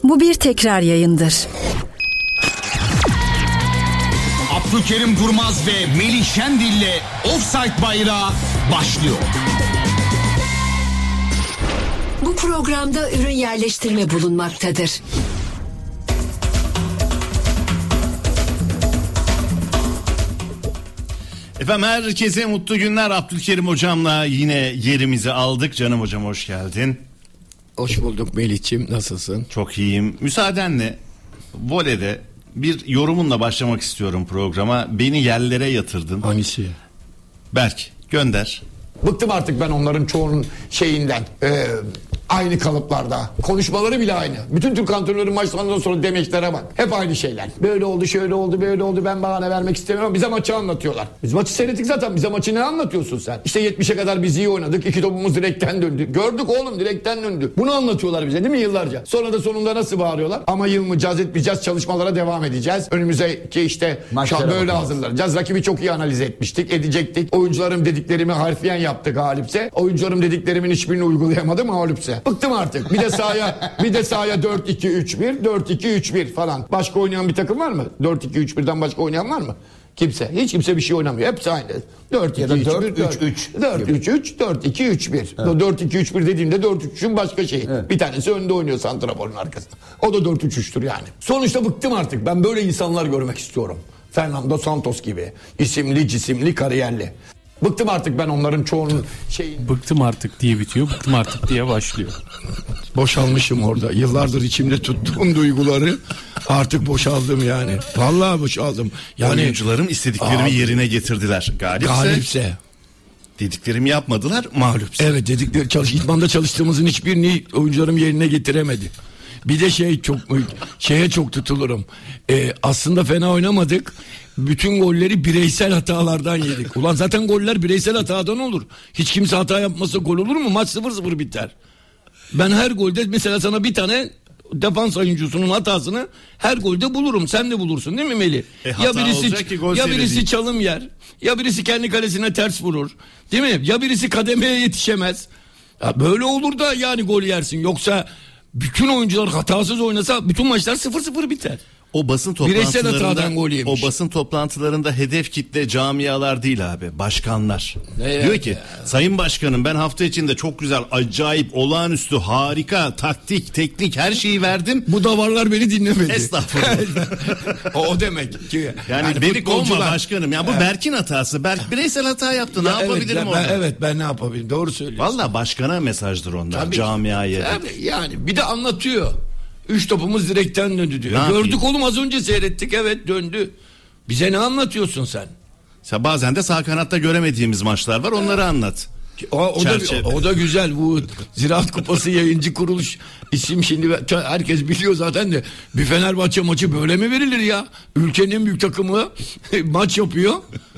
Bu bir tekrar yayındır. Abdülkerim Durmaz ve Melih Şendil'le Offside Bayrağı başlıyor. Bu programda ürün yerleştirme bulunmaktadır. Efendim herkese mutlu günler. Abdülkerim hocamla yine yerimizi aldık. Canım hocam hoş geldin. Hoş bulduk Melih'ciğim, nasılsın? Çok iyiyim. Müsaadenle voleyde bir yorumunla başlamak istiyorum programa. Beni yerlere yatırdın. Hangisi? Berk gönder. Bıktım artık ben onların çoğunun şeyinden. Aynı kalıplarda. Konuşmaları bile aynı. Bütün Türk antrenörlerin maçlarından sonra demeçlere bak. Hep aynı şeyler. Böyle oldu, şöyle oldu, böyle oldu. Ben bahane vermek istemiyorum. Bize maçı anlatıyorlar. Biz maçı seyrettik zaten. Bize maçı ne anlatıyorsun sen? İşte 70'e kadar biz iyi oynadık. 2 topumuz direkten döndü. Gördük oğlum, direkten döndü. Bunu anlatıyorlar bize değil mi yıllarca? Sonra da sonunda nasıl bağırıyorlar? Ama yılmayacağız, etmeyeceğiz. Çalışmalara devam edeceğiz. Önümüzdeki işte maçlara böyle hazırlanacağız. Rakibi çok iyi analiz etmiştik, edecektik. Oyuncularım dediklerimi harfiyen yaptı galipse. Oyuncularım dediklerimin hiçbirini uygulayamadı mağlupse. Bıktım artık. Bir de sahaya 4-2-3-1, 4-2-3-1 falan. Başka oynayan bir takım var mı? 4-2-3-1'den başka oynayan var mı? Kimse. Hiç kimse bir şey oynamıyor. Hepsi aynı. 4-2-3-1, 4-3-3, 4-2-3-1. 4-2-3-1 dediğimde 4-3-3'ün başka şeyi. Evet. Bir tanesi önde oynuyor santraforun arkasında. O da 4-3-3'tür yani. Sonuçta bıktım artık. Ben böyle insanlar görmek istiyorum. Fernando Santos gibi. İsimli, cisimli, kariyerli. Bıktım artık ben onların çoğunun şeyin. Bıktım artık diye bitiyor, bıktım artık diye başlıyor. Boşalmışım orada. Yıllardır içimde tuttuğum duyguları artık boşaldım yani. Vallahi boşaldım. Yani oyuncularım istediklerimi yerine getirdiler. Galipse. Dediklerimi yapmadılar, mağlupse. Evet, dedikleri idmanda çalıştığımızın hiçbirini oyuncularım yerine getiremedi. Bir de şeye çok tutulurum. Aslında fena oynamadık. Bütün golleri bireysel hatalardan yedik. Ulan zaten goller bireysel hatadan olur. Hiç kimse hata yapmasa gol olur mu? Maç 0-0 biter. Ben her golde mesela sana bir tane defans oyuncusunun hatasını her golde bulurum. Sen de bulursun değil mi Melih? Ya birisi çalım yer, ya birisi kendi kalesine ters vurur. Değil mi? Ya birisi kademeye yetişemez. Ya böyle olur da yani gol yersin. Yoksa bütün oyuncular hatasız oynasa bütün maçlar 0-0 biter. O basın toplantılarında hedef kitle camialar değil abi, başkanlar. Diyor ki sayın başkanım ben hafta içinde çok güzel, acayip, olağanüstü, harika, taktik, teknik her şeyi verdim. Bu davarlar beni dinlemedi. Estağfurullah. o demek ki. Yani beni kovma başkanım. Ya bu Berk'in hatası. Berk bireysel hata yaptı. Ne yapabilirim orada? Ben ne yapabilirim? Doğru söylüyorsun. Valla başkana mesajdır onlar, camiaya. Yani bir de anlatıyor. 3 topumuz direkten döndü diyor. Gördük oğlum, az önce seyrettik, evet döndü. Bize ne anlatıyorsun sen? Bazen de sağ kanatta göremediğimiz maçlar var, onları anlat. O da güzel. Bu Ziraat Kupası yayıncı kuruluş isim şimdi herkes biliyor zaten de, bir Fenerbahçe maçı böyle mi verilir ya? Ülkenin en büyük takımı maç yapıyor.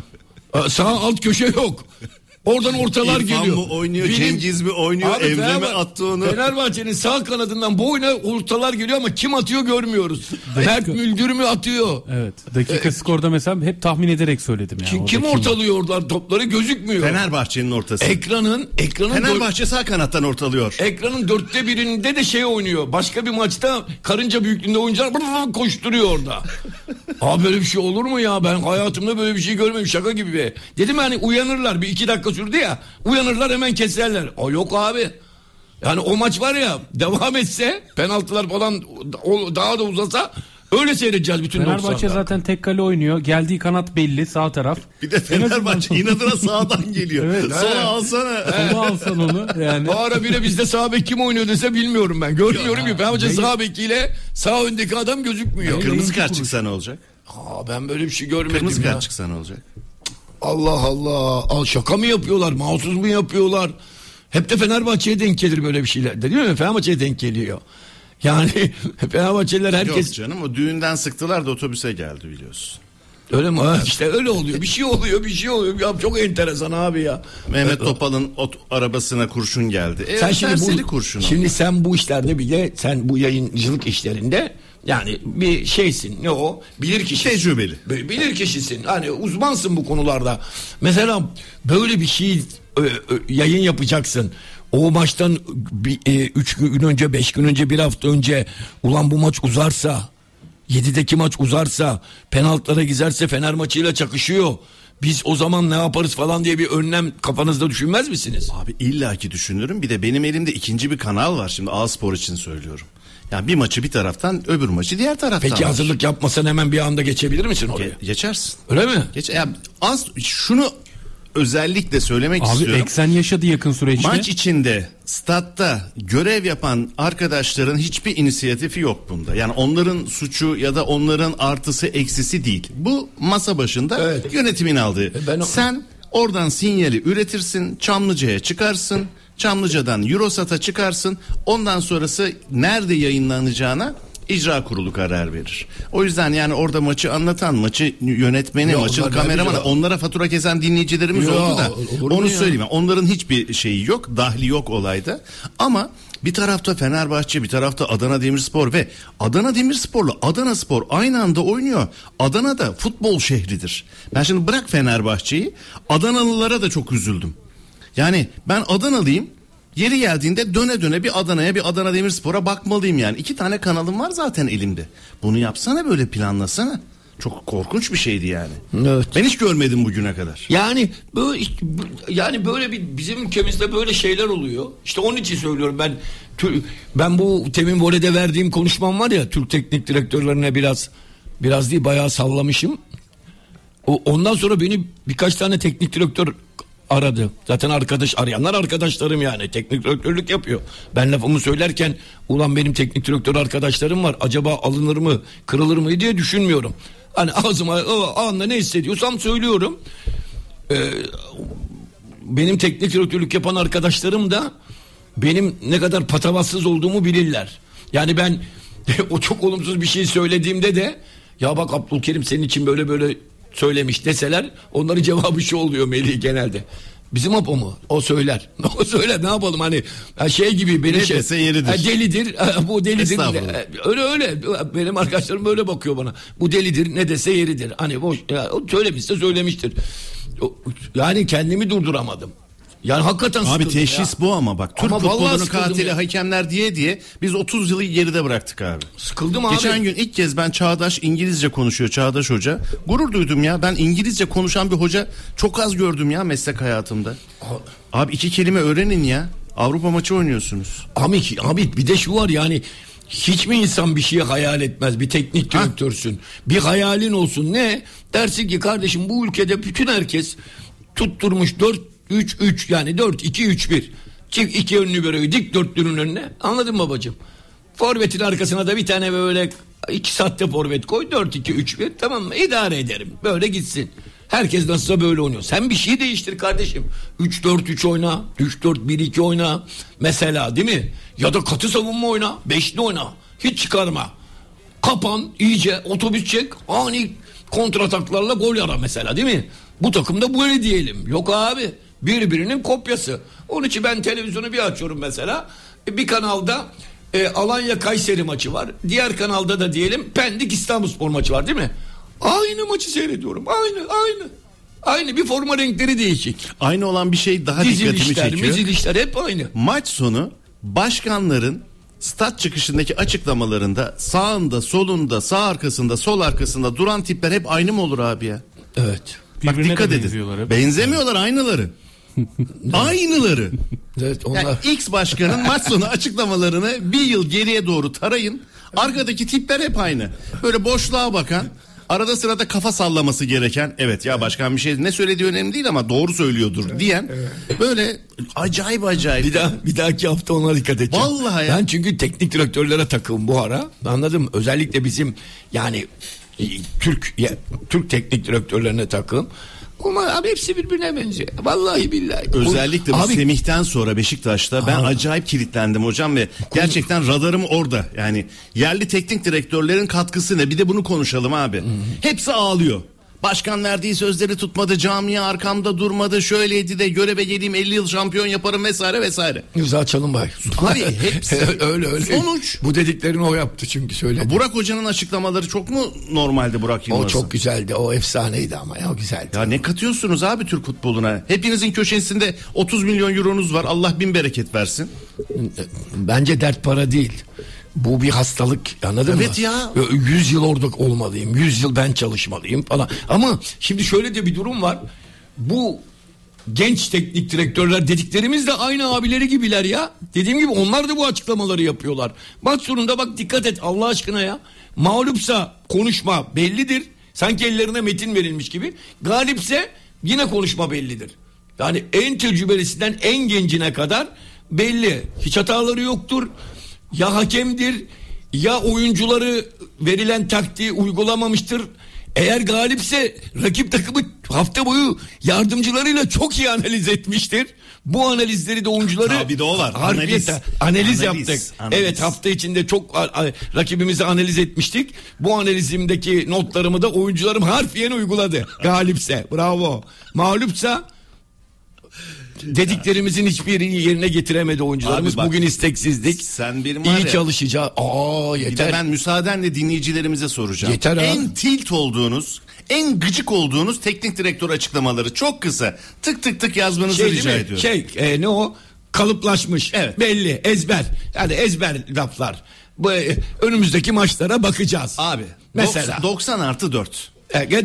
Sağ alt köşe yok. Oradan ortalar İrfan geliyor. mı oynuyor, Cengiz mi oynuyor, abi, Emre mi attı onu? Fenerbahçe'nin sağ kanadından boyuna ortalar geliyor ama kim atıyor görmüyoruz. Mert Müldür mü atıyor? Evet. Dakika skorda mesela hep tahmin ederek söyledim yani. Kim ortalıyor oradan topları, gözükmüyor. Fenerbahçe'nin ortası. Ekranın Fenerbahçe sağ kanattan ortalıyor. Ekranın 1/4'ünde de oynuyor. Başka bir maçta karınca büyüklüğünde oyuncular koşturuyor orada. Abi böyle bir şey olur mu ya? Ben hayatımda böyle bir şey görmedim, şaka gibi be. Dedim hani uyanırlar, bir 2 dakika sürdü ya, uyanırlar hemen keserler. Yok abi. Yani o maç var ya, devam etse, penaltılar falan daha da uzasa öyle seyredeceğiz bütün 90'lar. Fenerbahçe zaten tek kale oynuyor. Geldiği kanat belli, sağ taraf. Bir de Fenerbahçe inadına sağdan geliyor. Evet. Sola alsana. Sola alsan onu yani. O ara bile bizde sağ bek kim oynuyor dese bilmiyorum ben. Görmüyorum ki. Fenerbahçe sağ bekiyle sağ öndeki adam gözükmüyor. Kırmızı kart çıksa ne olacak? Ben böyle bir şey görmedim ya. Kırmızı kart çıksa ne olacak? Allah Allah. Şaka mı yapıyorlar? Mahsus mu yapıyorlar? Hep de Fenerbahçe'ye denk gelir böyle bir şeyler. Değil mi? Fenerbahçe'ye denk geliyor. Yani Fenerbahçeliler herkes... Yok canım, o düğünden sıktılar da otobüse geldi biliyorsun. Öyle mi? İşte öyle oluyor. Bir şey oluyor. Ya çok enteresan abi ya. Mehmet Topal'ın arabasına kurşun geldi. Sen şimdi sen bu işlerde bile, sen bu yayıncılık işlerinde yani bir şeysin. Ne o? Bilir kişi. Tecrübeli. Bilir kişisin. Hani uzmansın bu konularda. Mesela böyle bir şey yayın yapacaksın. O maçtan 3 gün önce, 5 gün önce, bir hafta önce ulan bu maç uzarsa, 7'deki maç uzarsa, penaltılara giderse Fener maçıyla çakışıyor. Biz o zaman ne yaparız falan diye bir önlem kafanızda düşünmez misiniz? Abi illaki düşünürüm. Bir de benim elimde ikinci bir kanal var. Şimdi A-Spor için söylüyorum. Yani bir maçı bir taraftan, öbür maçı diğer taraftan. Peki var. Hazırlık yapmasan hemen bir anda geçebilir misin oraya? Geçersin. Öyle mi? Şunu özellikle söylemek istiyorum. Abi eksen yaşadı yakın süreçte. Maç içinde statta görev yapan arkadaşların hiçbir inisiyatifi yok bunda. Yani onların suçu ya da onların artısı eksisi değil. Bu masa başında yönetimin aldığı. Sen oradan sinyali üretirsin, Çamlıca'ya çıkarsın, Çamlıca'dan Eurosat'a çıkarsın. Ondan sonrası nerede yayınlanacağına icra kurulu karar verir. O yüzden yani orada maçı anlatan, maçı yönetmeni, maçın kameramanı, onlara fatura kesen dinleyicilerimiz oldu da. Onu söyleyeyim. Onların hiçbir şeyi yok, dahli yok olayda. Ama bir tarafta Fenerbahçe, bir tarafta Adana Demirspor ve Adana Demirspor'la Adana Spor aynı anda oynuyor. Adana da futbol şehridir. Ben şimdi bırak Fenerbahçe'yi, Adanalılara da çok üzüldüm. Yani ben Adanalıyım. Yeri geldiğinde döne döne bir Adana'ya, bir Adana Demirspor'a bakmalıyım yani. 2 tane kanalım var zaten elimde. Bunu yapsana, böyle planlasana. Çok korkunç bir şeydi yani. Evet. Ben hiç görmedim bugüne kadar. Yani böyle bir bizim ülkemizde böyle şeyler oluyor. İşte onun için söylüyorum ben bu temin voleyde verdiğim konuşmam var ya, Türk teknik direktörlerine biraz değil bayağı sallamışım. Ondan sonra beni birkaç tane teknik direktör aradı. Zaten arayanlar arkadaşlarım yani. Teknik direktörlük yapıyor. Ben lafımı söylerken ulan benim teknik direktör arkadaşlarım var. Acaba alınır mı, kırılır mı diye düşünmüyorum. Hani ağzıma o anda ne hissediyorsam söylüyorum. Benim teknik direktörlük yapan arkadaşlarım da benim ne kadar patavatsız olduğumu bilirler. Yani ben o çok olumsuz bir şey söylediğimde de ya bak Abdülkerim senin için böyle söylemiş deseler, onların cevabı şu oluyor Melih genelde. Bizim Apo mu? O söyler. O söyler, ne yapalım hani şey gibi benim dese yeridir. Delidir. Bu delidir. Öyle. Benim arkadaşlarım böyle bakıyor bana. Bu delidir, ne dese yeridir. Hani boş söylemişse söylemiştir. Yani kendimi durduramadım. Yani hakikaten abi teşhis bu ama bak. Türk futbolunun katili hakemler diye biz 30 yılı geride bıraktık abi. Sıkıldım abi. Geçen gün ilk kez ben Çağdaş İngilizce konuşuyor, Çağdaş Hoca. Gurur duydum ya. Ben İngilizce konuşan bir hoca çok az gördüm ya meslek hayatımda. Abi 2 kelime öğrenin ya. Avrupa maçı oynuyorsunuz. Abi bir de şu var yani, hiç mi insan bir şeyi hayal etmez? Bir teknik direktörsün. Bir hayalin olsun. Ne? Dersin ki kardeşim bu ülkede bütün herkes tutturmuş 4-3-3 yani 4-2-3-1. Çift 2 önlü böyle dik dörtlünün önüne. Anladın mı babacığım? Forvetin arkasına da bir tane böyle 2 saatte forvet koy. 4-2-3-1, tamam mı? İdare ederim. Böyle gitsin. Herkes nasılsa böyle oynuyor. Sen bir şey değiştir kardeşim. 3-4-3 oyna. 3-4-1-2 oyna. Mesela değil mi? Ya da katı savunma oyna. Beşli oyna. Hiç çıkarma. Kapan iyice, otobüs çek. Ani kontrataklarla gol ara mesela, değil mi? Bu takımda böyle diyelim. Yok abi. Birbirinin kopyası. Onun için ben televizyonu bir açıyorum mesela. Bir kanalda Alanya Kayseri maçı var. Diğer kanalda da diyelim Pendik İstanbulspor maçı var, değil mi? Aynı maçı seyrediyorum. Aynı bir forma renkleri değişik. Aynı olan bir şey daha dikkatimi çekiyor. Dizilişler hep aynı. Maç sonu başkanların stat çıkışındaki açıklamalarında sağında, solunda, sağ arkasında, sol arkasında duran tipler hep aynı mı olur abi ya? Evet. Bak dikkat edin. Benzemiyorlar, aynıları. Aynıları. Evet, onlar... Yani X başkanın maç sonu açıklamalarını bir yıl geriye doğru tarayın. Arkadaki tipler hep aynı. Böyle boşluğa bakan, arada sırada kafa sallaması gereken, evet ya başkan bir şey ne söylediği önemli değil ama doğru söylüyordur diyen, böyle acayip. Bir dahaki hafta ona dikkat edeceğim. Vallahi ya. Ben çünkü teknik direktörlere takılım bu ara. Anladım. Özellikle bizim yani Türk teknik direktörlerine takım. Ama abi hepsi birbirine benziyor. Vallahi billahi. Özellikle bu Semih'ten sonra Beşiktaş'ta ben acayip kilitlendim hocam ve gerçekten radarım orada. Yani yerli teknik direktörlerin katkısı ne? Bir de bunu konuşalım abi. Hepsi ağlıyor. Başkan verdiği sözleri tutmadı, camia arkamda durmadı, şöyleydi de göreve geleyim 50 yıl şampiyon yaparım vesaire vesaire. Rıza Çalınbay. Abi hepsi öyle. Sonuç. Bu dediklerini o yaptı çünkü söyledi. Burak Hoca'nın açıklamaları çok mu normaldi Burak Yılmaz'ın? O çok güzeldi. O efsaneydi ama ya, o güzeldi. Ya ne katıyorsunuz abi Türk futboluna? Hepinizin köşesinde 30 milyon euronuz var. Allah bin bereket versin. Bence dert para değil. Bu bir hastalık, anladın mı? Evet ya. 100 yıl orada olmalıyım. 100 yıl ben çalışmalıyım falan. Ama şimdi şöyle de bir durum var. Bu genç teknik direktörler dediklerimiz de aynı abileri gibiler ya. Dediğim gibi onlar da bu açıklamaları yapıyorlar. Maç sonunda bak, dikkat et Allah aşkına ya. Mağlupsa konuşma bellidir. Sanki ellerine metin verilmiş gibi. Galipse yine konuşma bellidir. Yani en tecrübelisinden en gencine kadar belli. Hiç hataları yoktur. Ya hakemdir, ya oyuncuları verilen taktiği uygulamamıştır. Eğer galipse rakip takımı hafta boyu yardımcılarıyla çok iyi analiz etmiştir. Bu analizleri de oyuncuları... Tabii de o var. Analiz yaptık. Evet, hafta içinde çok rakibimizi analiz etmiştik. Bu analizimdeki notlarımı da oyuncularım harfiyen uyguladı. Galipse bravo. Mağlupsa... Dediklerimizin hiçbirini yerine getiremedi oyuncularımız. Bak, bugün isteksizlik. Sen benim iyi çalışacağız. yeter. Yeter. Bir de ben müsaadenle dinleyicilerimize soracağım. Yeter abi. En tilt olduğunuz, en gıcık olduğunuz teknik direktör açıklamaları çok kısa. Tık tık tık yazmanızı rica ediyorum. Ne o? Kalıplaşmış. Evet. Belli. Ezber. Yani ezber laflar. Bu önümüzdeki maçlara bakacağız. Abi. Mesela 90+4. Ya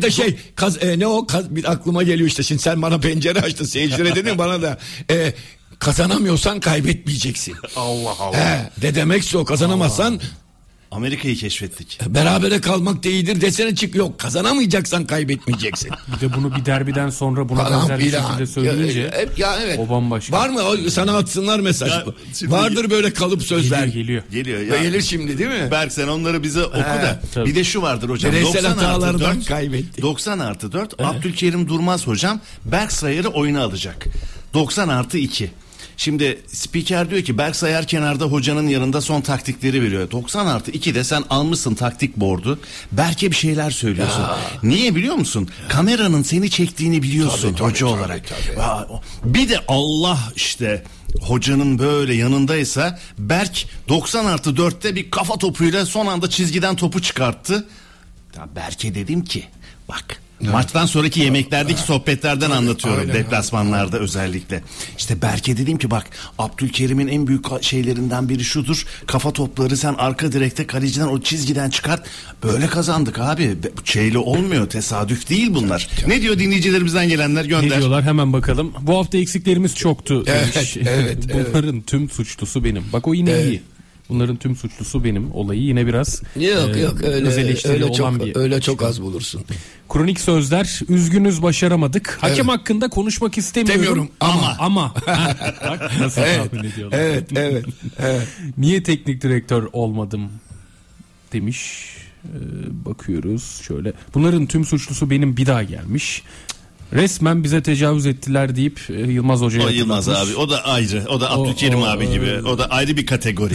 da bir aklıma geliyor işte, şimdi sen bana pencere açtın, seyircilere dedin bana da kazanamıyorsan kaybetmeyeceksin. Allah Allah. De demekse o, kazanamazsan Amerika'yı keşfettik. Berabere kalmak da iyidir desene, çık, yok kazanamayacaksan kaybetmeyeceksin. Bir de bunu bir derbiden sonra buna benzer bir şekilde söyleyince evet. O bambaşka. Var mı sana atsınlar mesaj? Vardır böyle kalıp sözler. Geliyor. Ya. Gelir şimdi değil mi? Berk sen onları bize oku da. Tabii. Bir de şu vardır hocam. Bireysel hatalardan kaybetti. 90+4 Abdülkerim Durmaz hocam Berk Sayar'ı oyuna alacak. 90+2. Şimdi spiker diyor ki Berk Sayar kenarda hocanın yanında son taktikleri veriyor. 90+2'de sen almışsın taktik boardu. Berk'e bir şeyler söylüyorsun. Niye biliyor musun? Kameranın seni çektiğini biliyorsun hoca olarak. Tabii. Bir de Allah işte hocanın böyle yanındaysa Berk 90+4'te bir kafa topuyla son anda çizgiden topu çıkarttı. Ya Berk'e dedim ki bak, maçtan sonraki yemeklerdeki sohbetlerden anlatıyorum, deplasmanlarda özellikle. İşte Berke dedim ki bak, Abdülkerim'in en büyük şeylerinden biri şudur. Kafa topları sen arka direkte kaleciden o çizgiden çıkart. Böyle kazandık abi. Şeyle olmuyor, tesadüf değil bunlar. Ne diyor dinleyicilerimizden gelenler, gönder. Ne diyorlar hemen bakalım. Bu hafta eksiklerimiz çoktu demiş. Evet. Bunların tüm suçlusu benim. Bak o yine iyi. Bunların tüm suçlusu benim olayı yine biraz yok öyle çok az bulursun. Kronik sözler, üzgünüz başaramadık. Hakem hakkında konuşmak istemiyorum. Ama. Bak nasıl tahmin ediyorlar. Evet. Niye teknik direktör olmadım demiş. Bakıyoruz şöyle. Bunların tüm suçlusu benim, bir daha gelmiş. Resmen bize tecavüz ettiler deyip Yılmaz Hoca'ya hatırlatmış. Yılmaz abi o da ayrı. O da Abdülkerim abi gibi. O da ayrı bir kategori.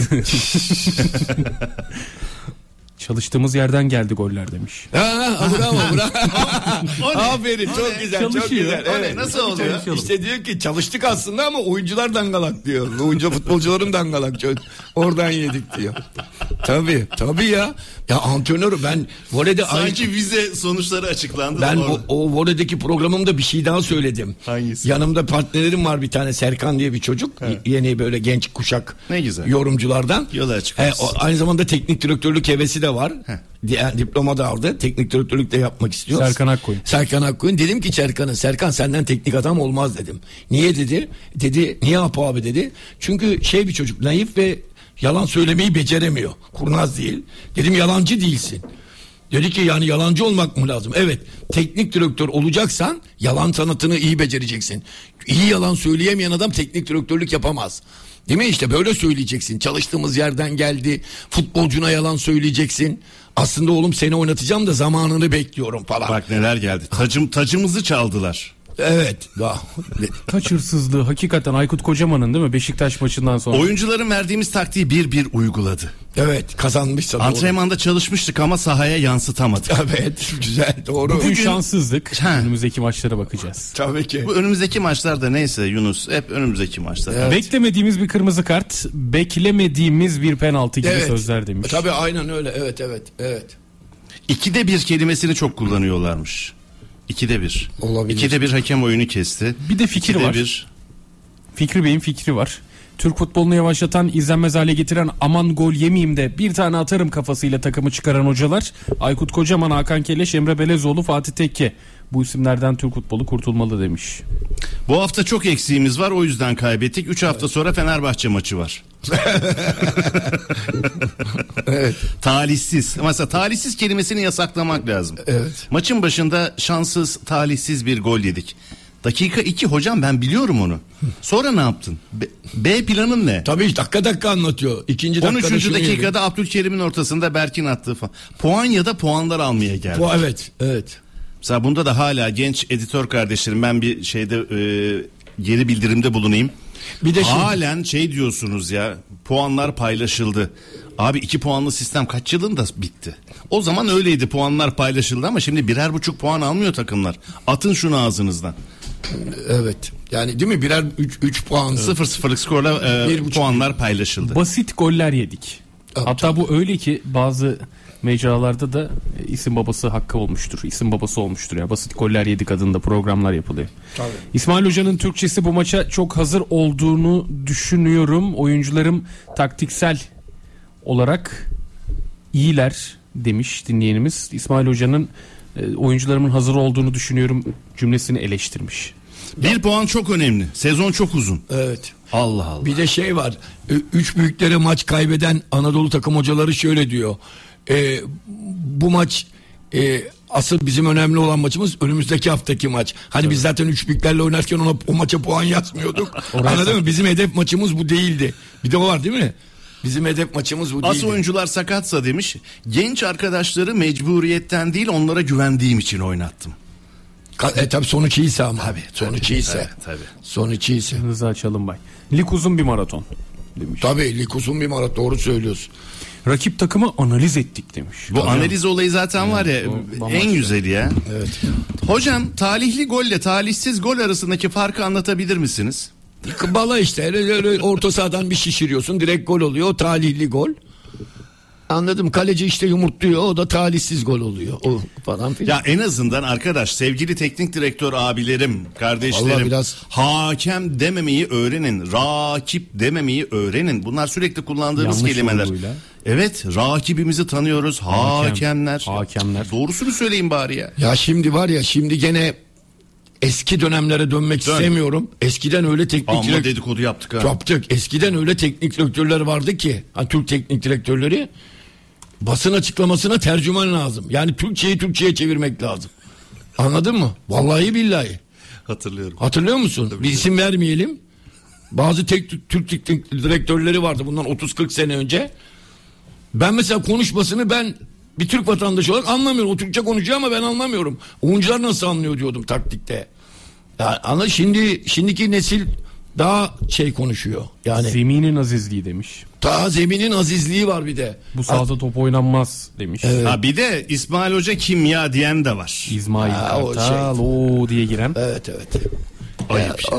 Çalıştığımız yerden geldi goller demiş. Bravo. Aferin, çok güzel. Çalışıyor. Çok güzel. Evet. Nasıl oluyor? İşte diyor ki çalıştık aslında ama oyuncular dangalak diyor. Futbolcuların dangalak. Oradan yedik diyor. Tabii ya. Ya antrenör, ben voleyde sanki vize sonuçları açıklandı. Ben o voleydeki programımda bir şey daha söyledim. Hangisi? Yanımda partnerim var bir tane, Serkan diye bir çocuk. Yeni böyle genç kuşak ne güzel yorumculardan. Yola açıklarsın. Aynı zamanda teknik direktörlük hevesi de var. Diploma da aldı. Teknik direktörlük de yapmak istiyor. Serkan Akkoyun. Dedim ki Serkan senden teknik adam olmaz dedim. Niye dedi? Niye Apo abi dedi. Çünkü bir çocuk, naif ve yalan söylemeyi beceremiyor. Kurnaz değil. Dedim yalancı değilsin. Dedi ki yani yalancı olmak mı lazım? Evet. Teknik direktör olacaksan yalan sanatını iyi becereceksin. İyi yalan söyleyemeyen adam teknik direktörlük yapamaz. Değil mi? İşte böyle söyleyeceksin. Çalıştığımız yerden geldi. Futbolcuna yalan söyleyeceksin. Aslında oğlum seni oynatacağım da zamanını bekliyorum falan. Bak neler geldi. Tacımızı çaldılar. Evet. Kaç hırsızlığı hakikaten Aykut Kocaman'ın değil mi? Beşiktaş maçından sonra. Oyuncuların verdiğimiz taktiği bir uyguladı. Evet, kazanmışsa doğru. Antrenmanda çalışmıştık ama sahaya yansıtamadık. Evet, güzel, doğru. Bugün şanssızlık. Önümüzdeki maçlara bakacağız. Tabii ki. Bu önümüzdeki maçlarda neyse Yunus, hep önümüzdeki maçlar. Evet. Beklemediğimiz bir kırmızı kart, beklemediğimiz bir penaltı gibi sözler demiş. Tabii aynen öyle. Evet. 2'de 1 kelimesini çok kullanıyorlarmış. 2'de 1. Olabilir. 2'de 1 hakem oyunu kesti. Bir de fikir var. Fikri Bey'in fikri var. Türk futbolunu yavaşlatan, izlenmez hale getiren, aman gol yemeyeyim de bir tane atarım kafasıyla takımı çıkaran hocalar Aykut Kocaman, Hakan Keleş, Emre Belezoğlu, Fatih Tekke. Bu isimlerden Türk futbolu kurtulmalı demiş. Bu hafta çok eksiğimiz var, o yüzden kaybettik. 3 hafta sonra Fenerbahçe maçı var. Evet. Talihsiz. Mesela talihsiz kelimesini yasaklamak lazım. Evet. Maçın başında şanssız, talihsiz bir gol yedik. Dakika 2 hocam, ben biliyorum onu. Sonra ne yaptın? B planın ne? Tabii dakika anlatıyor. 2. dakikada 13. dakikada Abdülkerim'in ortasında Berk'in attığı falan. Puan ya da puanlar almaya geldi. Evet. Mesela bunda da hala genç editör kardeşlerim, ben bir şeyde geri bildirimde bulunayım. Bir de halen şey diyorsunuz ya, puanlar paylaşıldı. Abi 2 puanlı sistem kaç yılında bitti? O zaman öyleydi, puanlar paylaşıldı ama şimdi 1,5 puan almıyor takımlar. Atın şunu ağzınızdan. Evet. Yani değil mi? 3 puan. 0-0'lık skorla puanlar paylaşıldı. Basit goller yedik. Evet, hatta bu öyle ki bazı mecralarda da isim babası hakkı olmuştur. İsim babası olmuştur ya. Basit goller yedik adında programlar yapılıyor. Tabii. İsmail Hoca'nın Türkçesi bu maça çok hazır olduğunu düşünüyorum. Oyuncularım taktiksel olarak iyiler demiş dinleyenimiz. İsmail Hoca'nın oyuncularımın hazır olduğunu düşünüyorum cümlesini eleştirmiş. 1 puan çok önemli. Sezon çok uzun. Evet. Allah Allah. Bir de şey var. 3 büyüklere maç kaybeden Anadolu takım hocaları şöyle diyor. Bu maç asıl bizim önemli olan maçımız önümüzdeki haftaki maç. Hani biz zaten 3 büyüklerle oynarken o maça puan yazmıyorduk. Anladın mı? Bizim hedef maçımız bu değildi. Bir de o var değil mi? Bizim hedef maçımız bu değildi. Asıl oyuncular sakatsa demiş. Genç arkadaşları mecburiyetten değil, onlara güvendiğim için oynattım. Tabii sonuç iyiyse ama. Sonuç iyiyse. Tabii. Sonuç iyiyse. Rıza Çalınbay. Lig uzun bir maraton demiş. Tabii lig uzun bir maraton, doğru söylüyorsun. Rakip takımı analiz ettik demiş. Bu analiz olayı zaten var ya, en güzeli ya. Evet. Hocam, talihli golle talihsiz gol arasındaki farkı anlatabilir misiniz? Bala işte öyle orta sahadan bir şişiriyorsun, direkt gol oluyor, o talihli gol. Anladım, kaleci işte yumurtluyor, o da talihsiz gol oluyor o falan filan. Ya en azından arkadaş, sevgili teknik direktör abilerim, kardeşlerim, biraz... hakem dememeyi öğrenin, rakip dememeyi öğrenin. Bunlar sürekli kullandığımız yanlış kelimeler. Yoruluyla. Evet, rakibimizi tanıyoruz, hakemler. Doğrusunu söyleyin bari ya. Ya şimdi var ya, şimdi gene eski dönemlere dönmek istemiyorum. Eskiden öyle teknik dedikodu yaptık ha. Yaptık. Eskiden öyle teknik direktörler vardı ki, Türk teknik direktörleri, basın açıklamasına tercüman lazım. Yani Türkçe'ye çevirmek lazım. Anladın mı? Vallahi billahi. Hatırlıyorum. Hatırlıyor musun? Tabii bir isim vermeyelim. Bazı Türk teknik direktörleri vardı bundan 30-40 sene önce. Ben mesela konuşmasını bir Türk vatandaşı olarak anlamıyorum. O Türkçe konuşuyor ama ben anlamıyorum. Oyuncular nasıl anlıyor diyordum taktikte. Yani şimdiki nesil daha konuşuyor. Yani zeminin azizliği demiş. Daha zeminin azizliği var bir de. Bu sahada top oynanmaz demiş. Evet. Ha, bir de İsmail Hoca kim ya diyen de var. İsmail Kartal o diye giren. Evet. Ayıp şey.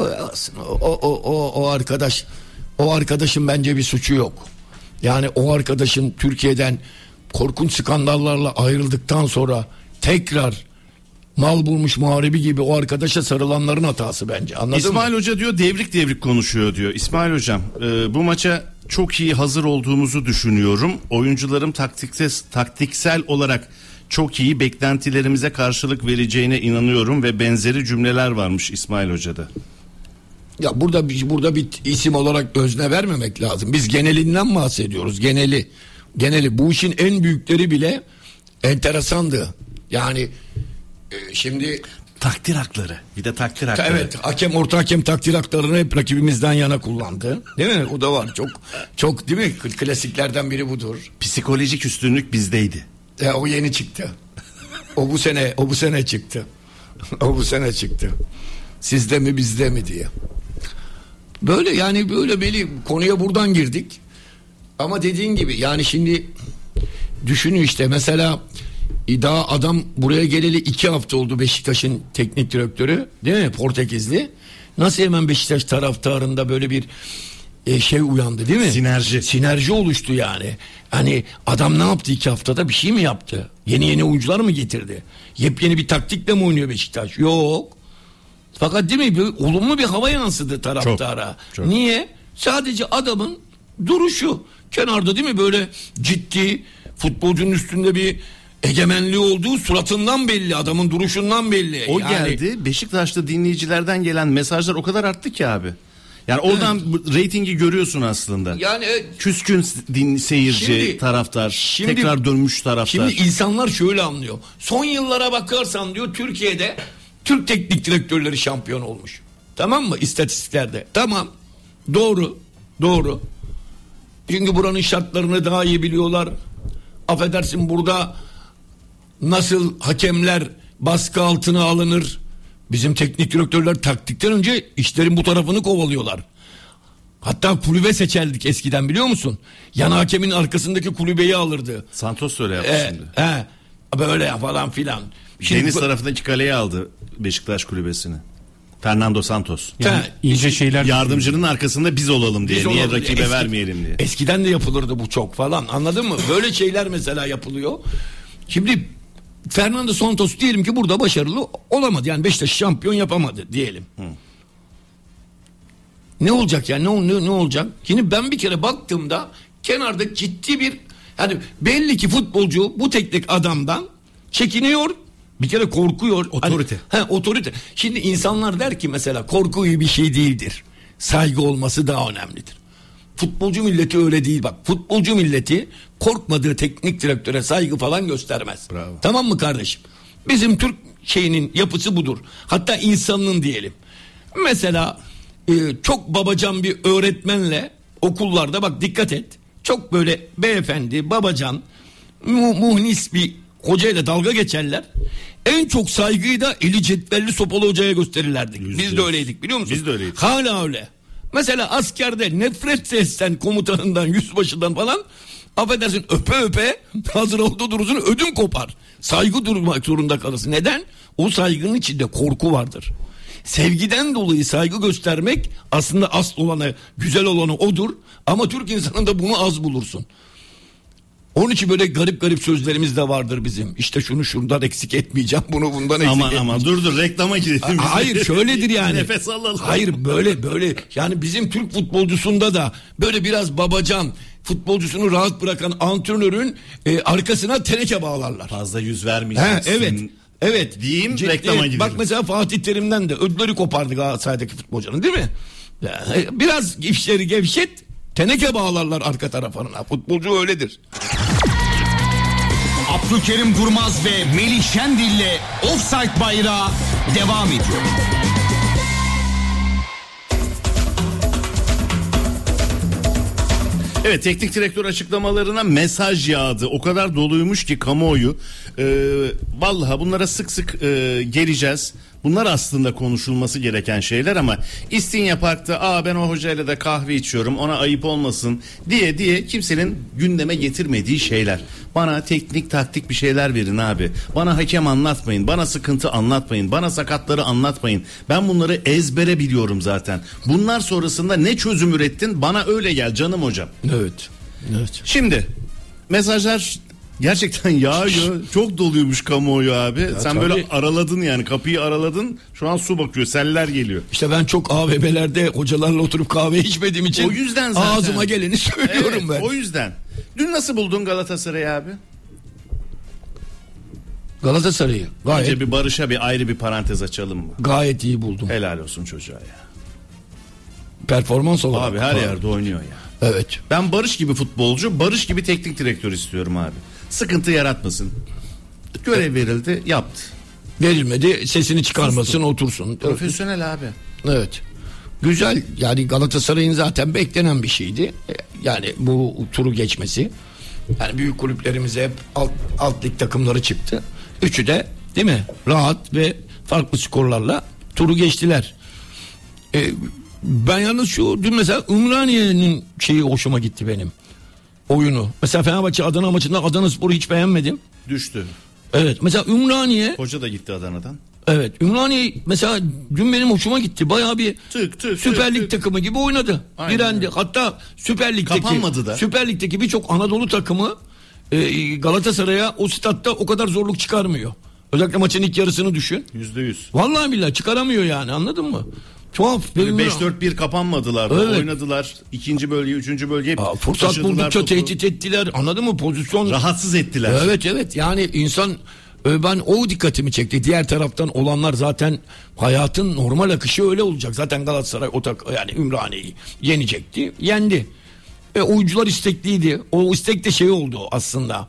O arkadaşın bence bir suçu yok. Yani o arkadaşın Türkiye'den korkunç skandallarla ayrıldıktan sonra tekrar mal bulmuş muharibi gibi o arkadaşa sarılanların hatası bence. Anladın İsmail mı? Hoca diyor devrik konuşuyor diyor. İsmail Hocam, bu maça çok iyi hazır olduğumuzu düşünüyorum. Oyuncularım taktiksel olarak çok iyi, beklentilerimize karşılık vereceğine inanıyorum ve benzeri cümleler varmış İsmail Hoca'da. Ya burada bir isim olarak özne vermemek lazım. Biz genelinden bahsediyoruz. Geneli. Bu işin en büyükleri bile enteresandı. Yani şimdi takdir hakları. Bir de takdir hakları. Evet, orta hakem takdir haklarını hep rakibimizden yana kullandı. Değil mi? O da var. Çok değil mi? Klasiklerden biri budur. Psikolojik üstünlük bizdeydi. O yeni çıktı. O bu sene çıktı. Sizde mi bizde mi diye. Böyle yani böyle Melih, konuya buradan girdik. Ama dediğin gibi yani şimdi düşünün işte mesela daha adam buraya geleli 2 hafta oldu, Beşiktaş'ın teknik direktörü değil mi, Portekizli. Nasıl hemen Beşiktaş taraftarında böyle bir şey uyandı değil mi? Sinerji oluştu yani. Hani adam ne yaptı 2 haftada, bir şey mi yaptı? Yeni oyuncular mı getirdi? Yepyeni bir taktikle mi oynuyor Beşiktaş? Yok. Fakat değil mi, olumlu bir hava yansıdı taraftara. Çok. Niye? Sadece adamın duruşu. Kenarda değil mi böyle ciddi, futbolcunun üstünde bir egemenliği olduğu suratından belli, adamın duruşundan belli. O geldi. Beşiktaş'ta dinleyicilerden gelen mesajlar o kadar arttı ki abi. Yani oradan reytingi görüyorsun aslında. Yani küskün seyirci, taraftar, tekrar dönmüş taraftar. Şimdi insanlar şöyle anlıyor. Son yıllara bakarsan diyor, Türkiye'de Türk teknik direktörleri şampiyon olmuş. Tamam mı? İstatistiklerde. Tamam. Doğru. Çünkü buranın şartlarını daha iyi biliyorlar. Affedersin, burada nasıl hakemler baskı altına alınır. Bizim teknik direktörler taktikten önce işlerin bu tarafını kovalıyorlar. Hatta kulübe seçerdik eskiden, biliyor musun? Yan hakemin arkasındaki kulübeyi alırdı. Santos öyle yaptı şimdi. Böyle falan filan. Deniz tarafındaki kaleyi aldı Beşiktaş kulübesini. Fernando Santos. Yani ince şeyler. Yardımcının arkasında biz olalım diye. Niye rakibe vermeyelim diye. Eskiden de yapılırdı bu çok falan. Anladın mı? Böyle şeyler mesela yapılıyor. Şimdi Fernando Santos diyelim ki burada başarılı olamadı. Yani Beşiktaş şampiyon yapamadı diyelim. Ne olacak yani? Ne olacak? Şimdi ben bir kere baktığımda kenarda ciddi bir, yani belli ki futbolcu bu teknik adamdan çekiniyor. Bir kere korkuyor. Otorite. Otorite. Şimdi insanlar der ki mesela korku iyi bir şey değildir. Saygı olması daha önemlidir. Futbolcu milleti öyle değil bak. Futbolcu milleti korkmadığı teknik direktöre saygı falan göstermez. Bravo. Tamam mı kardeşim? Bizim Türk şeyinin yapısı budur. Hatta insanın diyelim. Mesela çok babacan bir öğretmenle okullarda bak dikkat et. Çok böyle beyefendi, babacan, muhnis bir hocayla dalga geçerler. En çok saygıyı da eli cetvelli sopalı hocaya gösterirlerdi. Biz de öyleydik, biliyor musun? Biz de öyleyiz. Hala öyle. Mesela askerde nefret sesten komutanından, yüzbaşından falan, affedersin, öpe hazır olduğu durursun, ödüm kopar. Saygı durmak zorunda kalırsın. Neden? O saygının içinde korku vardır. Sevgiden dolayı saygı göstermek aslında asıl olanı, güzel olanı odur. Ama Türk insanında bunu az bulursun. Onun için böyle garip sözlerimiz de vardır bizim. İşte şunu şundan eksik etmeyeceğim, bunu bundan eksik etmeyeceğim. Aman dur reklama gidelim. Hayır şöyledir yani. Nefes alalım. Hayır böyle yani bizim Türk futbolcusunda da böyle biraz babacan, futbolcusunu rahat bırakan antrenörün arkasına teneke bağlarlar. Fazla yüz vermeyeceksin. Evet. Diyeyim, reklama gidelim. Bak mesela Fatih Terim'den de ödleri kopardı Galatasaray'daki futbolcunun, değil mi? Yani biraz işleri gevşet, teneke bağlarlar arka tarafına. Futbolcu öyledir. Abdülkerim Durmaz ve Melih Şendil'le Offside Bayrağı devam ediyor. Evet, teknik direktör açıklamalarına mesaj yağdı. O kadar doluymuş ki kamuoyu. Vallahi bunlara sık sık geleceğiz. Bunlar aslında konuşulması gereken şeyler ama İstinye Park'ta ben o hocayla da kahve içiyorum, ona ayıp olmasın diye kimsenin gündeme getirmediği şeyler. Bana teknik taktik bir şeyler verin abi. Bana hakem anlatmayın, bana sıkıntı anlatmayın, bana sakatları anlatmayın. Ben bunları ezbere biliyorum zaten. Bunlar sonrasında ne çözüm ürettin, bana öyle gel canım hocam. Evet. Şimdi mesajlar gerçekten yağıyor. Çok doluymuş kamuoyu abi. Ya sen tabii. Böyle araladın, yani kapıyı araladın. Şu an su bakıyor, seller geliyor. İşte ben çok AVM'lerde hocalarla oturup kahve içmediğim için o yüzden zaten ağzıma geleni söylüyorum ben. O yüzden. Dün nasıl buldun Galatasaray'ı abi? Galatasaray'ı gayet. Önce bir Barış'a bir ayrı bir parantez açalım mı? Gayet iyi buldum. Helal olsun çocuğa ya. Performans olarak. Abi her yerde oynuyor ya. Evet. Ben Barış gibi futbolcu, Barış gibi teknik direktör istiyorum abi. Sıkıntı yaratmasın. Görev verildi, yaptı. Verilmedi, sesini çıkarmasın, otursun. Profesyonel abi. Evet. Güzel, yani Galatasaray'ın zaten beklenen bir şeydi. Yani bu turu geçmesi. Yani büyük kulüplerimize hep alt lig takımları çıktı. Üçü de değil mi? Rahat ve farklı skorlarla turu geçtiler. Ben yalnız dün mesela Ümraniye'nin şeyi hoşuma gitti benim. Oyunu. Mesela Fenerbahçe Adana maçında Adanaspor'u hiç beğenmedim. Düştü. Evet. Mesela Ümraniye. Hoca da gitti Adana'dan. Evet. Ümraniye mesela dün benim hoşuma gitti. Bayağı bir Süper Lig takımı gibi oynadı. Aynen. Direndi. Hatta Süper Lig'deki birçok Anadolu takımı Galatasaray'a o statta o kadar zorluk çıkarmıyor. Özellikle maçın ilk yarısını düşün. %100. Vallahi billahi çıkaramıyor yani, anladın mı? Tuhaf. 5-4-1 kapanmadılar da evet. Oynadılar. 2. bölge, 3. bölge fırsat buldukça tehdit ettiler. Anladın mı? Pozisyon. Rahatsız ettiler. Evet. Yani insan, ben o dikkatimi çekti. Diğer taraftan olanlar zaten hayatın normal akışı öyle olacak. Zaten Galatasaray yani Ümraniye'yi yenecekti. Yendi. Oyuncular istekliydi. O istek de şey oldu aslında.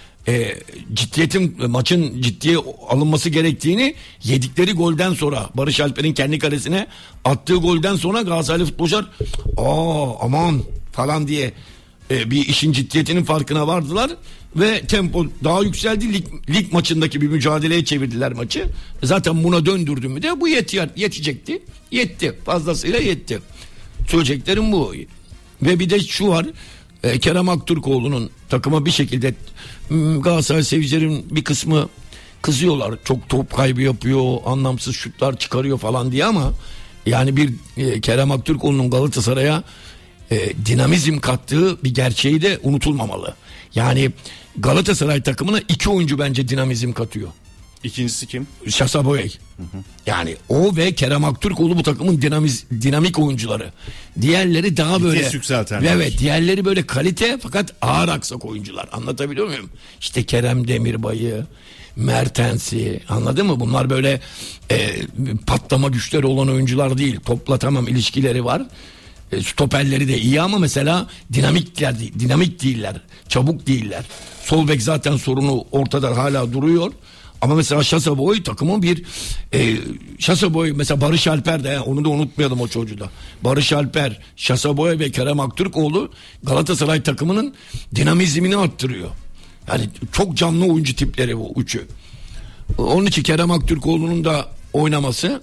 Maçın ciddiye alınması gerektiğini yedikleri golden sonra, Barış Alper'in kendi kalesine attığı golden sonra Galatasaraylı futbolcular aman falan diye bir işin ciddiyetinin farkına vardılar ve tempo daha yükseldi. Lig maçındaki bir mücadeleye çevirdiler maçı. Zaten buna döndürdü mü de bu yetecekti. Yetti. Fazlasıyla yetti. Söyleyeceklerim bu. Ve bir de şu var. Kerem Aktürkoğlu'nun takıma bir şekilde, Galatasaray seyircilerin bir kısmı kızıyorlar. Çok top kaybı yapıyor, anlamsız şutlar çıkarıyor falan diye, ama yani bir Kerem Aktürkoğlu'nun Galatasaray'a dinamizm kattığı bir gerçeği de unutulmamalı. Yani Galatasaray takımına 2 oyuncu bence dinamizm katıyor. İkincisi kim? Şasa Boey. Yani o ve Kerem Aktürkoğlu bu takımın dinamik oyuncuları. Diğerleri daha böyle. Evet, diğerleri böyle kalite fakat ağır aksak oyuncular. Anlatabiliyor muyum? İşte Kerem Demirbay'ı, Mertens'i, anladın mı? Bunlar böyle patlama güçleri olan oyuncular değil. Topla tamam ilişkileri var. Stoperleri de iyi ama mesela dinamik değiller. Çabuk değiller. Sol bek zaten sorunu ortada hala duruyor. Ama mesela Şasa Boy takımın bir Şasa Boy, mesela Barış Alper de, onu da unutmayalım o çocuğu da. Barış Alper, Şasa Boy ve Kerem Aktürkoğlu Galatasaray takımının dinamizmini arttırıyor. Yani çok canlı oyuncu tipleri bu üçü. Onun için Kerem Aktürkoğlu'nun da oynaması,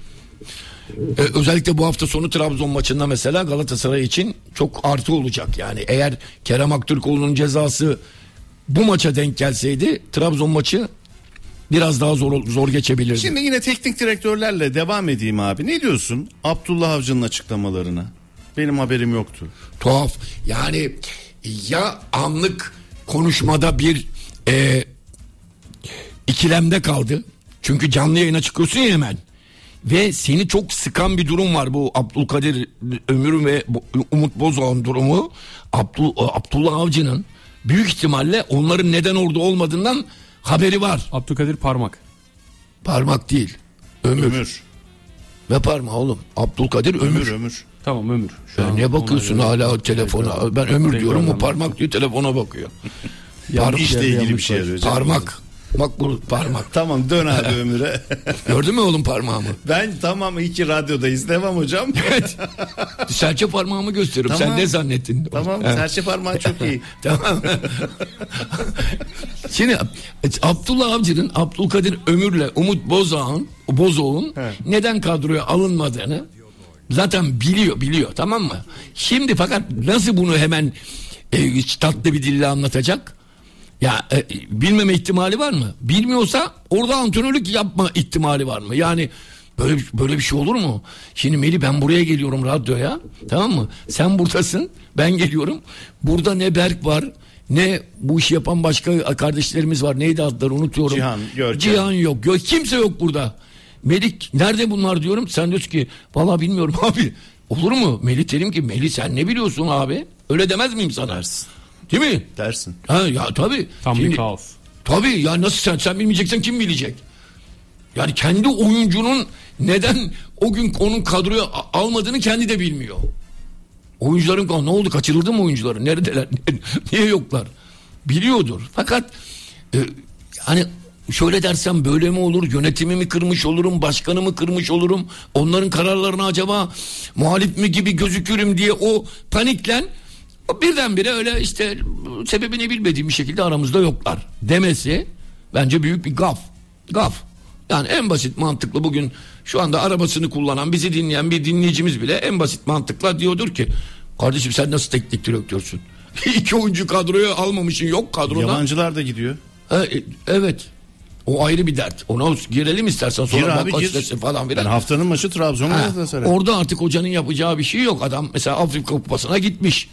özellikle bu hafta sonu Trabzon maçında mesela Galatasaray için çok artı olacak. Yani eğer Kerem Aktürkoğlu'nun cezası bu maça denk gelseydi Trabzon maçı biraz daha zor geçebilirdi. Şimdi yine teknik direktörlerle devam edeyim abi. Ne diyorsun Abdullah Avcı'nın açıklamalarına? Benim haberim yoktu. Tuhaf. Yani ya anlık konuşmada bir ikilemde kaldı. Çünkü canlı yayına çıkıyorsun ya hemen. Ve seni çok sıkan bir durum var, bu Abdülkadir Ömür ve Umut Bozok'un durumu. Abdullah Avcı'nın büyük ihtimalle onların neden orada olmadığından haberi var. Abdülkadir Parmak. Parmak değil. Ömür. Ne parmağı oğlum? Abdülkadir Ömür. Tamam, Ömür. Ne bakıyorsun hala telefona? Ben Ömür diyorum, o Parmak diyor, telefona bakıyor. İşle ilgili bir şey arıyor. Parmak. Bak bu parmak. Tamam, dön abi Ömür'e. Gördün mü oğlum parmağımı? Ben tamam, iyi ki radyodayız. Devam hocam. Evet. Serçe parmağımı gösteriyorum. Tamam. Sen ne zannettin? Tamam, serçe parmağın çok iyi. Tamam. Şimdi Abdullah Avcı'nın Abdülkadir Ömür'le Umut Bozok'un neden kadroya alınmadığını zaten biliyor, tamam mı? Şimdi fakat nasıl bunu hemen tatlı bir dille anlatacak? Ya bilmeme ihtimali var mı? Bilmiyorsa orada antrenörlük yapma ihtimali var mı? Yani böyle bir şey olur mu? Şimdi Melih, ben buraya geliyorum radyoya, tamam mı? Sen buradasın, ben geliyorum. Burada ne Berk var, ne bu işi yapan başka kardeşlerimiz var. Neydi adları, unutuyorum. Cihan yok. Kimse yok burada. Melik nerede bunlar diyorum. Sen diyorsun ki vallahi bilmiyorum abi. Olur mu? Melih derim ki Melih sen ne biliyorsun abi? Öyle demez miyim sana? Dersin. Değil mi? Dersin. Ya tabii. Tam bir kaos. Tabii ya, nasıl sen bilmeyeceksen kim bilecek? Yani kendi oyuncunun neden o gün onun kadroya almadığını kendi de bilmiyor. Oyuncuların ne oldu, kaçırıldı mı oyuncuları? Neredeler? Niye yoklar? Biliyordur. Fakat hani şöyle dersem böyle mi olur? Yönetimi mi kırmış olurum? Başkanı mı kırmış olurum? Onların kararlarına acaba muhalif mi gibi gözükürüm diye o paniklen birdenbire öyle işte sebebini bilmediğim bir şekilde aramızda yoklar demesi bence büyük bir gaf. Yani en basit mantıklı bugün şu anda arabasını kullanan bizi dinleyen bir dinleyicimiz bile en basit mantıkla diyordur ki kardeşim sen nasıl teknik direktörsün? 2 oyuncu kadroya almamışsın, yok kadroda. Yabancılar da gidiyor. Evet. O ayrı bir dert. Ona girelim istersen sonra gir bak kaç falan filan. Yani haftanın maçı Trabzon Galatasaray. Orada artık hocanın yapacağı bir şey yok. Adam mesela Afrika Kupası'na gitmiş.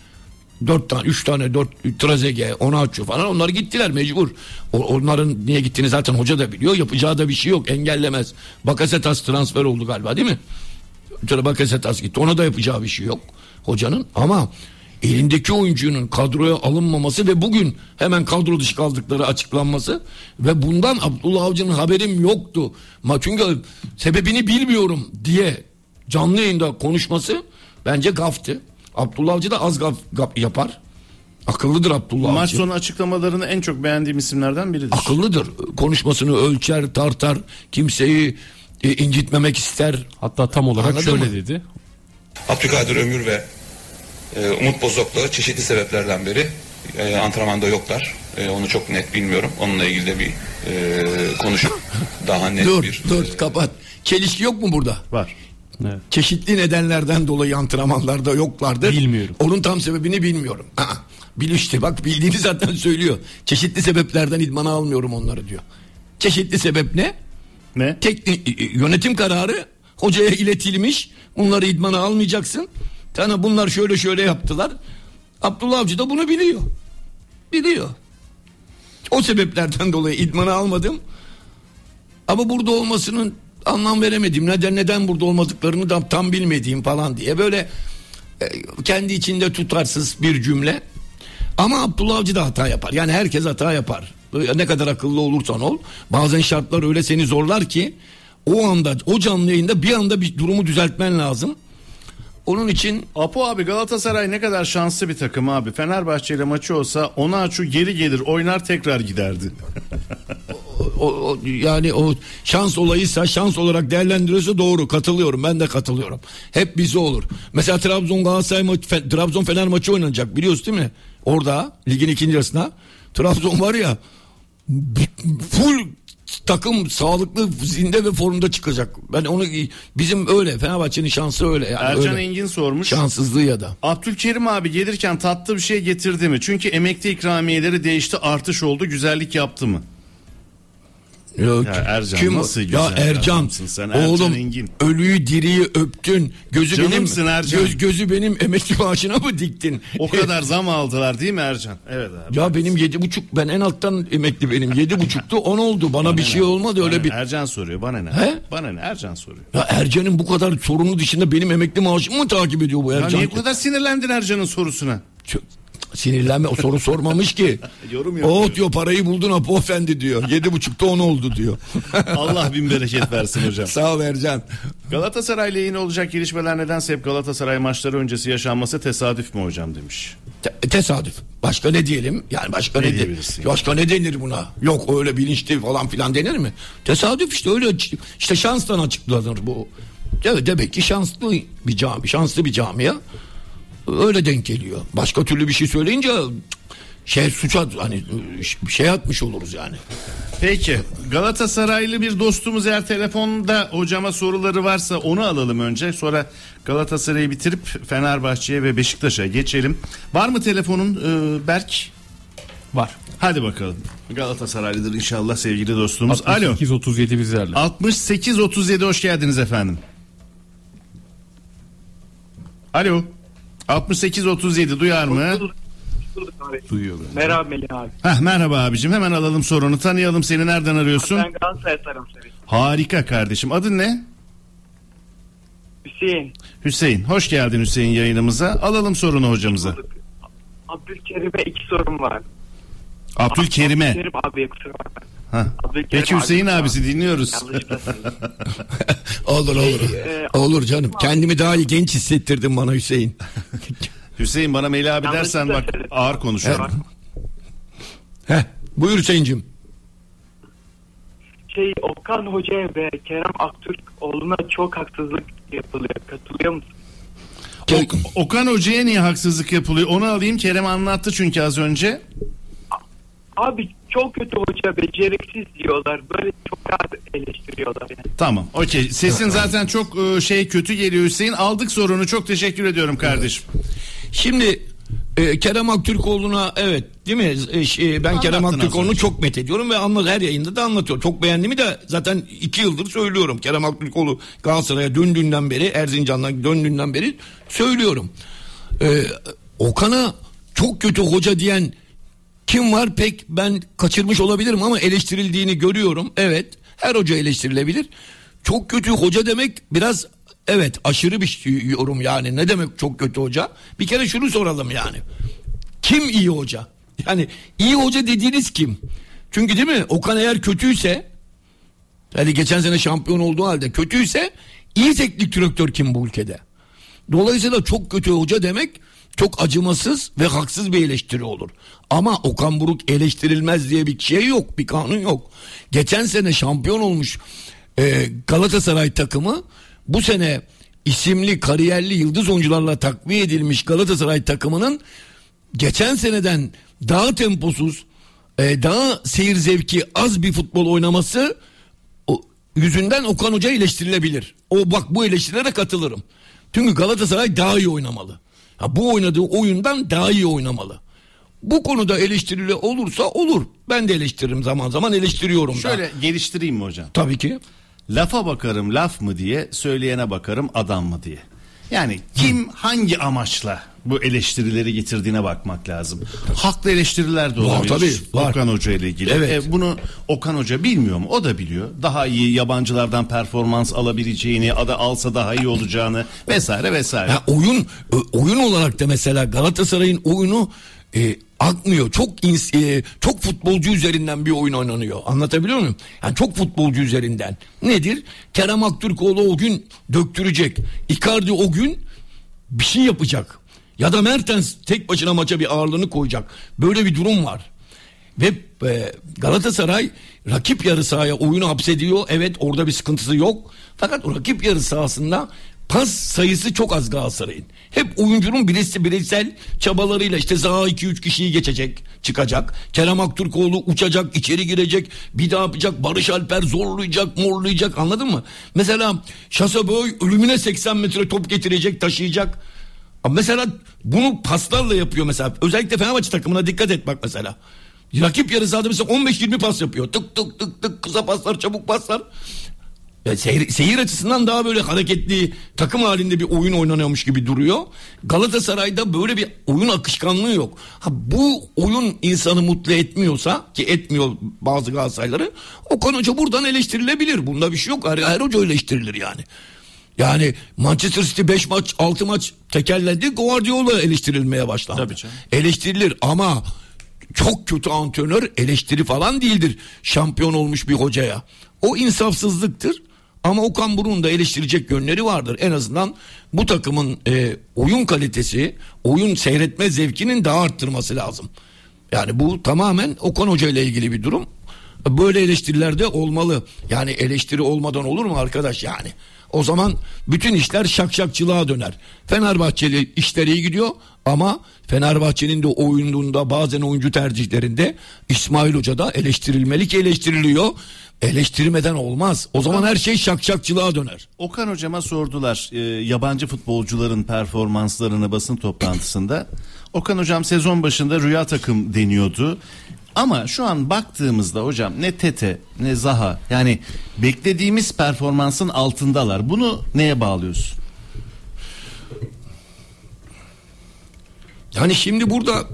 3 tane Trezeguet, Onaçu falan, onlar gittiler mecbur. Onların niye gittiğini zaten hoca da biliyor. Yapacağı da bir şey yok, engellemez. Bakasetas transfer oldu galiba değil mi? Bakasetas gitti. Ona da yapacağı bir şey yok hocanın. Ama elindeki oyuncunun kadroya alınmaması ve bugün hemen kadro dışı kaldıkları açıklanması ve bundan Abdullah Avcı'nın haberim yoktu. Çünkü sebebini bilmiyorum diye canlı yayında konuşması bence gaftı. Abdullah Avcı da az gaf yapar. Akıllıdır Abdullah Avcı. Maç sonu açıklamalarını en çok beğendiğim isimlerden biridir. Akıllıdır. Konuşmasını ölçer, tartar. Kimseyi incitmemek ister. Hatta tam olarak Anladın şöyle mı? dedi. Abdülkadir Ömür ve Umut Bozok'la çeşitli sebeplerden beri antrenmanda yoklar. Onu çok net bilmiyorum. Onunla ilgili de bir konuşup daha net Dur kapat. Çelişki yok mu burada? Var. Evet. Çeşitli nedenlerden dolayı antrenmanlarda yoklardır. Bilmiyorum. Onun tam sebebini bilmiyorum. İşte bak bildiğini zaten söylüyor. Çeşitli sebeplerden idmana almıyorum onları diyor. Çeşitli sebep ne? Ne? Yönetim kararı hocaya iletilmiş. Bunları idmana almayacaksın. Yani bunlar şöyle yaptılar. Abdullah Avcı da bunu biliyor. Biliyor. O sebeplerden dolayı idmana almadım. Ama burada olmasının anlam veremedim. Neden burada olmadıklarını da tam bilmediğim falan diye böyle kendi içinde tutarsız bir cümle. Ama Abdullah Avcı da hata yapar. Yani herkes hata yapar. Ne kadar akıllı olursan ol. Bazen şartlar öyle seni zorlar ki o anda, o canlı yayında bir anda bir durumu düzeltmen lazım. Onun için Apo abi, Galatasaray ne kadar şanslı bir takım abi. Fenerbahçe ile maçı olsa Onaçu geri gelir, oynar, tekrar giderdi. Yani o şans olayıysa, şans olarak değerlendiriyorsa doğru, katılıyorum. Ben de katılıyorum. Hep bize olur. Mesela Trabzon Fener maçı oynanacak, biliyorsun değil mi? Orada ligin ikinci yarısına Trabzon var ya, full takım sağlıklı, zinde ve formda çıkacak. Ben onu, bizim öyle, Fenerbahçe'nin şansı öyle. Yani Ercan öyle. Engin sormuş. Şanssızlığı ya da. Abdülkerim abi gelirken tatlı bir şey getirdi mi? Çünkü emekli ikramiyeleri değişti, artış oldu, güzellik yaptı mı? Yok. Ya Ercan nasıl güzel ya Ercan sen, oğlum Ercan Engin. Ölüyü diriyi öptün, Canımsın benim Ercan. gözü benim emekli maaşına mı diktin? O kadar zam aldılar değil mi Ercan? Evet abi. Ya benim 7,5, ben en alttan emekli, benim 7,5'tu 10 oldu, bana bir şey olmadı öyle bir. Ercan soruyor, bana ne? He? Bana ne? Ercan soruyor. Ya Ercan'ın bu kadar sorunu dışında benim emekli maaşımı mı takip ediyor bu Ya Ercan? niye bu kadar sinirlendin Ercan'ın sorusuna? Sinirlenme, o soru sormamış ki. Yorum yapıyor. O diyor parayı buldun Apo Efendi diyor. 7,5'ta 10 oldu diyor. Allah bin bereket versin hocam. Sağ ol Ercan. Galatasaray'la yeni olacak gelişmeler nedense hep Galatasaray maçları öncesi yaşanması tesadüf mü hocam demiş. Tesadüf. Başka ne diyelim? Yani başka ne diyebilirsin? Başka ne denir buna? Yok öyle bilinçli falan filan denir mi? Tesadüf işte, öyle işte şanstan açıklanır bu. Evet, demek ki şanslı bir cami, şanslı bir camia öyle denk geliyor. Başka türlü bir şey söyleyince suça hani şey atmış oluruz yani. Peki, Galatasaraylı bir dostumuz eğer telefonda hocama soruları varsa onu alalım önce. Sonra Galatasaray'ı bitirip Fenerbahçe'ye ve Beşiktaş'a geçelim. Var mı telefonun Berk? Var. Hadi bakalım. Galatasaraylıdır inşallah sevgili dostumuz. 68-37 bizlerle. 68-37 hoş geldiniz efendim. Alo. 68-37 duyar mı? Duyuyor. Merhaba Melih abi. Merhaba abicim, hemen alalım sorunu, tanıyalım seni, nereden arıyorsun? Ben Galatasaray taraftarıyım. Harika kardeşim, adın ne? Hüseyin. Hüseyin, hoş geldin Hüseyin yayınımıza. Alalım sorunu hocamıza. Abdülkerim'e 2 sorum var. Abdülkerim'e. Abdülkerim abi, kusura bakma. Peki Hüseyin abisi dinliyoruz. Olur. Olur canım. Kendimi daha iyi genç hissettirdin bana Hüseyin. Hüseyin, bana Melih abi dersen bak ağır konuşuyor. Buyur Hüseyin'cim. Okan Hoca'ya ve Kerem Aktürkoğlu'na çok haksızlık yapılıyor. Katılıyor musun? Okan Hoca'ya niye haksızlık yapılıyor? Onu alayım. Kerem anlattı çünkü az önce. Abi çok kötü hoca, beceriksiz diyorlar. Böyle çok rahat eleştiriyorlar yani. Tamam, okey. Sesin zaten çok kötü geliyor Hüseyin. Aldık sorunu. Çok teşekkür ediyorum kardeşim. Şimdi Kerem Aktürkoğlu'na evet değil mi? Ben Kerem Aktürkoğlu'nu çok methediyorum ve her yayında da anlatıyorum. Çok beğendiğimi de zaten 2 yıldır söylüyorum. Kerem Aktürkoğlu Galatasaray'a döndüğünden beri, Erzincan'dan döndüğünden beri söylüyorum. Okan'a çok kötü hoca diyen kim var pek ben kaçırmış olabilirim ama eleştirildiğini görüyorum. Evet, her hoca eleştirilebilir. Çok kötü hoca demek biraz evet aşırı bir yorum yani. Ne demek çok kötü hoca? Bir kere şunu soralım yani. Kim iyi hoca? Yani iyi hoca dediğiniz kim? Çünkü değil mi? Okan eğer kötüyse, yani geçen sene şampiyon olduğu halde kötüyse, iyi teknik direktör kim bu ülkede? Dolayısıyla çok kötü hoca demek çok acımasız ve haksız bir eleştiri olur. Ama Okan Buruk eleştirilmez diye bir şey yok, bir kanun yok. Geçen sene şampiyon olmuş Galatasaray takımı bu sene isimli, kariyerli yıldız oyuncularla takviye edilmiş Galatasaray takımının geçen seneden daha temposuz, daha seyir zevki az bir futbol oynaması yüzünden Okan Hoca eleştirilebilir. Bak bu eleştirilere katılırım. Çünkü Galatasaray daha iyi oynamalı. Bu oynadığı oyundan daha iyi oynamalı. Bu konuda eleştirili olursa olur. Ben de eleştiririm, zaman zaman eleştiriyorum. Şöyle geliştireyim mi hocam? Tabii ki. Lafa bakarım laf mı diye, söyleyene bakarım adam mı diye. Yani kim hangi amaçla bu eleştirileri getirdiğine bakmak lazım. Haklı eleştiriler de olabilir. Tabii, var. Okan Hoca ile ilgili. Evet. Bunu Okan Hoca bilmiyor mu? O da biliyor. Daha iyi yabancılardan performans alabileceğini, alsa daha iyi olacağını vesaire vesaire. Ya oyun olarak da mesela Galatasaray'ın oyunu akmıyor. Çok futbolcu üzerinden bir oyun oynanıyor. Anlatabiliyor muyum? Yani çok futbolcu üzerinden. Nedir? Kerem Aktürkoğlu o gün döktürecek. Icardi o gün bir şey yapacak. Ya da Mertens tek başına maça bir ağırlığını koyacak. Böyle bir durum var. Ve Galatasaray rakip yarı sahaya oyunu hapsediyor. Evet, orada bir sıkıntısı yok. Fakat o rakip yarı sahasında pas sayısı çok az Galatasaray'ın. Hep oyuncunun bireysel çabalarıyla işte Zaha 2-3 kişiyi geçecek, çıkacak. Kerem Aktürkoğlu uçacak, içeri girecek, bir daha yapacak. Barış Alper zorlayacak, morlayacak, anladın mı? Mesela Şasaboy ölümüne 80 metre top getirecek, taşıyacak. Mesela bunu paslarla yapıyor mesela. Özellikle Fenerbahçe takımına dikkat et bak mesela. Rakip yarı sahada mesela 15-20 pas yapıyor. Tık tık tık tık, kısa paslar, çabuk paslar. Yani seyir açısından daha böyle hareketli, takım halinde bir oyun oynanıyormuş gibi duruyor. Galatasaray'da böyle bir oyun akışkanlığı yok. Bu oyun insanı mutlu etmiyorsa, ki etmiyor bazı Galatasarayları, Okan Hoca buradan eleştirilebilir. Bunda bir şey yok. Her hoca eleştirilir yani. Yani Manchester City 5 maç 6 maç tekerledi, Guardiola eleştirilmeye başlandı. Tabii canım. Eleştirilir ama çok kötü antrenör eleştiri falan değildir şampiyon olmuş bir hocaya. O insafsızlıktır. Ama Okan Buruk'un da eleştirecek yönleri vardır. En azından bu takımın oyun kalitesi, oyun seyretme zevkinin daha arttırması lazım. Yani bu tamamen Okan Hoca ile ilgili bir durum. Böyle eleştiriler de olmalı. Yani eleştiri olmadan olur mu arkadaş yani? O zaman bütün işler şakşakçılığa döner. Fenerbahçeli işleri iyi gidiyor ama Fenerbahçe'nin de oyununda bazen oyuncu tercihlerinde İsmail Hoca da eleştirilmeli ki eleştiriliyor. Eleştirmeden olmaz. O zaman her şey şakşakçılığa döner. Okan Hocama sordular yabancı futbolcuların performanslarını basın toplantısında. Okan Hocam sezon başında rüya takım deniyordu. Ama şu an baktığımızda hocam ne Tete ne Zaha, yani beklediğimiz performansın altındalar. Bunu neye bağlıyorsun? Yani şimdi burada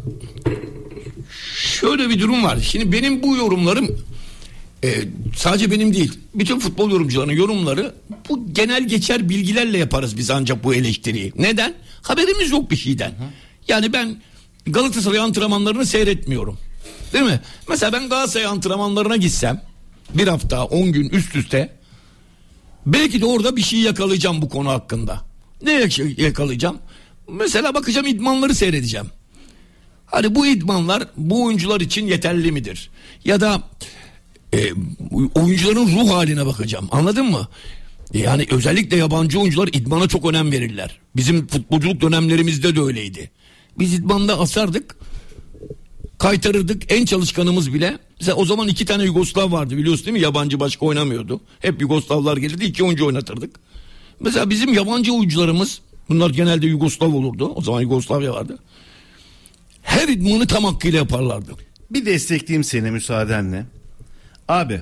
şöyle bir durum var. Şimdi benim bu yorumlarım sadece benim değil, bütün futbol yorumcularının yorumları, bu genel geçer bilgilerle yaparız biz ancak bu eleştiriyi. Neden? Haberimiz yok bir şeyden. Yani ben Galatasaray antrenmanlarını seyretmiyorum. Değil mi? Mesela ben Galatasaray antrenmanlarına gitsem bir hafta 10 gün üst üste, belki de orada bir şey yakalayacağım bu konu hakkında. Ne yakalayacağım? Mesela bakacağım, idmanları seyredeceğim. Hani bu idmanlar bu oyuncular için yeterli midir? Ya da oyuncuların ruh haline bakacağım. Anladın mı? Yani özellikle yabancı oyuncular idmana çok önem verirler. Bizim futbolculuk dönemlerimizde de öyleydi. Biz idmanda asardık. kaytarırdık. En çalışkanımız bile. Mesela o zaman 2 tane Yugoslav vardı biliyorsun değil mi? Yabancı başka oynamıyordu. Hep Yugoslavlar gelirdi, 2 oyuncu oynatırdık. Mesela bizim yabancı oyuncularımız, bunlar genelde Yugoslav olurdu. O zaman Yugoslavya vardı. Her idmanı tam hakkıyla yaparlardı. Bir destekleyeyim seni müsaadenle. Abi,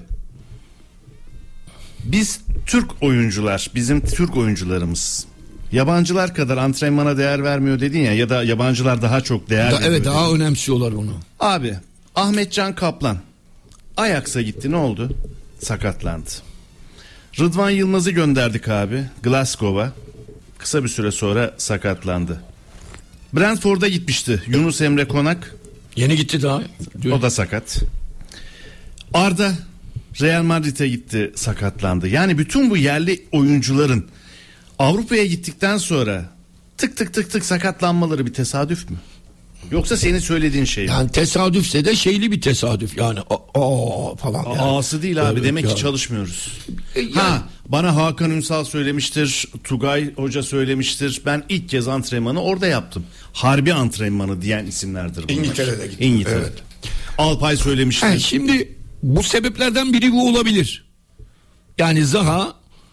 biz Türk oyuncular, bizim Türk oyuncularımız yabancılar kadar antrenmana değer vermiyor dedin ya da yabancılar daha çok değer veriyor. Evet, daha önemsiyorlar onu. Abi, Ahmetcan Kaplan Ajax'a gitti, ne oldu? Sakatlandı. Rıdvan Yılmaz'ı gönderdik abi Glasgow'a. Kısa bir süre sonra sakatlandı. Brentford'a gitmişti Yunus Emre Konak. Yeni gitti daha. O da sakat. Arda Real Madrid'e gitti, sakatlandı. Yani bütün bu yerli oyuncuların Avrupa'ya gittikten sonra tık tık sakatlanmaları bir tesadüf mü? Yoksa senin söylediğin şey mi? Yani tesadüfse de şeyli bir tesadüf yani falan. Yani. A'sı değil abi, evet, demek yani. ki çalışmıyoruz. Yani. Bana Hakan Ünsal söylemiştir, Tugay Hoca söylemiştir. Ben ilk kez antrenmanı orada yaptım. Harbi antrenmanı diyen isimlerdir bunlar. İngiltere'de gittim. İngiltere. Evet. Alpay söylemiştir. Şimdi bu sebeplerden biri bu olabilir. Yani Zaha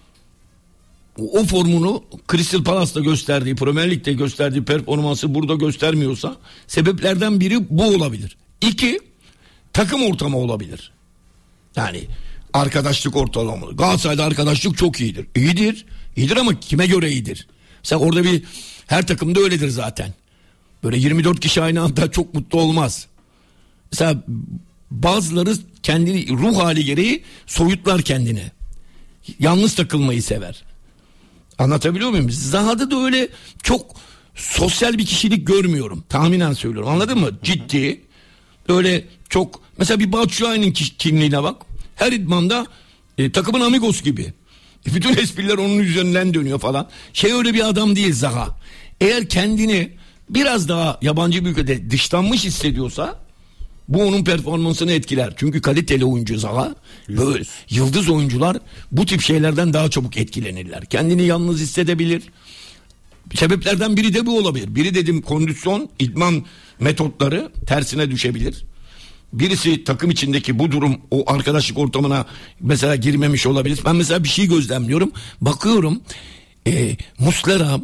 o formunu Crystal Palace'da gösterdiği, Premier Lig'de gösterdiği performansı burada göstermiyorsa sebeplerden biri bu olabilir. 2, takım ortamı olabilir. Yani arkadaşlık ortamı. Galatasaray'da arkadaşlık çok iyidir. İyidir ama kime göre iyidir? Mesela orada her takımda öyledir zaten. Böyle 24 kişi aynı anda çok mutlu olmaz. Mesela bazıları kendini ruh hali gereği soyutlar kendini. Yalnız takılmayı sever. Anlatabiliyor muyum? Zaha'da da öyle çok sosyal bir kişilik görmüyorum. Tahminen söylüyorum. Anladın mı? Ciddi. Öyle çok. Mesela bir Batshuayi'nin kimliğine bak. Her idmanda takımın amigos gibi. Bütün espriler onun üzerinden dönüyor falan. Öyle bir adam değil Zaha. Eğer kendini biraz daha yabancı bir ülkede dışlanmış hissediyorsa bu onun performansını etkiler. Çünkü kaliteli oyuncu Zaha. Böyle yıldız oyuncular bu tip şeylerden daha çabuk etkilenirler. Kendini yalnız hissedebilir. Sebeplerden biri de bu olabilir. Biri dedim kondisyon, idman metotları tersine düşebilir. Birisi takım içindeki bu durum o arkadaşlık ortamına mesela girmemiş olabilir. Ben mesela bir şey gözlemliyorum. Bakıyorum Muslera,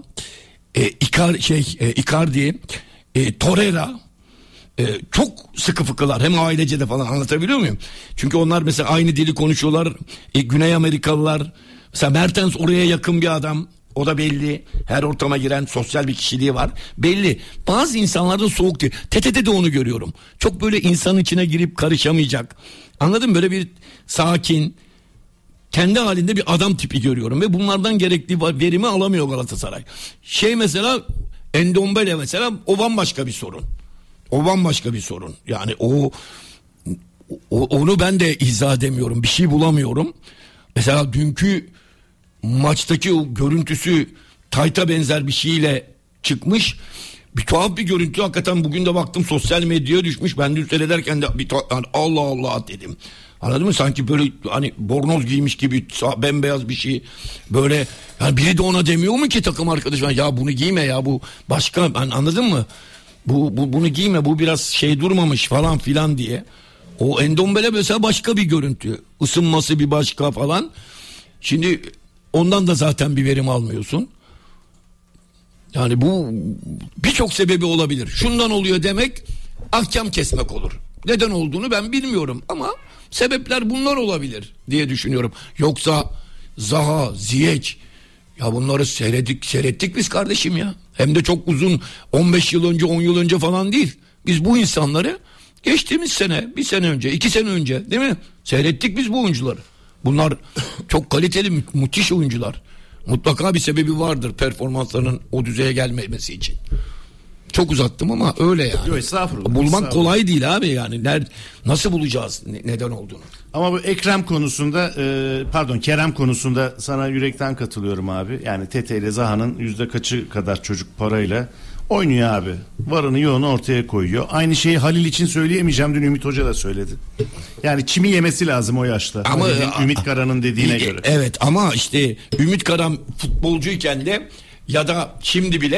Icardi, Torreira çok sıkı fıkılar. Hem ailece de falan, anlatabiliyor muyum? Çünkü onlar mesela aynı dili konuşuyorlar. Güney Amerikalılar. Mesela Mertens oraya yakın bir adam. O da belli. Her ortama giren sosyal bir kişiliği var. Belli. Bazı insanlarda soğuk değil. TT'de de onu görüyorum. Çok böyle insanın içine girip karışamayacak. Anladın mı? Böyle bir sakin, kendi halinde bir adam tipi görüyorum. Ve bunlardan gerekli verimi alamıyor Galatasaray. Mesela Endombele mesela, o bambaşka bir sorun. O bambaşka bir sorun. Yani onu ben de izah edemiyorum. Bir şey bulamıyorum. Mesela dünkü maçtaki o görüntüsü tayta benzer bir şeyle çıkmış. Bir tuhaf bir görüntü. Hakikaten bugün de baktım sosyal medyaya düşmüş. Ben de seyrederken de yani Allah Allah dedim. Anladın mı? Sanki böyle hani bornoz giymiş gibi bembeyaz bir şey. Böyle yani biri de ona demiyor mu ki takım arkadaşım? Ya bunu giyme ya, bu başka, anladın mı? Bunu giyme, bu biraz durmamış falan filan diye. O Endombele mesela başka bir görüntü. Isınması bir başka falan. Şimdi ondan da zaten bir verim almıyorsun. Yani bu birçok sebebi olabilir. Şundan oluyor demek ahkam kesmek olur. Neden olduğunu ben bilmiyorum ama sebepler bunlar olabilir diye düşünüyorum. Yoksa Zaha, Ziyech, ya bunları seyrettik biz kardeşim ya. Hem de çok uzun, 15 yıl önce, 10 yıl önce falan değil. Biz bu insanları geçtiğimiz sene, bir sene önce, 2 sene önce değil mi? Seyrettik biz bu oyuncuları. Bunlar çok kaliteli, müthiş oyuncular. Mutlaka bir sebebi vardır performanslarının o düzeye gelmemesi için. Çok uzattım ama öyle yani. Yok, estağfurullah. Bulmak kolay değil abi yani. Nasıl bulacağız neden olduğunu? Ama bu Kerem konusunda sana yürekten katılıyorum abi. Yani Tete ile Zaha'nın %kaçı kadar çocuk parayla oynuyor abi. Varını yoğunu ortaya koyuyor. Aynı şeyi Halil için söyleyemeyeceğim. Dün Ümit Hoca da söyledi. Yani çimi yemesi lazım o yaşta. Ama Ümit Karan'ın dediğine göre. Evet ama işte Ümit Karan futbolcuyken de ya da şimdi bile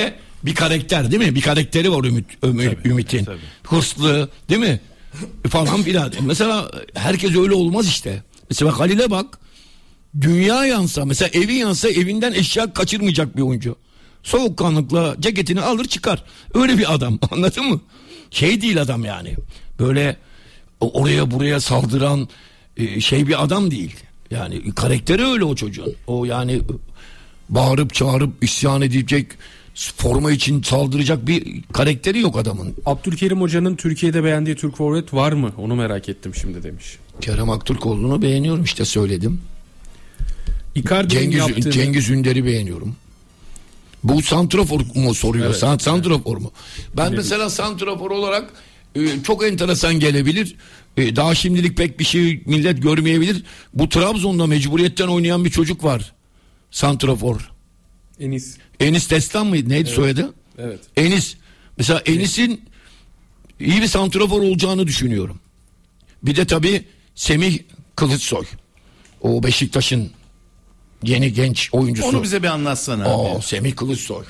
bir karakter değil mi? Bir karakteri var Ümit'in. Tabii. Hırslı değil mi? Falan filan. Mesela herkes öyle olmaz işte. Mesela Halil'e bak. Dünya yansa, mesela evi yansa evinden eşya kaçırmayacak bir oyuncu. Soğukkanlıkla ceketini alır çıkar. Öyle bir adam, anladın mı? Şey değil adam yani. Böyle oraya buraya saldıran bir adam değil. Yani karakteri öyle o çocuğun. O yani bağırıp çağırıp isyan edecek, forma için saldıracak bir karakteri yok adamın. Abdülkerim Hoca'nın Türkiye'de beğendiği Türk forvet var mı? Onu merak ettim şimdi demiş. Kerem Aktürkoğlu'nu beğeniyorum, işte söyledim. Icardi'nin Cengiz Ünder'i beğeniyorum. Bu santrafor mu soruyor? Evet. Santrafor mu? Ben mesela santrafor olarak çok enteresan gelebilir. Daha şimdilik pek bir şey millet görmeyebilir. Bu Trabzon'da mecburiyetten oynayan bir çocuk var. Santrafor. Enis Destan mıydı? Neydi soyadı? Evet. Enis. Mesela Enis'in iyi bir santrafor olacağını düşünüyorum. Bir de tabii Semih Kılıçsoy. O Beşiktaş'ın yeni genç oyuncusu. Onu bize bir anlatsana abi. Semih Kılıçsoy.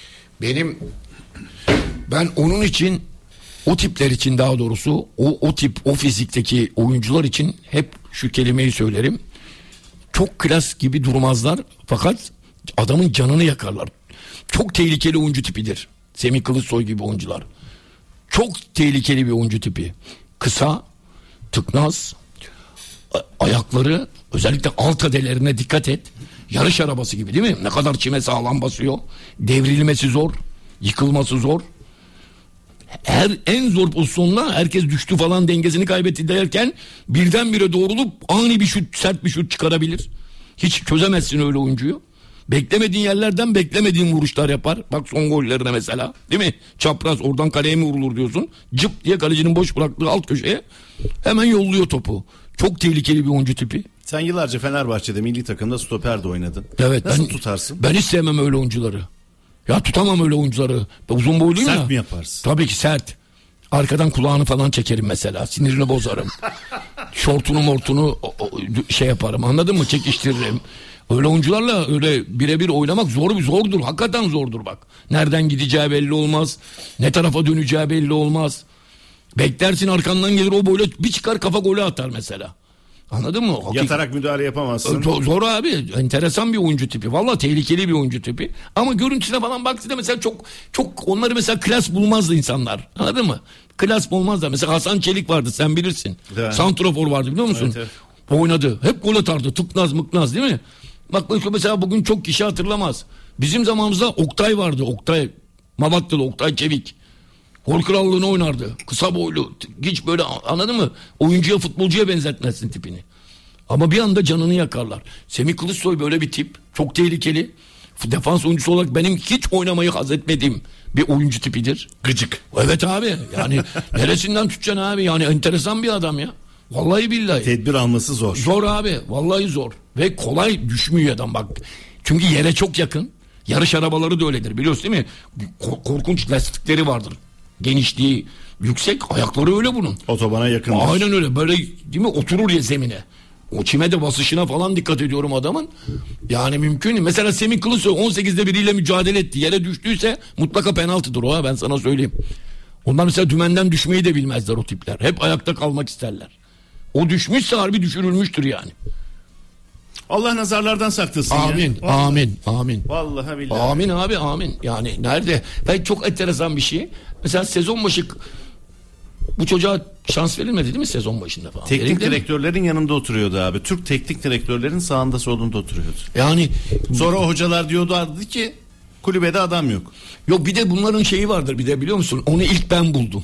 Ben onun için, o tipler için daha doğrusu, o tip, o fizikteki oyuncular için hep şu kelimeyi söylerim. Çok klas gibi durmazlar fakat adamın canını yakarlar. Çok tehlikeli oyuncu tipidir Semih Kılıçsoy gibi oyuncular. Çok tehlikeli bir oyuncu tipi. Kısa, tıknaz, ayakları, özellikle alt adelerine dikkat et. Yarış arabası gibi değil mi? Ne kadar çime sağlam basıyor. Devrilmesi zor, yıkılması zor. En zor pozisyonla herkes düştü falan, dengesini kaybetti derken birdenbire doğrulup ani bir şut, sert bir şut çıkarabilir. Hiç çözemezsin öyle oyuncuyu. Beklemediğin yerlerden beklemediğin vuruşlar yapar. Bak son gollerine mesela, değil mi? Çapraz, oradan kaleye mi vurulur diyorsun. Cıp diye kalecinin boş bıraktığı alt köşeye hemen yolluyor topu. Çok tehlikeli bir oyuncu tipi. Sen yıllarca Fenerbahçe'de milli takımda stoper de oynadın. Evet. Nasıl tutarsın? Ben hiç sevmem öyle oyuncuları. Ya tutamam öyle oyuncuları. Ben uzun boyluyum ya. Sert mi yaparsın? Tabii ki sert. Arkadan kulağını falan çekerim mesela. Sinirini bozarım. Şortunu yaparım. Anladın mı? Çekiştiririm. Öyle oyuncularla öyle birebir oynamak zordur. Hakikaten zordur bak. Nereden gideceği belli olmaz. Ne tarafa döneceği belli olmaz. Beklersin, arkandan gelir o böyle bir çıkar, kafa golü atar mesela. Anladın mı? Yatarak müdahale yapamazsın. Zor abi. Enteresan bir oyuncu tipi. Vallahi tehlikeli bir oyuncu tipi. Ama görüntüsüne falan baktığında mesela çok onları mesela klas bulmazdı insanlar. Anladın mı? Klas bulmazlar. Mesela Hasan Çelik vardı, sen bilirsin. Evet. Santrafor vardı, biliyor musun? Evet. Oynadı. Hep gol atardı. Tıknaz mıknaz değil mi? Bak mesela bugün çok kişi hatırlamaz. Bizim zamanımızda Oktay vardı. Oktay. Malatyalı Oktay Çevik. Gol krallığını oynardı. Kısa boylu. Hiç böyle, anladın mı? Oyuncuya, futbolcuya benzetmezsin tipini. Ama bir anda canını yakarlar. Semih Kılıçsoy böyle bir tip. Çok tehlikeli. Defans oyuncusu olarak benim hiç oynamayı haz etmediğim bir oyuncu tipidir. Gıcık. Evet abi. Yani neresinden tutacaksın abi? Yani enteresan bir adam ya. Vallahi billahi. Tedbir alması zor. Zor abi. Vallahi zor. Ve kolay düşmüyor adam bak. Çünkü yere çok yakın. Yarış arabaları da öyledir, biliyorsun değil mi? Korkunç lastikleri vardır. Genişliği yüksek, ayakları öyle bunun. Otobana yakındır. Aynen öyle, böyle değil mi, oturur ya zemine. O çime de basışına falan dikkat ediyorum adamın. Yani mümkün. Mesela Semih Kılıçsoy 18'de biriyle mücadele etti. Yere düştüyse mutlaka penaltıdır o, ben sana söyleyeyim. Onlar mesela dümenden düşmeyi de bilmezler o tipler. Hep ayakta kalmak isterler. O düşmüşse harbi düşürülmüştür yani. Allah nazarlardan saklasın. Amin, ya. amin. Vallahi billahi. Amin abi, amin. Yani nerede? Ben çok enteresan bir şey. Mesela sezon başı bu çocuğa şans verilmedi değil mi sezon başında falan? Teknik direktörlerin yanında oturuyordu abi. Türk teknik direktörlerin sağında solunda oturuyordu. Yani sonra o hocalar diyorlardı ki kulübede adam yok. Yok, bir de bunların şeyi vardır, bir de biliyor musun? Onu ilk ben buldum.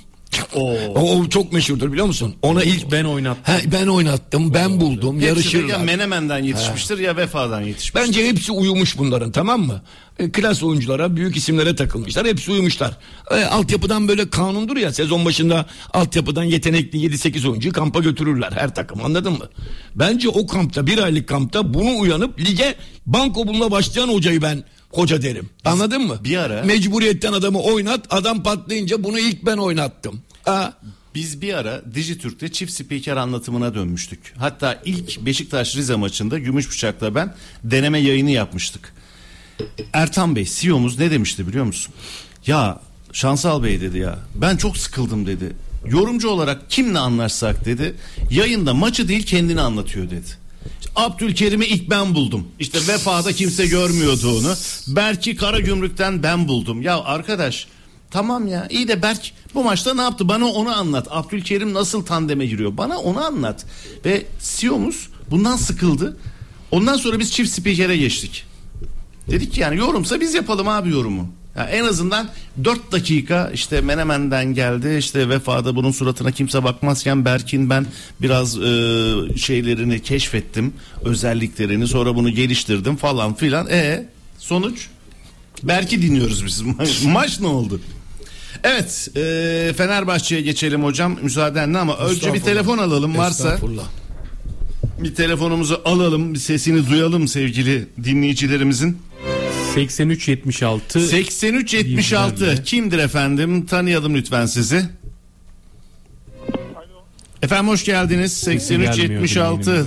O çok meşhurdur, biliyor musun? Ona ilk ben oynattım. Ben oynattım, ben buldum. Yarışırlar. Ya Menemen'den yetişmiştir ya Vefa'dan yetişmiştir. Bence hepsi uyumuş bunların, tamam mı? Klas oyunculara, büyük isimlere takılmışlar. Hepsi uyumuşlar. Altyapıdan böyle kanundur ya, sezon başında altyapıdan yetenekli 7-8 oyuncuyu kampa götürürler her takım, anladın mı? Bence o kampta, bir aylık kampta bunu uyanıp lige banko bununla başlayan hocayı ben hoca derim. Anladın mı? Bir ara mecburiyetten adamı oynat, adam patlayınca bunu ilk ben oynattım. Biz bir ara Dijitürk'te çift spiker anlatımına dönmüştük. Hatta ilk Beşiktaş-Rize maçında Gümüşbıçak'la ben deneme yayını yapmıştık. Ertan Bey, CEO'muz ne demişti biliyor musun? Ya Şansal Bey dedi ya, ben çok sıkıldım dedi. Yorumcu olarak kimle anlaşsak dedi. Yayında maçı değil kendini anlatıyor dedi. Abdülkerim'i ilk ben buldum. İşte Vefa'da kimse görmüyordu onu. Berk'i Karagümrük'ten ben buldum. Ya arkadaş tamam ya, iyi de Berk bu maçta ne yaptı? Bana onu anlat. Abdülkerim nasıl tandeme giriyor? Bana onu anlat. Ve CEO'muz bundan sıkıldı. Ondan sonra biz çift spikere geçtik. Dedik ki yani yorumsa biz yapalım abi yorumu. Yani en azından 4 dakika işte Menemen'den geldi, işte Vefa'da bunun suratına kimse bakmazken Berk'in ben biraz şeylerini keşfettim, özelliklerini, sonra bunu geliştirdim falan filan. Sonuç Berk'i dinliyoruz biz. Maç ne oldu? Evet, Fenerbahçe'ye geçelim hocam müsaadenle, ama önce bir telefon alalım varsa. Bir telefonumuzu alalım, bir sesini duyalım sevgili dinleyicilerimizin. 8376 kimdir efendim? Tanıyalım lütfen sizi. Alo. Efendim hoş geldiniz. 8376.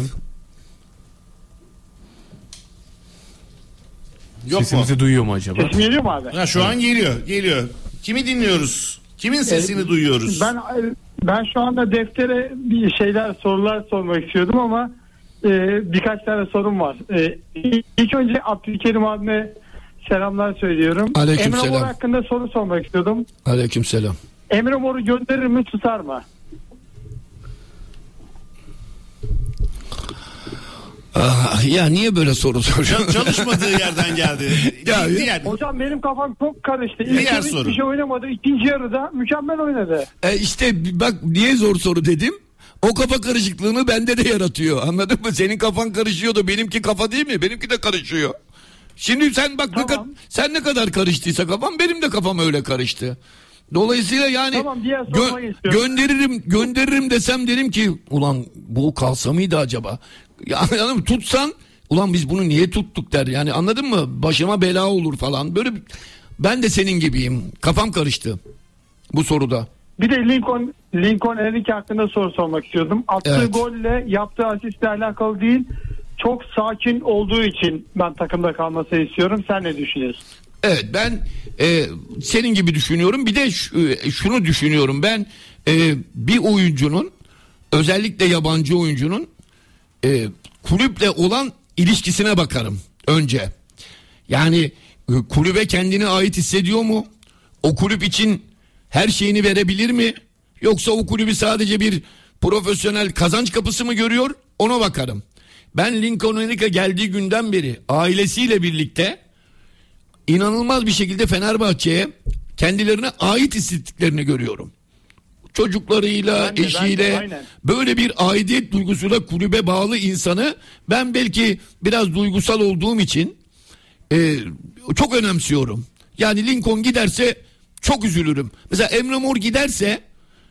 Yok sesimizi duyuyor mu acaba? Sesim geliyor mu abi? Ha, şu an geliyor. Kimi dinliyoruz? Kimin sesini duyuyoruz? Ben şu anda deftere bir sorular sormak istiyordum ama birkaç tane sorum var. İlk önce Abdülkerim abime selamlar söylüyorum. Aleykümselam. Emre Mor hakkında soru sormak istiyordum. Aleykümselam. Emre Mor'u gönderir mi, tutar mı? Ya niye böyle soru soruyorsun? Çalışmadığı yerden geldi. Hocam benim kafam çok karıştı. Diğer soru. Hiçbir şey oynamadı. İkinci yarıda mükemmel oynadı. İşte bak niye zor soru dedim. O kafa karışıklığını bende de yaratıyor. Anladın mı? Senin kafan karışıyordu. Benimki kafa değil mi? Benimki de karışıyor. Şimdi sen bak tamam. Sen ne kadar karıştıysa kafam, benim de kafam öyle karıştı. Dolayısıyla yani tamam, gönderirim desem derim ki ulan bu kalsa mıydı acaba? Yani tutsan ulan biz bunu niye tuttuk der. Yani anladın mı? Başıma bela olur falan. Böyle ben de senin gibiyim. Kafam karıştı bu soruda. Bir de Lincoln Enrique hakkında soru sormak istiyordum. Attığı golle yaptığı asistle alakalı değil. Çok sakin olduğu için ben takımda kalmasını istiyorum. Sen ne düşünüyorsun? Evet, ben senin gibi düşünüyorum. Bir de şunu düşünüyorum. Ben bir oyuncunun, özellikle yabancı oyuncunun kulüple olan ilişkisine bakarım önce. Yani kulübe kendine ait hissediyor mu? O kulüp için her şeyini verebilir mi? Yoksa o kulübü sadece bir profesyonel kazanç kapısı mı görüyor? Ona bakarım. Ben Lincoln Enrique geldiği günden beri ailesiyle birlikte inanılmaz bir şekilde Fenerbahçe'ye kendilerine ait hissettiklerini görüyorum. Çocuklarıyla, eşiyle böyle bir aidiyet duygusuyla kulübe bağlı insanı ben belki biraz duygusal olduğum için çok önemsiyorum. Yani Lincoln giderse çok üzülürüm. Mesela Emre Mor giderse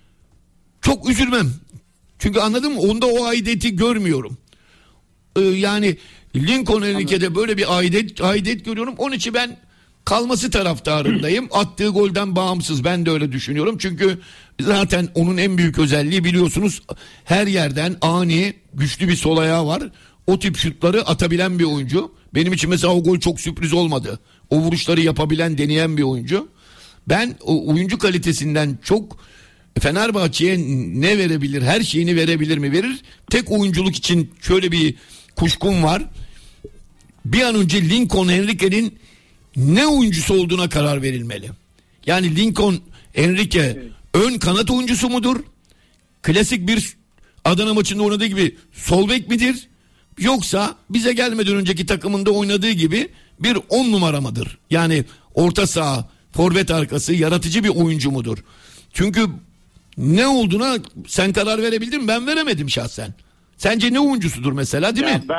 çok üzülmem. Çünkü anladın mı? Onda o aidiyeti görmüyorum. Yani Lincoln Enrique'de böyle bir aidiyet görüyorum. Onun için ben kalması taraftarındayım. Attığı golden bağımsız, ben de öyle düşünüyorum. Çünkü zaten onun en büyük özelliği biliyorsunuz, her yerden ani güçlü bir sol ayağı var. O tip şutları atabilen bir oyuncu. Benim için mesela o gol çok sürpriz olmadı. O vuruşları yapabilen, deneyen bir oyuncu. Ben o oyuncu kalitesinden çok Fenerbahçe'ye ne verebilir, her şeyini verebilir mi? Verir. Tek oyunculuk için şöyle bir kuşkum var. Bir an önce Lincoln Enrique'nin ne oyuncusu olduğuna karar verilmeli. Yani Lincoln Enrique ön kanat oyuncusu mudur? Klasik bir Adana maçında oynadığı gibi sol bek midir? Yoksa bize gelmeden önceki takımında oynadığı gibi bir 10 numara mıdır? Yani orta saha, forvet arkası, yaratıcı bir oyuncu mudur? Çünkü ne olduğuna sen karar verebildin mi? Ben veremedim şahsen. Sence ne oyuncusudur mesela, değil mi?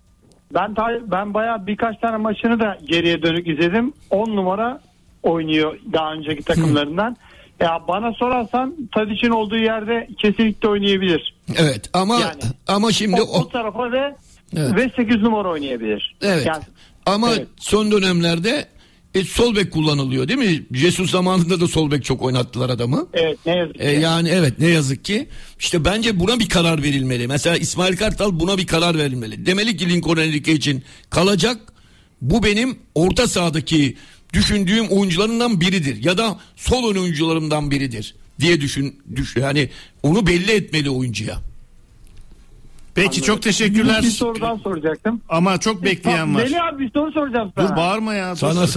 Ben bayağı birkaç tane maçını da geriye dönük izledim. 10 numara oynuyor daha önceki takımlarından. Ya bana sorarsan Tadic'in olduğu yerde kesinlikle oynayabilir. Evet ama şimdi o tarafa ve 8 numara oynayabilir. Evet. Yani, ama son dönemlerde sol bek kullanılıyor değil mi? Jesus zamanında da sol bek çok oynattılar adamı. Evet, ne yazık ki. Yani evet, ne yazık ki. İşte bence buna bir karar verilmeli. Mesela İsmail Kartal buna bir karar verilmeli. Demeli ki Lincoln Enrique için kalacak. Bu benim orta sahadaki düşündüğüm oyuncularından biridir ya da sol oyuncularımdan biridir diye düşün yani onu belli etmeli oyuncuya. Peki anladım. Çok teşekkürler. Bir soru daha soracaktım. Ama çok bekleyen var. Melih abi bir soru soracağım sana. Dur bağırma ya. Sana.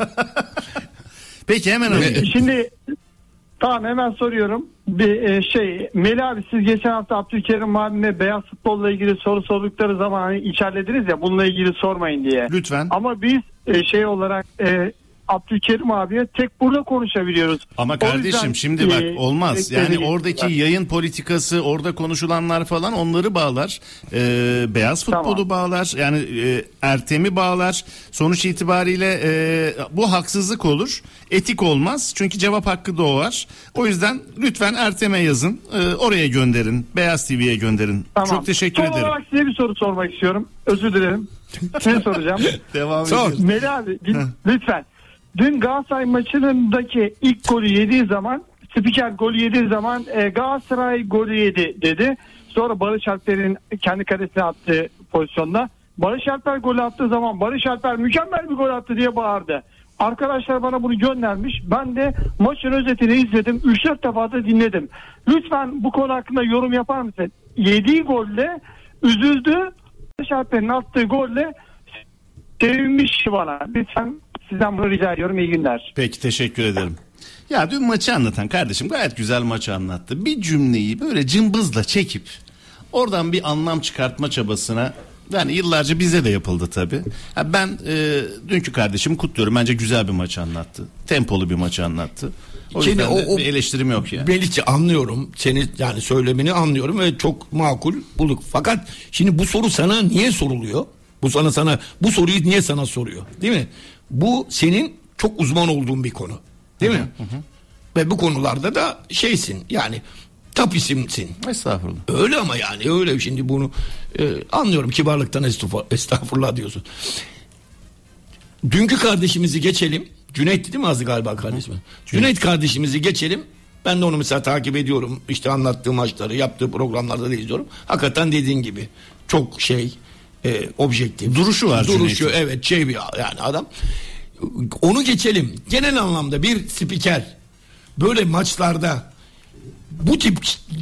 Peki hemen alayım. Şimdi tamam hemen soruyorum. Bir Melih abi siz geçen hafta Abdülkerim abime beyaz futbolla ilgili soru sordukları zaman hani içerlediniz ya bununla ilgili sormayın diye. Lütfen. Ama biz olarak Abdülkerim abiye tek burada konuşabiliyoruz. Ama kardeşim şimdi bak olmaz. Yani oradaki yayın politikası, orada konuşulanlar falan onları bağlar. Beyaz futbolu bağlar. Yani Ertem'i bağlar. Sonuç itibariyle bu haksızlık olur. Etik olmaz. Çünkü cevap hakkı doğar. O yüzden lütfen Ertem'e yazın. Oraya gönderin. Beyaz TV'ye gönderin. Tamam. Çok teşekkür ederim. Son olarak size bir soru sormak istiyorum. Özür dilerim. Ne soracağım? Devam edelim. Melih abi lütfen. Dün Galatasaray maçındaki ilk golü yediği zaman spiker golü yediği zaman Galatasaray golü yedi dedi. Sonra Barış Alper'in kendi kalesine attığı pozisyonda Barış Alper golü attığı zaman Barış Alper mükemmel bir gol attı diye bağırdı. Arkadaşlar bana bunu göndermiş. Ben de maçın özetini izledim. 3-4 defa da dinledim. Lütfen bu konu hakkında yorum yapar mısın? Yediği golle üzüldü. Barış Alper'in attığı golle sevinmiş bana. Lütfen sizden bunu rica ediyorum. İyi günler. Peki teşekkür ederim. Ya dün maçı anlatan kardeşim gayet güzel maçı anlattı. Bir cümleyi böyle cımbızla çekip oradan bir anlam çıkartma çabasına yani yıllarca bize de yapıldı tabii. Ya ben dünkü kardeşimi kutluyorum. Bence güzel bir maç anlattı. Tempolu bir maçı anlattı. O yüzden o bir eleştirim yok yani. Belki anlıyorum. Seni yani söylemini anlıyorum ve çok makul bulduk. Fakat şimdi bu soru sana niye soruluyor? Bu soruyu niye sana soruyor? Değil mi? Bu senin çok uzman olduğun bir konu. Değil mi? Ve bu konularda da şeysin yani top isimsin. Estağfurullah. Öyle ama yani öyle şimdi bunu anlıyorum kibarlıktan estağfurullah diyorsun. Dünkü kardeşimizi geçelim. Cüneyt değil mi azı galiba kardeşim? Cüneyt kardeşimizi geçelim. Ben de onu mesela takip ediyorum. İşte anlattığı maçları, yaptığı programlarda da izliyorum. Hakikaten dediğin gibi çok objektif. Duruşu var. Duruşu evet bir yani adam. Onu geçelim. Genel anlamda bir spiker böyle maçlarda bu tip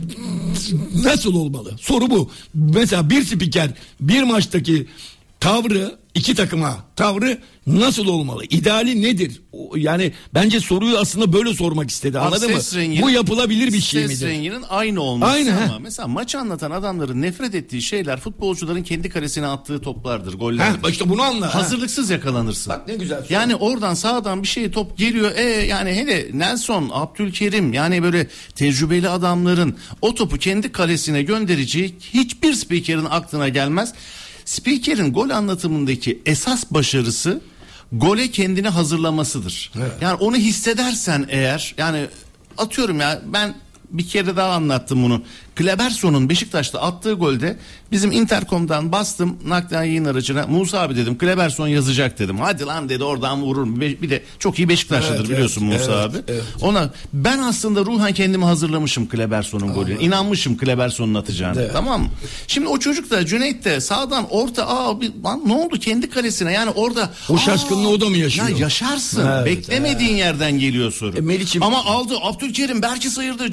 nasıl olmalı? Soru bu. Mesela bir spiker bir maçtaki tavrı iki takıma tavrı nasıl olmalı? İdeali nedir? Yani bence soruyu aslında böyle sormak istedi. Anladın mı? Bu yapılabilir bir şey midir? Ses renginin aynı olması ama mesela maçı anlatan adamların nefret ettiği şeyler futbolcuların kendi kalesine attığı toplardır, gollerdir. İşte bunu anla. Hazırlıksız yakalanırsın. Bak ne güzel. Yani oradan sağdan bir şey top geliyor. Yani hele Nelson, Abdülkerim yani böyle tecrübeli adamların o topu kendi kalesine göndereceği hiçbir spikerin aklına gelmez. Spikerin gol anlatımındaki esas başarısı gole kendini hazırlamasıdır. Evet. Yani onu hissedersen eğer yani atıyorum ya ben bir kere daha anlattım bunu. Kleberson'un Beşiktaş'ta attığı golde bizim Intercom'dan bastım naklen yayın aracına. Musa abi dedim Kleberson yazacak dedim. Hadi lan dedi oradan vurur. Bir de çok iyi Beşiktaşlıdır biliyorsun Musa abi. Evet. Ona ben aslında ruhen kendimi hazırlamışım Kleberson'un golüne. İnanmışım Kleberson'un atacağını. Evet. Tamam mı? Şimdi o çocuk da Cüneyt de sağdan orta ne oldu kendi kalesine yani orada. O şaşkınlığı o da mı yaşıyor? Ya yaşarsın. Evet, beklemediğin yerden geliyor soru. Melih'ciğim. Ama aldı Abdülkerim Berk'i sıyırdı.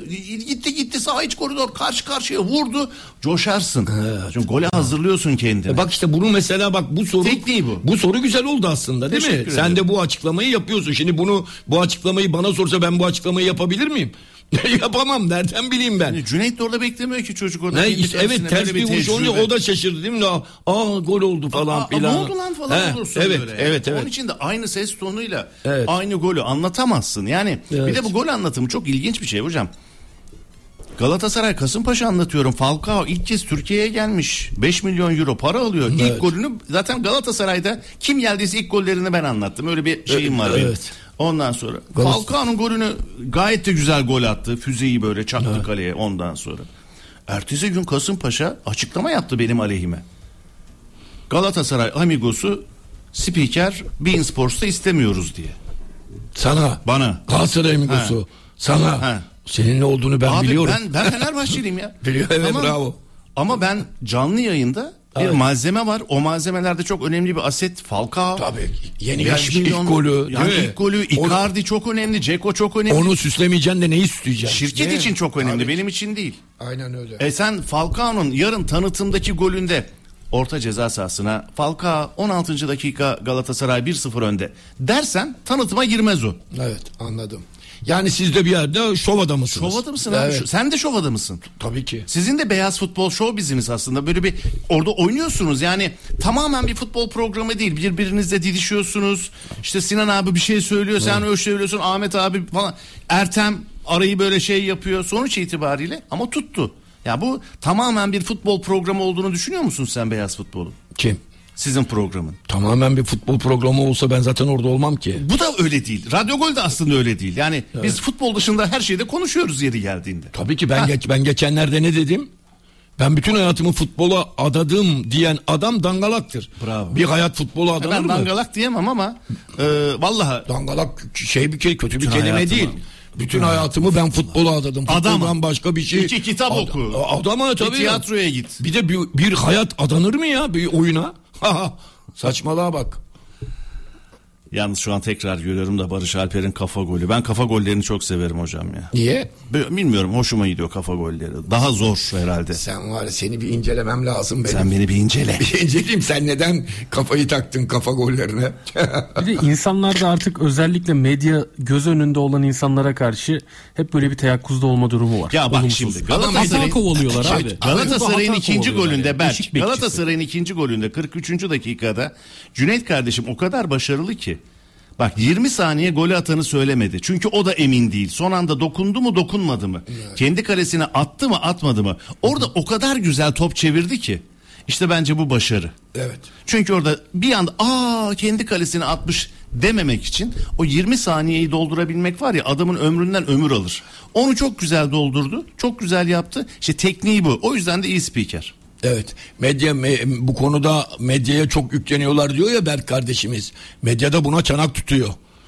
Gitti sağ iç koridor karşı karşıya vurdu. Coşarsın. Evet. Çünkü gole hazırlıyorsun kendini. Bak işte bunu mesela bu soru. Tekniği bu. Bu soru güzel oldu aslında değil mi? Sen de bu açıklamayı yapıyorsun. Şimdi bu açıklamayı bana sorsa ben bu açıklamayı yapabilir miyim? Yapamam. Nereden bileyim ben? Yani Cüneyt de orada beklemiyor ki çocuk orada. Evet ters bir vuruş olunca o da şaşırdı değil mi? Gol oldu falan filan. Ne oldu lan falan olursun böyle. Evet. Onun için de aynı ses tonuyla aynı golü anlatamazsın. Yani bir de bu gol anlatımı çok ilginç bir şey hocam. Galatasaray Kasımpaşa anlatıyorum. Falcao ilk kez Türkiye'ye gelmiş. 5 milyon euro para alıyor. Evet. İlk golünü zaten Galatasaray'da kim geldiyse ilk gollerini ben anlattım. Öyle bir şeyim var benim. Ondan sonra Falcao'nun golünü gayet de güzel gol attı. Füzeyi böyle çaktı kaleye ondan sonra. Ertesi gün Kasımpaşa açıklama yaptı benim aleyhime. Galatasaray amigosu spiker beIN Sports'ta istemiyoruz diye. Bana. Galatasaray amigosu. Sana. Senin ne olduğunu ben biliyorum. Ben Fenerbahçeliyim ya. Biliyorum evet tamam. Bravo. Ama ben canlı yayında Bir malzeme var. O malzemelerde çok önemli bir aset. Falcao. Tabii. Yeni gelmiş ilk golü. Yani ilk golü. Icardi çok önemli. Dzeko çok önemli. Onu süslemeyeceksin de neyi süsleyeceksin? Şirket için çok önemli. Benim için değil. Aynen öyle. Sen Falcao'nun yarın tanıtımdaki golünde orta ceza sahasına Falcao 16. dakika Galatasaray 1-0 önde dersen tanıtıma girmez o. Evet, anladım. Yani siz de bir yerde şov adamısınız. Şov adamısın abi. Evet. Sen de şov adamısın. Tabii ki. Sizin de Beyaz Futbol Show bizimiz aslında. Böyle bir orada oynuyorsunuz. Yani tamamen bir futbol programı değil. Birbirinizle didişiyorsunuz. İşte Sinan abi bir şey söylüyor. Sen öyle söylüyorsun. Ahmet abi falan. Ertem arayı böyle şey yapıyor. Sonuç itibariyle ama tuttu. Ya bu tamamen bir futbol programı olduğunu düşünüyor musun sen Beyaz Futbol'un? Kim? Sizin programın. Tamamen bir futbol programı olsa ben zaten orada olmam ki. Bu da öyle değil. Radyo Gol de aslında öyle değil. Yani biz futbol dışında her şeyde konuşuyoruz yeri geldiğinde. Tabii ki ben geçenlerde ne dedim? Ben bütün hayatımı futbola adadım diyen adam dangalaktır. Bravo. Bir hayat futbola adanır ben mı? Ben dangalak diyemem ama vallahi. Dangalak kötü bir kelime değil. Bütün hayatımı ben futbola adadım. Futboldan başka bir şey. 2 kitap oku. Adama tabii. Bir tiyatroya git. Bir de bir hayat adanır mı ya bir oyuna? Saçmalığa bak. Yalnız şu an tekrar görüyorum da Barış Alper'in kafa golü. Ben kafa gollerini çok severim hocam ya. Niye? Bilmiyorum, hoşuma gidiyor kafa golleri. Daha zor herhalde. Sen var ya, seni bir incelemem lazım benim. Sen beni bir incele. Bir inceleyeyim, sen neden kafayı taktın kafa gollerine? Bir de insanlarda artık özellikle medya göz önünde olan insanlara karşı hep böyle bir teyakkuzda olma durumu var. Ya bak olumsuz. şimdi Galatasaray'ı kovalıyorlar abi. Galatasaray'ın ikinci golünde yani. Berk. Galatasaray'ın ikinci golünde 43. dakikada Cüneyt kardeşim o kadar başarılı ki. Bak 20 saniye golü atanı söylemedi. Çünkü o da emin değil. Son anda dokundu mu dokunmadı mı? Evet. Kendi kalesine attı mı atmadı mı? Orada o kadar güzel top çevirdi ki. İşte bence bu başarı. Evet. Çünkü orada bir anda kendi kalesine atmış dememek için o 20 saniyeyi doldurabilmek var ya, adamın ömründen ömür alır. Onu çok güzel doldurdu. Çok güzel yaptı. İşte tekniği bu. O yüzden de iyi spiker. Evet, bu konuda medyaya çok yükleniyorlar diyor ya Berk kardeşimiz. Medyada buna çanak tutuyor.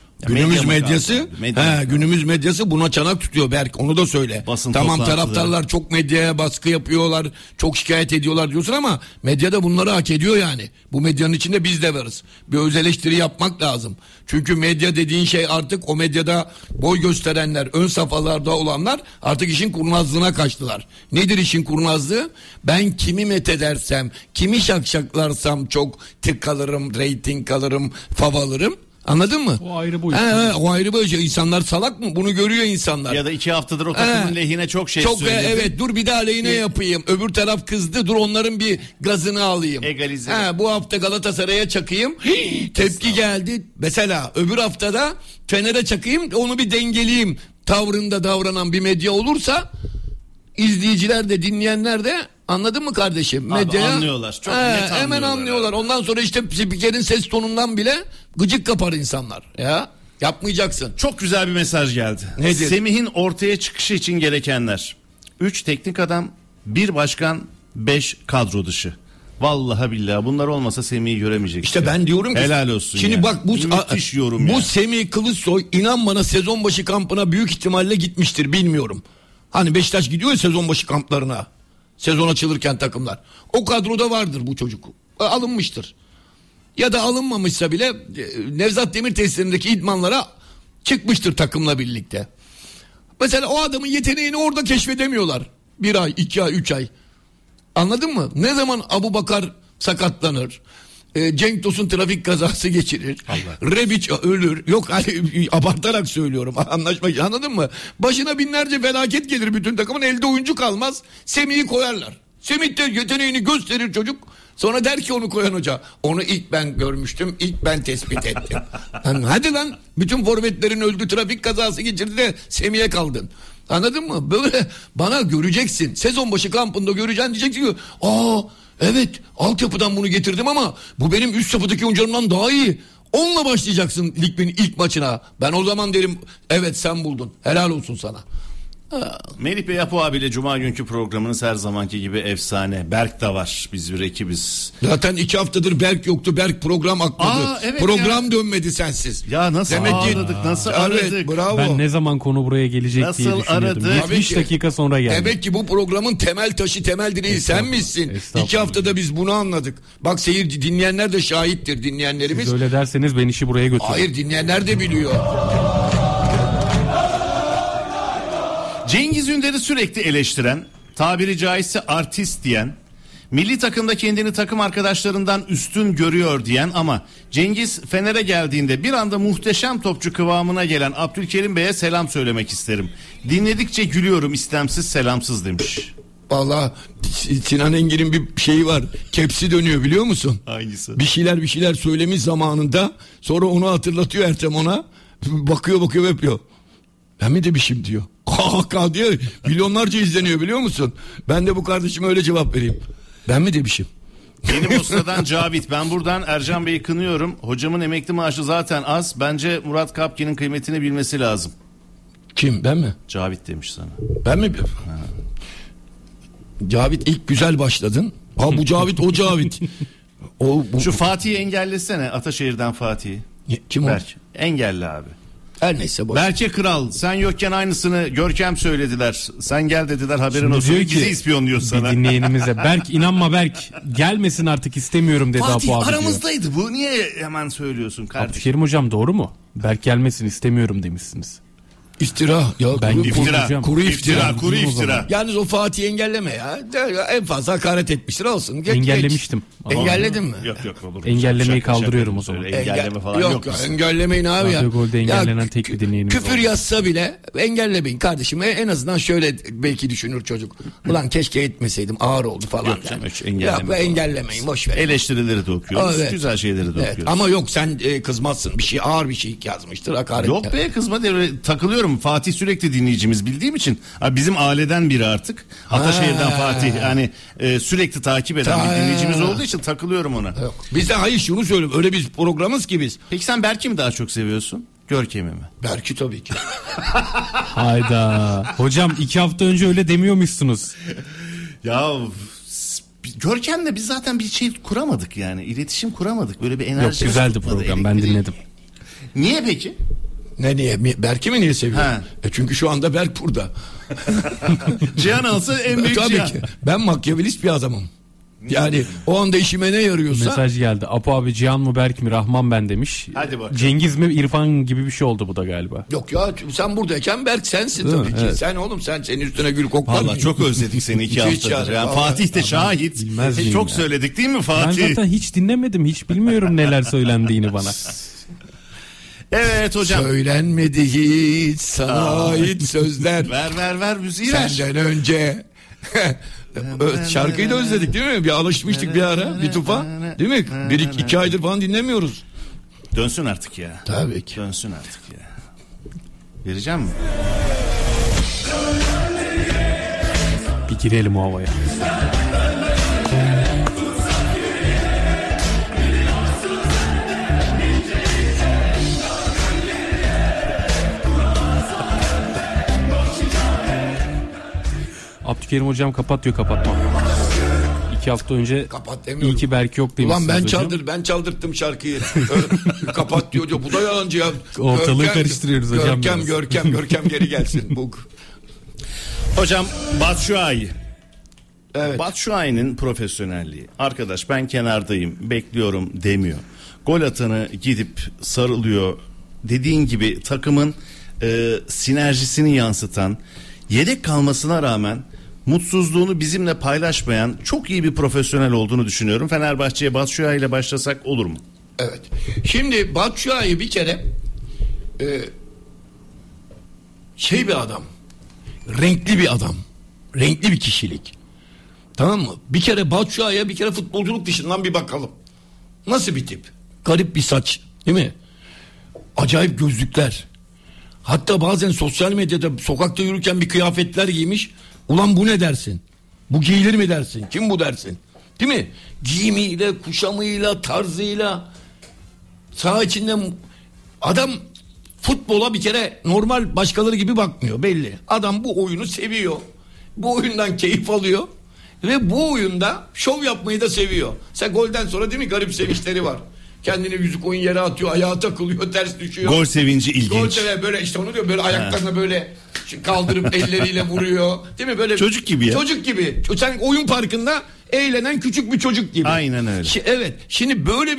Günümüz medyası buna çanak tutuyor Berk, onu da söyle. Tamam, taraftarlar çok medyaya baskı yapıyorlar, çok şikayet ediyorlar diyorsun ama medyada bunları hak ediyor yani. Bu medyanın içinde biz de varız. Bir öz eleştiri yapmak lazım. Çünkü medya dediğin şey artık o medyada boy gösterenler, ön safhalarda olanlar artık işin kurnazlığına kaçtılar. Nedir işin kurnazlığı? Ben kimi methedersem, kimi şakşaklarsam çok tık alırım, reyting alırım, fav alırım. Anladın mı? O ayrı boyut. O ayrı boyut. İnsanlar salak mı? Bunu görüyor insanlar. Ya da 2 haftadır o takımın lehine çok söyledi. Evet, dur bir daha lehine yapayım. Öbür taraf kızdı, dur onların bir gazını alayım. Egalize. Bu hafta Galatasaray'a çakayım. Tepki geldi. Mesela öbür haftada Fener'e çakayım, onu bir dengeleyeyim. Tavrında davranan bir medya olursa izleyiciler de dinleyenler de, anladın mı kardeşim? Medyaya anlıyorlar. Çok net anlıyorlar. Hemen anlıyorlar. Ondan sonra işte spikerin ses tonundan bile gıcık kapar insanlar. Ya yapmayacaksın. Çok güzel bir mesaj geldi. Nedir? Semih'in ortaya çıkışı için gerekenler: 3 teknik adam, 1 başkan, 5 kadro dışı. Vallahi billahi bunlar olmasa Semih'i göremeyeceksin. İşte ben diyorum ki helal olsun. Şimdi ya. Bak müthiş yorum bu ya. Semih Kılıçsoy inan bana sezon başı kampına büyük ihtimalle gitmiştir, bilmiyorum. Hani Beşiktaş gidiyor ya sezon başı kamplarına. Sezon açılırken takımlar. O kadroda vardır bu çocuk. Alınmıştır. Ya da alınmamışsa bile Nevzat Demir tesislerindeki idmanlara çıkmıştır takımla birlikte. Mesela o adamın yeteneğini orada keşfedemiyorlar. 1 ay, 2 ay, 3 ay. Anladın mı? Ne zaman Abubakar sakatlanır, Cenk Tosun trafik kazası geçirir, Rebic ölür. Yok abartarak söylüyorum, anlaşmak, anladın mı? Başına binlerce felaket gelir bütün takımın, elde oyuncu kalmaz. Semih'i koyarlar. Semih de yeteneğini gösterir çocuk. Sonra der ki onu koyan hoca, onu ilk ben görmüştüm, ilk ben tespit ettim. Hadi lan, bütün forvetlerin öldü, trafik kazası geçirdi de Semih'e kaldın. Anladın mı? Böyle bana göreceksin. Sezon başı kampında göreceksin, diyeceksin ki evet, altyapıdan bunu getirdim ama bu benim üst safhadaki oyuncularımdan daha iyi. Onunla başlayacaksın ligin ilk maçına. Ben o zaman derim evet, sen buldun. Helal olsun sana. Melih Bey Apo abiyle Cuma günkü programınız her zamanki gibi efsane. Berk de var. Biz bir ekibiz. Zaten 2 haftadır Berk yoktu. Berk program akladı. Evet program dönmedi sensiz. Ya nasıl demek ağladık, nasıl aradık. Evet, bravo. Ben ne zaman konu buraya gelecek Nasıl diye düşünüyordum. aradık? 70 dakika sonra geldi. Demek ki bu programın temel taşı, temel direği sen misin? 2 haftada biz bunu anladık. Bak seyirci, dinleyenler de şahittir, dinleyenlerimiz. Siz öyle derseniz ben işi buraya götürürüm. Hayır, dinleyenler de biliyor. Cengiz Ünder'i sürekli eleştiren, tabiri caizse artist diyen, milli takımda kendini takım arkadaşlarından üstün görüyor diyen ama Cengiz Fener'e geldiğinde bir anda muhteşem topçu kıvamına gelen Abdülkerim Bey'e selam söylemek isterim. Dinledikçe gülüyorum, istemsiz selamsız demiş. Vallahi Sinan Engin'in bir şeyi var. Kepsi dönüyor, biliyor musun? Hangisi? Bir şeyler söylemiş zamanında, sonra onu hatırlatıyor Ertem ona. Bakıyor yapıyor. Ben mi demişim diyor. Kaka diyor. Milyonlarca izleniyor, biliyor musun? Ben de bu kardeşime öyle cevap vereyim. Ben mi demişim? Benim o sıradan Cavit. Ben buradan Ercan Bey'i kınıyorum. Hocamın emekli maaşı zaten az. Bence Murat Kapki'nin kıymetini bilmesi lazım. Kim, ben mi? Cavit demiş sana. Ben mi? Ha. Cavit ilk güzel başladın. Bu Cavit o Cavit. Şu Fatih'i engellesene, Ataşehir'den Fatih'i. Kim o? Berk. Engelle abi. Her neyse boş. Berke Kral, sen yokken aynısını Görkem söylediler. Sen gel dediler, haberin Şimdi olsun. diyor ki, bizi ispiyonluyor sana. Bir dinleyenimize Berk, inanma Berk gelmesin artık, istemiyorum dedi Fatih Apo abi aramızdaydı diyor. Bu niye hemen söylüyorsun kardeşim? Abdülkerim hocam, doğru mu? Berk gelmesin istemiyorum demişsiniz. İftira ya, Kuru iftira. Yalnız o Fatih'i engelleme ya. En fazla hakaret etmiştir, olsun. Engellemiştim. Engelledin mi? Yok olur. Engellemeyi kaldırıyorum o zaman. Engelleme falan yok. Engellemeyin abi ya. Radyo Gol'de engellenen tek bir dinleyenimiz küfür yazsa bile engellemeyin kardeşim. En azından şöyle belki düşünür çocuk. Ulan keşke etmeseydim, ağır oldu falan. Yok canım, engellemeyin, boş ver. Eleştirileri de okuyoruz. Evet. Güzel şeyleri de okuyoruz. Ama yok, sen kızmazsın. Bir şey, ağır bir şey yazmıştır, hakaret. Yok be, kızma diye takılıyorum. Fatih sürekli dinleyicimiz bildiğim için. Bizim aileden biri artık. Ataşehir'den Fatih. Yani sürekli takip eden bir dinleyicimiz olduğu için takılıyorum ona. Yok. Biz de hayır, şunu söyleyeyim. Öyle bir programız ki biz. Peki sen Berk'i mi daha çok seviyorsun? Görkem'i mi? Berk'i tabii ki. Hayda. Hocam 2 hafta önce öyle demiyormuşsunuz. Ya Görkem'le biz zaten bir şey kuramadık yani. İletişim kuramadık. Böyle bir enerji. Yok, güzeldi program, ben dinledim. Niye peki? Niye? Berk'i mi niye seviyorsun? Çünkü şu anda Berk burada. Cihan olsa en büyük Tabii Cihan. ki. Ben makyavelist bir adamım. Yani o anda işime ne yarıyorsa. Mesaj geldi. Apo abi, Cihan mı Berk mi, Rahman ben demiş. Hadi bakalım. Cengiz mi İrfan gibi bir şey oldu bu da galiba. Yok ya, sen buradayken Berk sensin değil tabii mi? ki. Evet. Sen oğlum, senin üstüne gül koklar. Valla çok özledik seni 2 haftadır. Yani Fatih de şahit. Çok söyledik değil mi Fatih? Ben zaten hiç dinlemedim. Hiç bilmiyorum neler söylendiğini bana. Evet hocam. Söylenmedi hiç sana ait sözler. Ver müziği ver. Senden önce. Şarkıyı da özledik değil mi? Bir alışmıştık bir ara. Bir tufa. Değil mi? 1-2 aydır falan dinlemiyoruz. Dönsün artık ya. Tabii ki. Dönsün artık ya. Vereceğim mi? Bir girelim o havaya. Abdülkerim hocam kapat diyor, kapatmam. 2 hafta önce iyi ki Berk yok demişsiniz. Ulan ben çaldırttım şarkıyı. Kapat diyor. Bu da yalancı ya. Ortalığı karıştırıyoruz hocam. Görkem geri gelsin. Hocam Batshuayi. Evet. Batshuayi'nin profesyonelliği. Arkadaş ben kenardayım, bekliyorum demiyor. Gol atanı gidip sarılıyor. Dediğin gibi takımın sinerjisini yansıtan, yedek kalmasına rağmen mutsuzluğunu bizimle paylaşmayan çok iyi bir profesyonel olduğunu düşünüyorum. Fenerbahçe'ye Batshuayi ile başlasak olur mu? Evet. Şimdi Batshuayi bir kere bir adam. Renkli bir adam. Renkli bir kişilik. Tamam mı? Bir kere Batshuayi'ye bir kere futbolculuk dışından bir bakalım. Nasıl bir tip? Garip bir saç, değil mi? Acayip gözlükler. Hatta bazen sosyal medyada sokakta yürürken bir kıyafetler giymiş. Ulan bu ne dersin? Bu giyilir mi dersin? Kim bu dersin? Değil mi? Giyimiyle, kuşamıyla, tarzıyla. Saha içinde adam futbola bir kere normal başkaları gibi bakmıyor belli. Adam bu oyunu seviyor. Bu oyundan keyif alıyor. Ve bu oyunda şov yapmayı da seviyor. Sen golden sonra değil mi garip sevinçleri var. Kendini yüzük oyun yere atıyor, ayağa takılıyor, ters düşüyor. Gol sevinci ilginç. Gol sevinci böyle işte onu diyor, böyle ayaklarına böyle kaldırıp elleriyle vuruyor. Değil mi böyle? Çocuk gibi ya. Çocuk gibi. Sen oyun parkında eğlenen küçük bir çocuk gibi. Aynen öyle. Evet. Şimdi böyle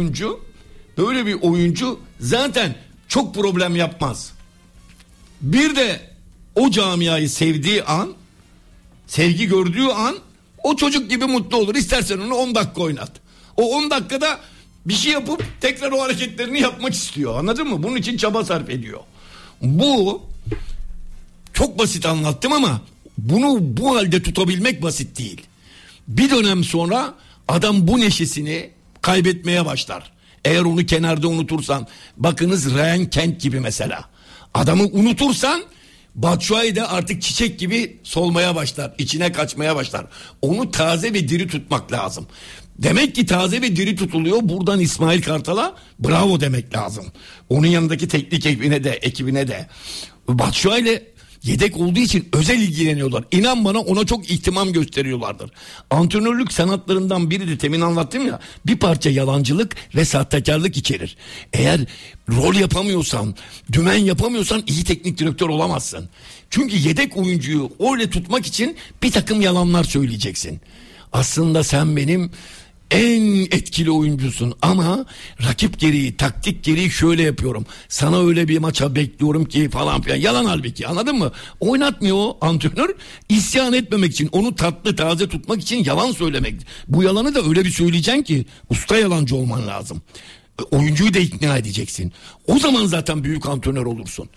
bir oyuncu zaten çok problem yapmaz. Bir de o camiayı sevdiği an, sevgi gördüğü an o çocuk gibi mutlu olur. İstersen onu 10 dakika oynat. O 10 dakikada bir şey yapıp tekrar o hareketlerini yapmak istiyor. Anladın mı? Bunun için çaba sarf ediyor. Bu çok basit anlattım ama bunu bu halde tutabilmek basit değil. Bir dönem sonra adam bu neşesini kaybetmeye başlar. Eğer onu kenarda unutursan, bakınız Ryan Kent gibi mesela. Adamı unutursan Batshuayi de artık çiçek gibi solmaya başlar, içine kaçmaya başlar. Onu taze ve diri tutmak lazım. Demek ki taze ve diri tutuluyor. Buradan İsmail Kartal'a bravo demek lazım. Onun yanındaki teknik ekibine de. Batshuayi ile yedek olduğu için özel ilgileniyorlar. İnan bana ona çok ihtimam gösteriyorlardır. Antrenörlük sanatlarından biri de temin anlattım ya, bir parça yalancılık ve sahtekarlık içerir. Eğer rol yapamıyorsan, dümen yapamıyorsan iyi teknik direktör olamazsın. Çünkü yedek oyuncuyu öyle tutmak için bir takım yalanlar söyleyeceksin. Aslında sen benim en etkili oyuncusun ama rakip gereği, taktik gereği şöyle yapıyorum. Sana öyle bir maça bekliyorum ki falan filan. Yalan halbuki, anladın mı? Oynatmıyor o antrenör. İsyan etmemek için, onu tatlı taze tutmak için yalan söylemek. Bu yalanı da öyle bir söyleyeceksin ki usta yalancı olman lazım. Oyuncuyu da ikna edeceksin. O zaman zaten büyük antrenör olursun.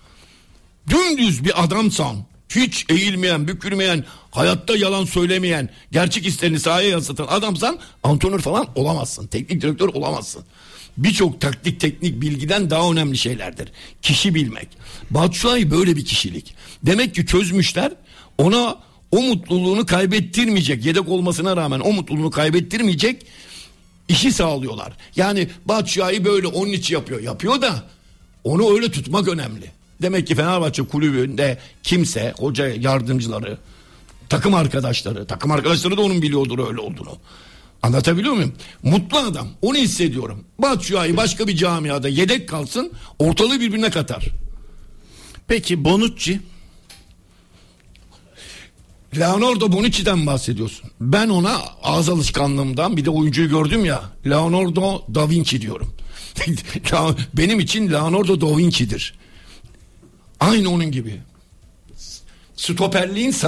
Dümdüz bir adamsan, hiç eğilmeyen, bükülmeyen, hayatta yalan söylemeyen, gerçek hislerini sahaya yansıtan adamsan antrenör falan olamazsın. Teknik direktör olamazsın. Birçok taktik, teknik bilgiden daha önemli şeylerdir. Kişi bilmek. Batshuayi böyle bir kişilik. Demek ki çözmüşler, ona o mutluluğunu kaybettirmeyecek, yedek olmasına rağmen o mutluluğunu kaybettirmeyecek işi sağlıyorlar. Yani Batshuayi böyle onun için yapıyor. Yapıyor da onu öyle tutmak önemli. Demek ki Fenerbahçe kulübünde kimse, hoca yardımcıları, takım arkadaşları da onun biliyordur öyle olduğunu. Anlatabiliyor muyum? Mutlu adam. Onu hissediyorum. Batshuayi başka bir camiada yedek kalsın, ortalığı birbirine katar. Peki Bonucci? Leonardo Bonucci'den bahsediyorsun. Ben ona ağız alışkanlığımdan, bir de oyuncuyu gördüm ya, Leonardo da Vinci diyorum. Benim için Leonardo da Vinci'dir. Aynı onun gibi. Stoperliğin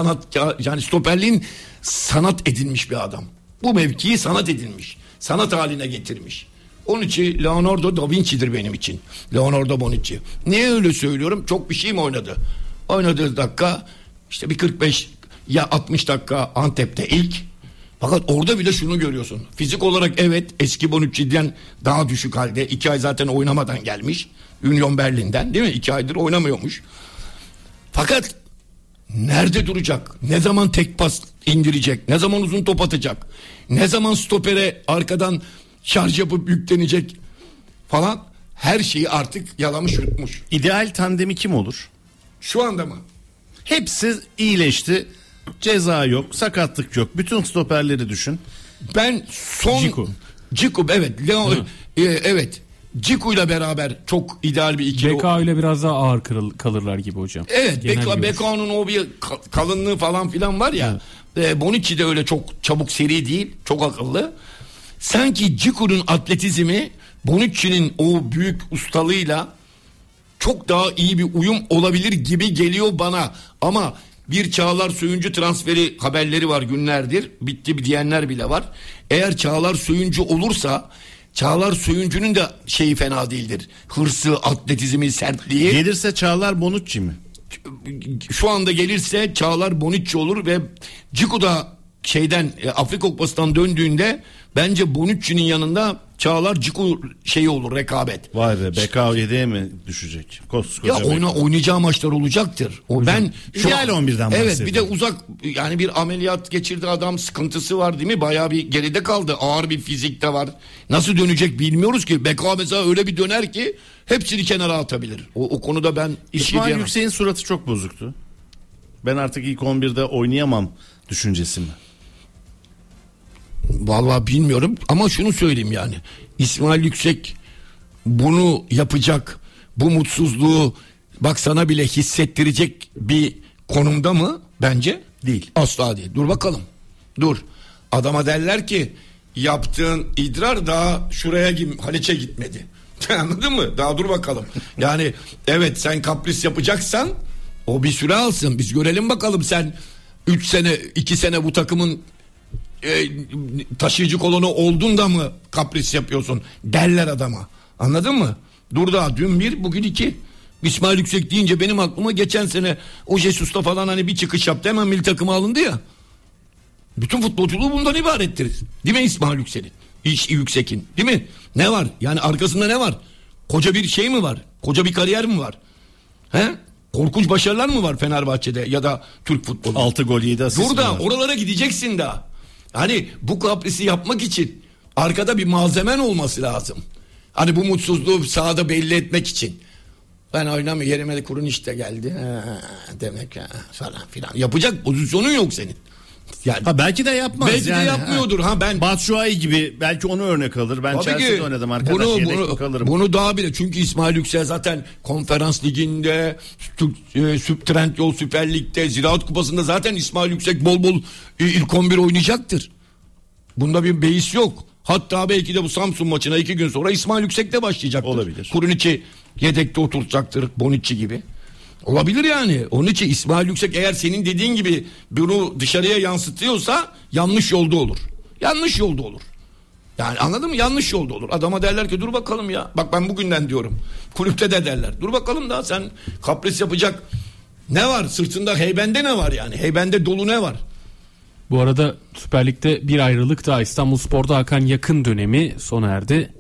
sanat edinmiş bir adam. Bu mevkiyi sanat edinmiş. Sanat haline getirmiş. Onun için Leonardo da Vinci'dir benim için. Leonardo Bonucci. Niye öyle söylüyorum? Çok bir şey mi oynadı? Oynadığı dakika işte bir 45 ya 60 dakika Antep'te ilk. Fakat orada bile şunu görüyorsun. Fizik olarak evet eski Bonucci'den daha düşük halde. 2 ay zaten oynamadan gelmiş. Union Berlin'den, değil mi? 2 aydır oynamıyormuş. Fakat nerede duracak? Ne zaman tek pas indirecek? Ne zaman uzun top atacak? Ne zaman stopere arkadan şarj yapıp yüklenecek falan? Her şeyi artık yalamış yutmuş. İdeal tandemi kim olur? Şu anda mı? Hepsi iyileşti. Ceza yok, sakatlık yok. Bütün stoperleri düşün. Ben Ciku evet. Evet. Ciku'yla beraber çok ideal bir ikili. BK ile biraz daha ağır kalırlar gibi hocam. Evet, BK'nın o bir kalınlığı falan filan var ya. Evet. Bonucci de öyle çok çabuk, seri değil, çok akıllı. Sanki Ciku'nun atletizmi Bonucci'nin o büyük ustalığıyla çok daha iyi bir uyum olabilir gibi geliyor bana. Ama bir Çağlar Söyüncü transferi haberleri var günlerdir. Bitti diyenler bile var. Eğer Çağlar Söyüncü olursa, Çağlar Söyüncü'nün de şeyi fena değildir. Hırsı, atletizmi, sertliği. Gelirse Çağlar Bonucci mi? Şu anda gelirse Çağlar Bonucci olur ve Ciku da Afrika Kupası'ndan döndüğünde bence Bonucci'nin yanında Çağlar Ciku şeyi olur, rekabet. Vay be, BK7'ye mi düşecek? Koskoca ya oynayacağı maçlar olacaktır. Ben ideal 11'den bahsediyorum. Evet, bir de uzak, yani bir ameliyat geçirdi adam, sıkıntısı var değil mi? Bayağı bir geride kaldı. Ağır bir fizik de var. Nasıl dönecek bilmiyoruz ki. BK mesela öyle bir döner ki hepsini kenara atabilir. O konuda ben İsmail Yüksek'in suratı çok bozuktu. Ben artık ilk 11'de oynayamam düşüncesi mi? Vallahi bilmiyorum ama şunu söyleyeyim yani. İsmail Yüksek bunu yapacak, bu mutsuzluğu bak sana bile hissettirecek bir konumda mı? Bence değil. Asla değil. Dur bakalım. Dur. Adama derler ki yaptığın idrar daha şuraya Haliç'e gitmedi. Anladın mı? Daha dur bakalım. Yani evet, sen kapris yapacaksan o bir süre alsın. Biz görelim bakalım, sen 3 sene 2 sene bu takımın taşıyıcı kolonu oldun da mı kapris yapıyorsun derler adama. Anladın mı? Dur daha, dün 1 bugün 2. İsmail Yüksek deyince benim aklıma geçen sene o Jesus'ta falan hani bir çıkış yaptı, hemen milli takıma alındı ya. Bütün futbolculuğu bundan ibarettir. Değil mi İsmail Yüksek'in? Değil mi? Ne var? Yani arkasında ne var? Koca bir şey mi var? Koca bir kariyer mi var? He? Korkunç başarılar mı var Fenerbahçe'de ya da Türk futbolu? 6 gol 7 asist. Dur da oralara gideceksin daha. Hani bu kaprisi yapmak için arkada bir malzemen olması lazım. Hani bu mutsuzluğu sahada belli etmek için. Ben oynamıyorum, yerime de kurun işte geldi. Demek falan filan. Yapacak pozisyonun yok senin. Yani, belki de yapmaz. Belki de yapmıyordur. Ben Batshuayi gibi belki onu örnek alır. Ben Chelsea'de oynadım arkadaş. Bunu daha bile, çünkü İsmail Yüksek zaten Konferans Ligi'nde, Trendyol Süper Lig'de, Ziraat Kupası'nda zaten İsmail Yüksek bol bol ilk 11 oynayacaktır. Bunda bir beis yok. Hatta belki de bu Samsun maçına 2 gün sonra İsmail Yüksek de başlayacaktır. Olabilir. Kuruniç'i yedekte oturtacaktır, Bonucci gibi. Olabilir yani. Onun için İsmail Yüksek eğer senin dediğin gibi bunu dışarıya yansıtıyorsa yanlış yolda olur. Yanlış yolda olur. Yani anladın mı? Yanlış yolda olur. Adama derler ki dur bakalım ya. Bak ben bugünden diyorum. Kulüpte de derler. Dur bakalım daha, sen kapris yapacak ne var? Sırtında, heybende ne var yani? Heybende dolu ne var? Bu arada Süper Lig'de bir ayrılık daha. İstanbulspor'da Hakan Yakın dönemi sona erdi.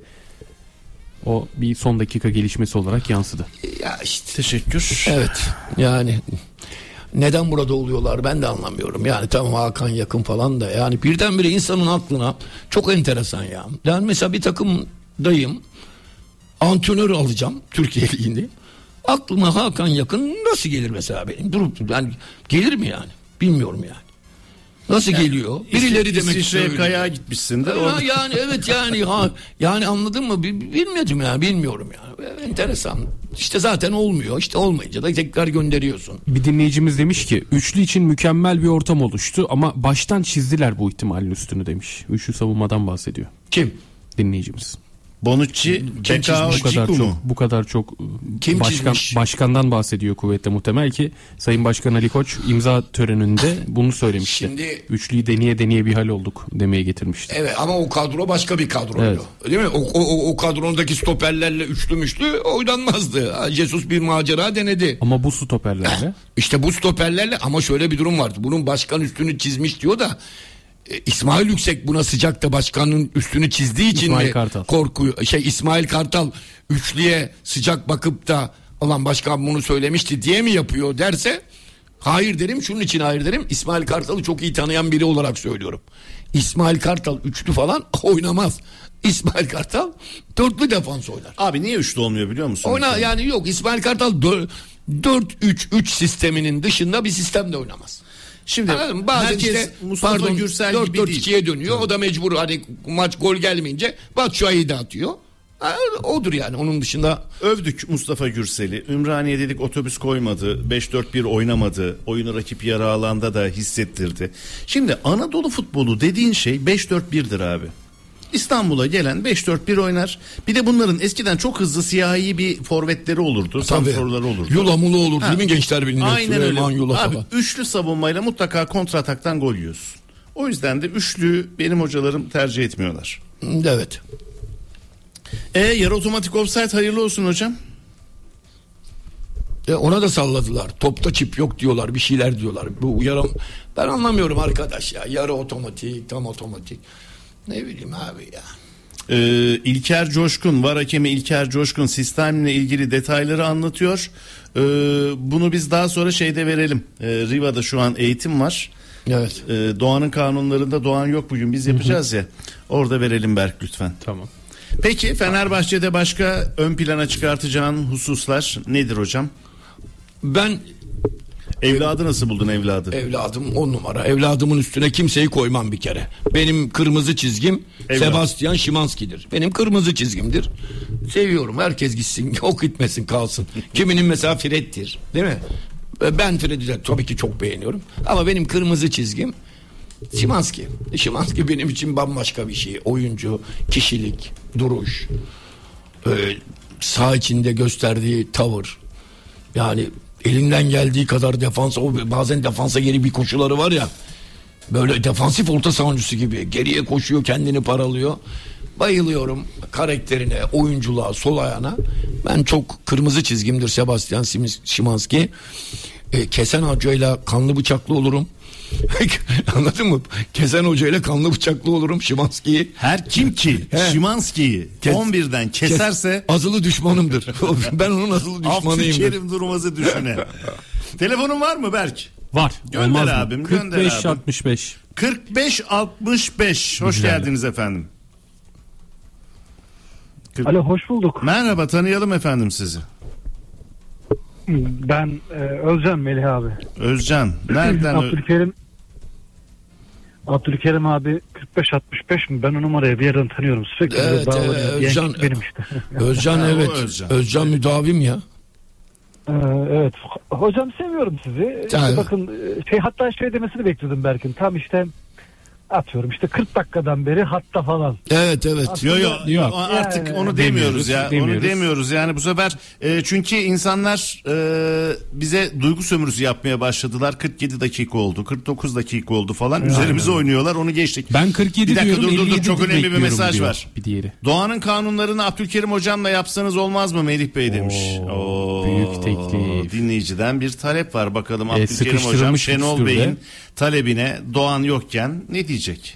O bir son dakika gelişmesi olarak yansıdı. Ya işte. Teşekkür. Evet. Yani neden burada oluyorlar ben de anlamıyorum. Yani tamam, Hakan Yakın falan da, yani birdenbire insanın aklına çok enteresan ya. Yani mesela bir takımdayım, antrenör alacağım Türkiye Ligi'nde. Aklıma Hakan Yakın nasıl gelir mesela benim? Durup yani gelir mi yani? Bilmiyorum yani. Nasıl yani, geliyor? Birileri demek İsviçre'ye kayağa gitmişsin de. Yani evet yani yani anladın mı? Bilmedim yani, bilmiyorum yani. Enteresan. İşte zaten olmuyor. İşte olmayınca da tekrar gönderiyorsun. Bir dinleyicimiz demiş ki üçlü için mükemmel bir ortam oluştu ama baştan çizdiler bu ihtimalin üstünü demiş. Üçlü savunmadan bahsediyor. Kim? Dinleyicimiz. Bonucci, bu kadar çok başkandan bahsediyor kuvvetle muhtemel ki Sayın Başkan Ali Koç imza töreninde bunu söylemişti. Şimdi, üçlüyü deneye bir hal olduk demeye getirmişti. Evet, ama o kadro başka bir kadroydu. Evet. Değil mi? O kadrodaki stoperlerle üçlü oynanmazdı. Jesus bir macera denedi. Ama bu stoperlerle. İşte bu stoperlerle, ama şöyle bir durum vardı. Bunun başkan üstünü çizmiş diyor da İsmail Yüksek buna sıcakta başkanın üstünü çizdiği için İsmail Kartal. İsmail Kartal üçlüye sıcak bakıp da ulan başkan bunu söylemişti diye mi yapıyor derse, hayır derim. Şunun için hayır derim. İsmail Kartal'ı çok iyi tanıyan biri olarak söylüyorum. İsmail Kartal üçlü falan oynamaz. İsmail Kartal dörtlü defans oynar. Abi niye üçlü olmuyor biliyor musun? Yani yok, İsmail Kartal 4-3-3 sisteminin dışında bir sistemde oynamaz. Şimdi bazen işte Mustafa Gürsel 4-4-2'ye dönüyor. Tabii. O da mecbur, hani maç gol gelmeyince Batshuayi'yi de atıyor. Odur yani, onun dışında. Övdük Mustafa Gürsel'i. Ümraniye dedik otobüs koymadı. 5-4-1 oynamadı. Oyunu rakip yarı alanda da hissettirdi. Şimdi Anadolu futbolu dediğin şey 5-4-1'dir abi. İstanbul'a gelen 5-4-1 oynar. Bir de bunların eskiden çok hızlı siyahi bir forvetleri olurdu. Santrforları olurdu. Yulamulu olurdu değil mi Gençler Birliği'nde? Aynen öyle. Abi üçlü savunmayla mutlaka kontrataktan gol yiyorsun. O yüzden de üçlü benim hocalarım tercih etmiyorlar. Evet. Yarı otomatik offside hayırlı olsun hocam. Ona da salladılar. Topta çip yok diyorlar. Bir şeyler diyorlar. Bu ben anlamıyorum arkadaş ya. Yarı otomatik, tam otomatik. Ne bileyim abi ya. İlker Coşkun, VAR hakemi İlker Coşkun sistemle ilgili detayları anlatıyor. Bunu biz daha sonra şeyde verelim. Riva'da şu an eğitim var. Evet. Doğan'ın kanunlarında Doğan yok bugün, biz yapacağız ya. Orada verelim Berk lütfen. Tamam. Peki Fenerbahçe'de başka ön plana çıkartacağın hususlar nedir hocam? Ben evladı nasıl buldun evladı? Evladım 10 numara. Evladımın üstüne kimseyi koymam bir kere. Benim kırmızı çizgim Sebastian Szymanski'dir. Benim kırmızı çizgimdir. Seviyorum. Herkes gitsin. Ok gitmesin, kalsın. Kiminin mesela Fred'dir. Değil mi? Ben Fred'i tabii ki çok beğeniyorum. Ama benim kırmızı çizgim Szymanski. Szymanski benim için bambaşka bir şey. Oyuncu, kişilik, duruş, saha içinde gösterdiği tavır. Yani elinden geldiği kadar defans, bazen defansa geri bir koşuları var ya, böyle defansif orta savunucusu gibi geriye koşuyor, kendini paralıyor. Bayılıyorum karakterine, oyunculuğa, sol ayağına. Ben çok kırmızı çizgimdir Sebastian Szymanski. Kesen Hoca'yla kanlı bıçaklı olurum. Anladın mı? Kesen Hoca'yla kanlı bıçaklı olurum Szymanski'yi. Her kim ki Szymanski'yi 11'den keserse azılı düşmanımdır. Ben onun azılı düşmanıyımdır. Abdülkerim Durmaz'ı düşüne. Telefonun var mı Berk? Var. Gönder olmaz abim. Mı? Gönder 45 abim. 65. 45 65. Hoş Güzel. geldiniz efendim. Alo, hoş bulduk. Merhaba, tanıyalım efendim sizi. Ben Özcan Melih abi. Özcan. Nereden? Abdülkerim abi 45-65 mi? Ben o numarayı bir yerden tanıyorum. Sürekli Evet, Özcan benim işte. Özcan evet. Özcan müdavim ya. Evet. Hocam seviyorum sizi. İşte bakın hatta demesini bekliyordum Berk'in. Tam işte atıyorum 40 dakikadan beri hatta falan. Evet. Yok. Artık yani, onu demiyoruz ya. Onu demiyoruz yani bu sefer. Çünkü insanlar bize duygu sömürüsü yapmaya başladılar. 47 dakika oldu, 49 dakika oldu falan. Üzerimize oynuyorlar. Onu geçtik. Ben 47 diyorum. Dur. Çok önemli bir mesaj diyor, var. Bir diğeri. Doğan'ın kanunlarını Abdülkerim hocamla yapsanız olmaz mı Melih Bey demiş. Büyük teklif. Dinleyiciden bir talep var. Bakalım Abdülkerim hocam Şenol Bey'in talebine Doğan yokken ne diyecek?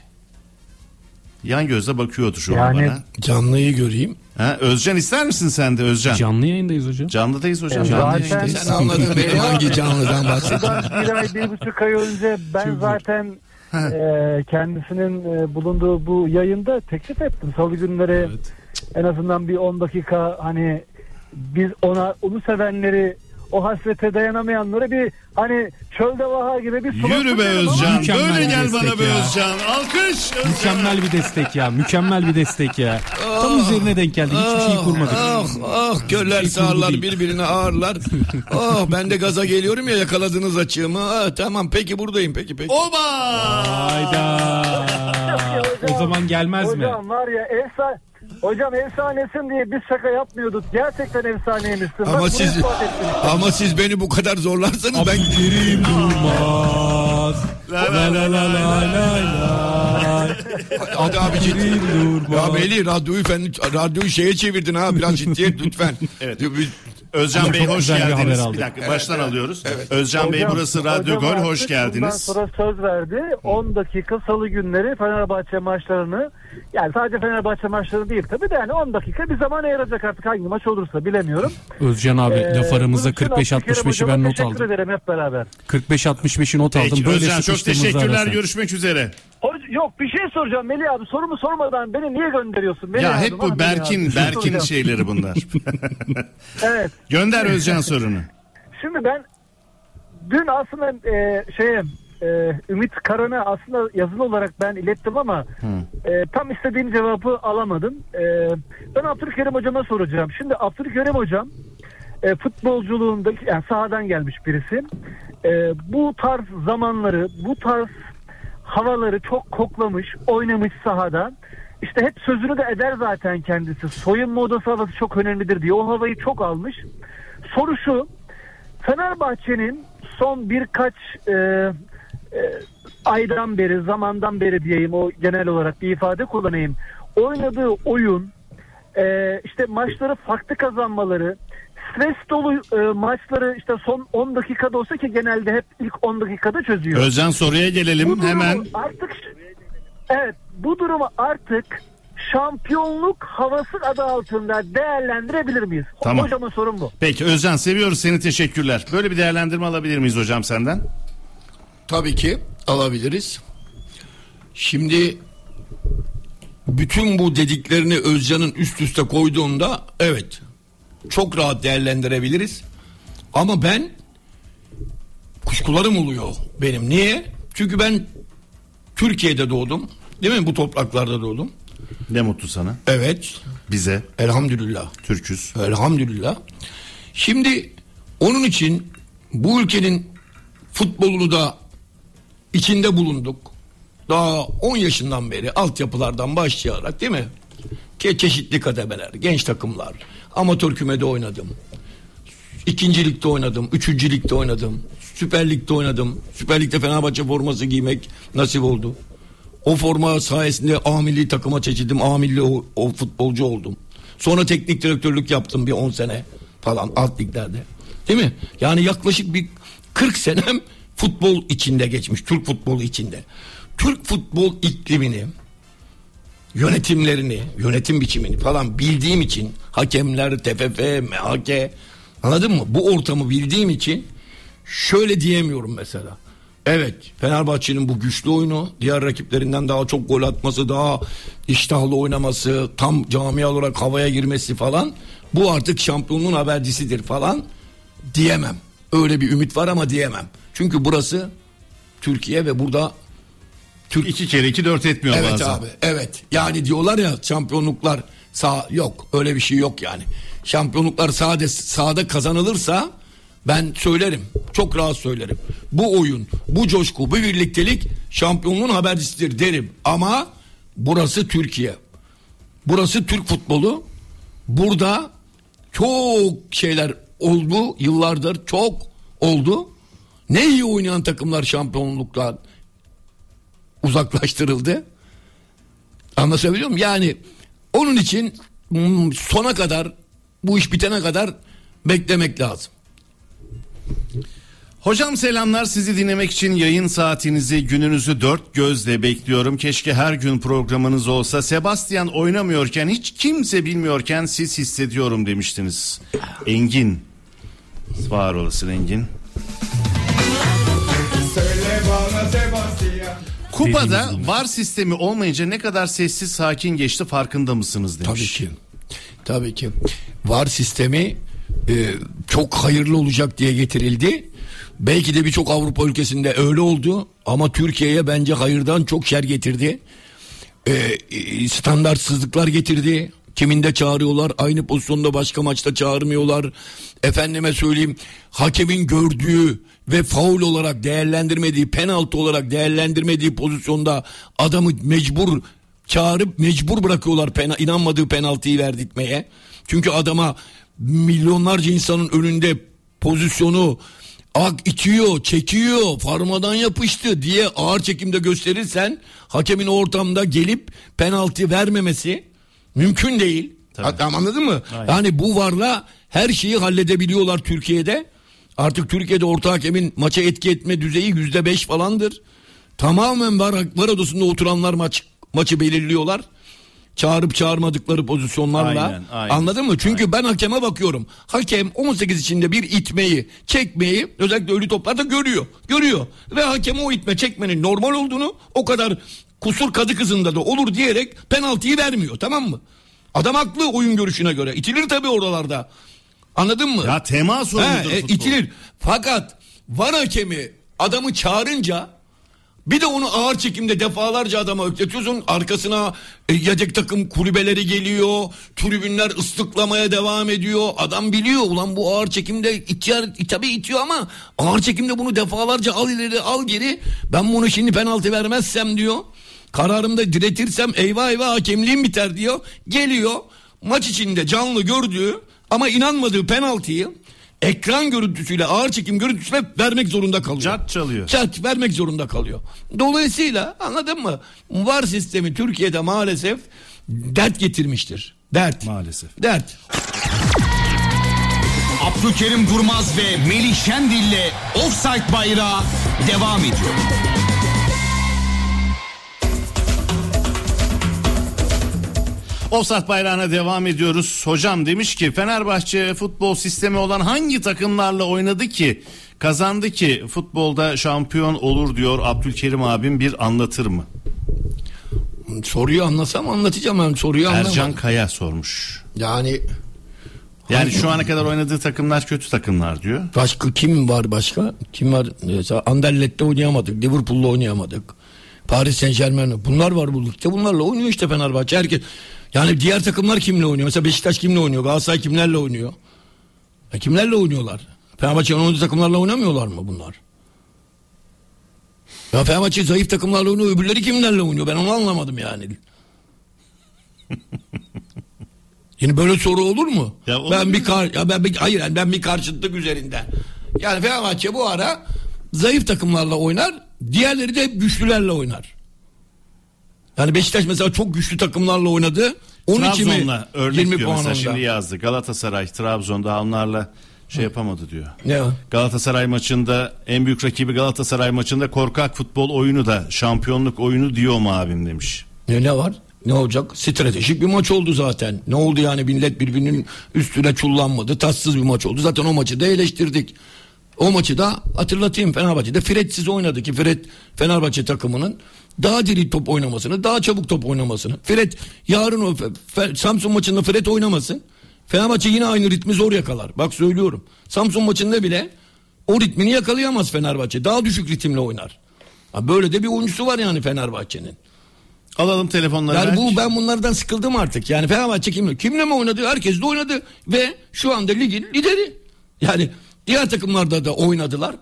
Yan gözle bakıyordu şu an bana. Canlıyı göreyim. Özcan ister misin sen de Özcan? Canlı yayındayız hocam. Canlıdayız hocam. Sen anladın benim hangi canlıdan bahsettiğimi. Bir ay, 1,5 ay önce ben zaten kendisinin bulunduğu bu yayında teklif ettim. Salı günleri en azından bir 10 dakika hani biz onu sevenleri, o hasrete dayanamayanlara bir hani çölde vaha gibi bir yürü be Özcan. Böyle gel bana be Özcan. Alkış. Mükemmel bir destek ya. Mükemmel bir destek ya. Tam üzerine denk geldik. Hiçbir şey kurmadık. Köller sağırlar birbirine ağırlar. Ben de gaza geliyorum ya, yakaladınız açığımı. Tamam peki buradayım peki. Oba! Hayda. O zaman gelmez mi? Hocam var ya hocam efsanesin diye biz şaka yapmıyorduk. Gerçekten efsaneymişsin. Ama siz beni bu kadar zorlarsanız ben Abdülkerim Durmaz. La la la la. Hadi abicim. Ya Melih radyoyu şeye çevirdin ha, biraz ciddiyet lütfen. Evet. Özcan Bey hoş geldiniz. Bir dakika baştan evet, alıyoruz. Evet. Özcan Bey burası Radyo Gol, hoş geldiniz. Bundan sonra söz verdi. 10 dakika salı günleri Fenerbahçe maçlarını, yani sadece Fenerbahçe maçları değil tabii de, yani 10 dakika bir zaman ayıracak artık, hangi maç olursa bilemiyorum. Özcan abi laf aramızda 45-65'i ben not aldım. Teşekkür ederim hep beraber. 45-65'i not aldım. Peki, böyle Özcan çok teşekkürler arasın. Görüşmek üzere. Yok bir şey soracağım Melih abi, sorumu sormadan beni niye gönderiyorsun? Ya hep bu Berk'in şeyleri bunlar. Evet. Gönder Özcan sorunu. Şimdi ben dün aslında Ümit Karan'a aslında yazılı olarak ben ilettim ama tam istediğim cevabı alamadım. Ben Abdülkerim hocama soracağım. Şimdi Abdülkerim hocam futbolculuğundaki, yani sahadan gelmiş birisi. Bu tarz zamanları, bu tarz havaları çok koklamış, oynamış sahada. İşte hep sözünü de eder zaten kendisi. Soyunma odası havası çok önemlidir diye o havayı çok almış. Soru şu: Fenerbahçe'nin son birkaç aydan beri, zamandan beri diyeyim, o genel olarak bir ifade kullanayım, oynadığı oyun, işte maçları farklı kazanmaları, stres dolu maçları işte son 10 dakikada olsa ki genelde hep ilk 10 dakikada çözüyor. Özcan soruya gelelim hemen. Bu durumu artık şampiyonluk havası adı altında değerlendirebilir miyiz? Tamam. Hocamın sorun bu. Peki Özcan, seviyoruz seni, teşekkürler. Böyle bir değerlendirme alabilir miyiz hocam senden? Tabii ki alabiliriz. Şimdi bütün bu dediklerini Özcan'ın üst üste koyduğunda evet çok rahat değerlendirebiliriz. Ama ben kuşkularım oluyor benim. Niye? Çünkü ben Türkiye'de doğdum. Değil mi? Bu topraklarda doğdum. Ne mutlu sana. Evet. Bize. Elhamdülillah. Türküz. Elhamdülillah. Şimdi onun için bu ülkenin futbolunu da içinde bulunduk. Daha 10 yaşından beri altyapılardan başlayarak, değil mi? Çeşitli kademeler, genç takımlar, amatör kümede oynadım. 2. ligde oynadım, 3. ligde oynadım, Süper Lig'de oynadım. Süper Lig'de Fenerbahçe forması giymek nasip oldu. O forma sayesinde A milli takıma seçildim. A milli o futbolcu oldum. Sonra teknik direktörlük yaptım bir 10 sene falan alt liglerde. Değil mi? Yani yaklaşık bir 40 senem futbol içinde geçmiş. Türk futbolu içinde. Türk futbol iklimini, yönetimlerini, yönetim biçimini falan bildiğim için, hakemler, TFF, MHK, anladın mı? Bu ortamı bildiğim için şöyle diyemiyorum mesela. Evet, Fenerbahçe'nin bu güçlü oyunu, diğer rakiplerinden daha çok gol atması, daha iştahlı oynaması, tam camial olarak havaya girmesi falan, bu artık şampiyonluğun habercisidir falan diyemem. Öyle bir ümit var ama diyemem. Çünkü burası Türkiye ve burada Türk 2 kere 2 4 etmiyor evet bazen. Evet abi, evet. Yani diyorlar ya şampiyonluklar yok. Öyle bir şey yok yani. Şampiyonluklar sahada kazanılırsa ben söylerim. Çok rahat söylerim. Bu oyun, bu coşku, bu birliktelik şampiyonluğun habercisidir derim. Ama burası Türkiye. Burası Türk futbolu. Burada çok şeyler oldu. Yıllardır çok oldu. Ne iyi oynayan takımlar şampiyonluktan uzaklaştırıldı. Anlatabiliyor muyum? Yani onun için sona kadar, bu iş bitene kadar beklemek lazım. Hocam selamlar, sizi dinlemek için yayın saatinizi, gününüzü dört gözle bekliyorum. Keşke her gün programınız olsa. Sebastian oynamıyorken, hiç kimse bilmiyorken siz hissediyorum demiştiniz. Engin. Var olasın Engin. Söyle bana Sebastian. Kupada VAR sistemi olmayınca ne kadar sessiz sakin geçti farkında mısınız demiş. Tabii ki. VAR sistemi çok hayırlı olacak diye getirildi. Belki de birçok Avrupa ülkesinde öyle oldu ama Türkiye'ye bence hayırdan çok şer getirdi. Standartsızlıklar getirdi. Kiminde çağırıyorlar, aynı pozisyonda başka maçta çağırmıyorlar. Efendime söyleyeyim, hakemin gördüğü ve faul olarak değerlendirmediği, penaltı olarak değerlendirmediği pozisyonda adamı mecbur çağırıp mecbur bırakıyorlar inanmadığı penaltıyı verdirtmeye. Çünkü adama milyonlarca insanın önünde pozisyonu itiyor, çekiyor, parmadan yapıştı diye ağır çekimde gösterirsen hakemin ortamda gelip penaltı vermemesi mümkün değil. Anladın mı? Aynen. Yani bu VAR'la her şeyi halledebiliyorlar Türkiye'de. Artık Türkiye'de orta hakemin maça etki etme düzeyi %5 falandır. Tamamen VAR odasında oturanlar maçı belirliyorlar. Çağırıp çağırmadıkları pozisyonlarla. Aynen. Anladın mı? Çünkü ben hakeme bakıyorum. Hakem 18 içinde bir itmeyi, çekmeyi özellikle ölü toplarda görüyor. Ve hakem o itme çekmenin normal olduğunu, o kadar kusur kadı kızında da olur diyerek penaltıyı vermiyor, tamam mı? Adam haklı oyun görüşüne göre. İtilir tabii oralarda. Anladın mı? Ya temas oyundur futbol. İtilir. Fakat VAR hakemi adamı çağırınca, bir de onu ağır çekimde defalarca adama ökletiyorsun. Arkasına yedek takım kulübeleri geliyor. Tribünler ıslıklamaya devam ediyor. Adam biliyor, ulan bu ağır çekimde tabii itiyor ama ağır çekimde bunu defalarca al ileri al geri. Ben bunu şimdi penaltı vermezsem diyor, kararımda diretirsem eyvah hakemliğim biter diyor. Geliyor maç içinde canlı gördüğü ama inanmadığı penaltıyı ekran görüntüsüyle, ağır çekim görüntüsüyle vermek zorunda kalıyor. Çat çalıyor. Çat vermek zorunda kalıyor. Dolayısıyla anladın mı? VAR sistemi Türkiye'de maalesef dert getirmiştir. Dert. Maalesef. Dert. Abdülkerim Durmaz ve Melih Şendil'le Offside Bayrağı devam ediyor. Offside bayrağına devam ediyoruz. Hocam demiş ki Fenerbahçe futbol sistemi olan hangi takımlarla oynadı ki kazandı ki futbolda şampiyon olur diyor Abdülkerim abim, bir anlatır mı? Soruyu anlasam anlatacağım, ben soruyu anlamadım. Ercan Kaya sormuş. Yani şu ana kadar oynadığı takımlar kötü takımlar diyor. Başka kim var başka? Kim var? Mesela Anderlet'te oynayamadık, Liverpool'la oynayamadık. Paris Saint-Germain, bunlar var bu ligde, bunlarla oynuyor işte Fenerbahçe. Herkes, yani diğer takımlar kimle oynuyor? Mesela Beşiktaş kimle oynuyor? Galatasaray kimlerle oynuyor? Kimlerle oynuyorlar? Fenerbahçe'nin oynadığı takımlarla oynamıyorlar mı bunlar? Ya Fenerbahçe zayıf takımlarla oynuyor, öbürleri kimlerle oynuyor? Ben onu anlamadım yani. Yine böyle soru olur mu? Ben bir karşıtlık üzerinden. Yani Fenerbahçe bu ara zayıf takımlarla oynar, diğerleri de güçlülerle oynar. Yani Beşiktaş mesela çok güçlü takımlarla oynadı. Trabzon'la örnek diyor mesela, şimdi yazdı. Galatasaray Trabzon'da onlarla yapamadı diyor. Ne o? Galatasaray maçında, en büyük rakibi Galatasaray maçında korkak futbol oyunu da şampiyonluk oyunu diyor mu abim demiş. Ne var? Ne olacak? Stratejik bir maç oldu zaten. Ne oldu yani, millet birbirinin üstüne çullanmadı. Tatsız bir maç oldu. Zaten o maçı da eleştirdik. O maçı da hatırlatayım, Fenerbahçe'de Fred'siz oynadı ki Fred Fenerbahçe takımının daha diri top oynamasını, daha çabuk top oynamasını. Fred yarın o Samsun maçında Fred oynamasın, Fenerbahçe yine aynı ritmi zor yakalar. Bak söylüyorum. Samsun maçında bile o ritmini yakalayamaz Fenerbahçe. Daha düşük ritimle oynar. Böyle de bir oyuncusu var yani Fenerbahçe'nin. Alalım telefonları. Yani ben bunlardan sıkıldım artık. Yani Fenerbahçe kimle mi oynadı? Herkes de oynadı ve şu anda ligin lideri. Yani diğer takımlarda da oynadılar.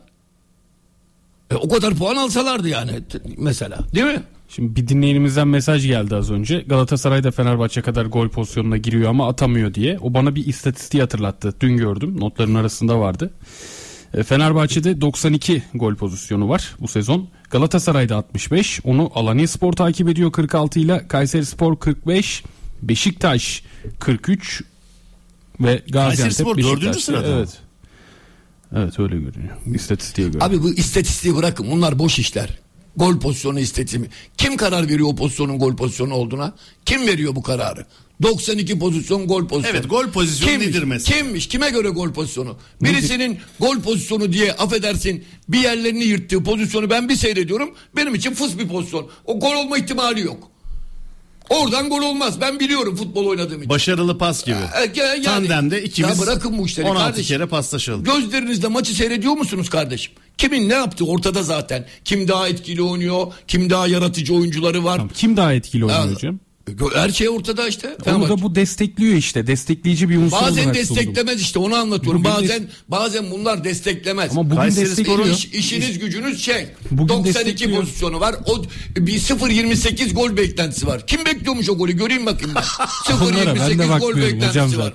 O kadar puan alsalardı yani mesela, değil mi? Şimdi bir dinleyenimizden mesaj geldi az önce. Galatasaray da Fenerbahçe kadar gol pozisyonuna giriyor ama atamıyor diye. O bana bir istatistiği hatırlattı. Dün gördüm. Notların arasında vardı. Fenerbahçe'de 92 gol pozisyonu var bu sezon. Galatasaray'da 65. Onu Alanyaspor takip ediyor 46 ile. Kayserispor 45. Beşiktaş 43. Ve Gaziantep Beşiktaş. 4. sırada. Evet. Evet, öyle görünüyor. İstatistiğe göre. Abi bu istatistiği bırakın. Bunlar boş işler. Gol pozisyonu istatistiği. Kim karar veriyor o pozisyonun gol pozisyonu olduğuna? Kim veriyor bu kararı? 92 pozisyon gol pozisyonu. Evet, gol pozisyonu nedir mesela? Kimmiş? Kime göre gol pozisyonu? Birisinin gol pozisyonu diye, affedersin, bir yerlerini yırttığı pozisyonu ben bir seyrediyorum. Benim için fıs bir pozisyon. O gol olma ihtimali yok. Oradan gol olmaz. Ben biliyorum futbol oynadığım için. Başarılı pas gibi. Yani, tandemde ikimiz ya bırakın bu işleri 16 kardeşim. kere paslaşalım. Gözlerinizle maçı seyrediyor musunuz kardeşim? Kimin ne yaptığı ortada zaten. Kim daha etkili oynuyor? Kim daha yaratıcı oyuncuları var? Tamam, kim daha etkili oynuyor hocam? Her şey ortada işte. Onu da bu destekliyor işte. Destekleyici bir unsur olarak bazen desteklemez sundum. işte, onu anlatıyorum. Bazen bunlar desteklemez. Ama bugün destekliyor. İşiniz gücünüz bugün 92 pozisyonu var. O bir 0.28 gol beklentisi var. Kim bekliyormuş o golü? Göreyim bakayım ben. 0.28 gol beklentisi var.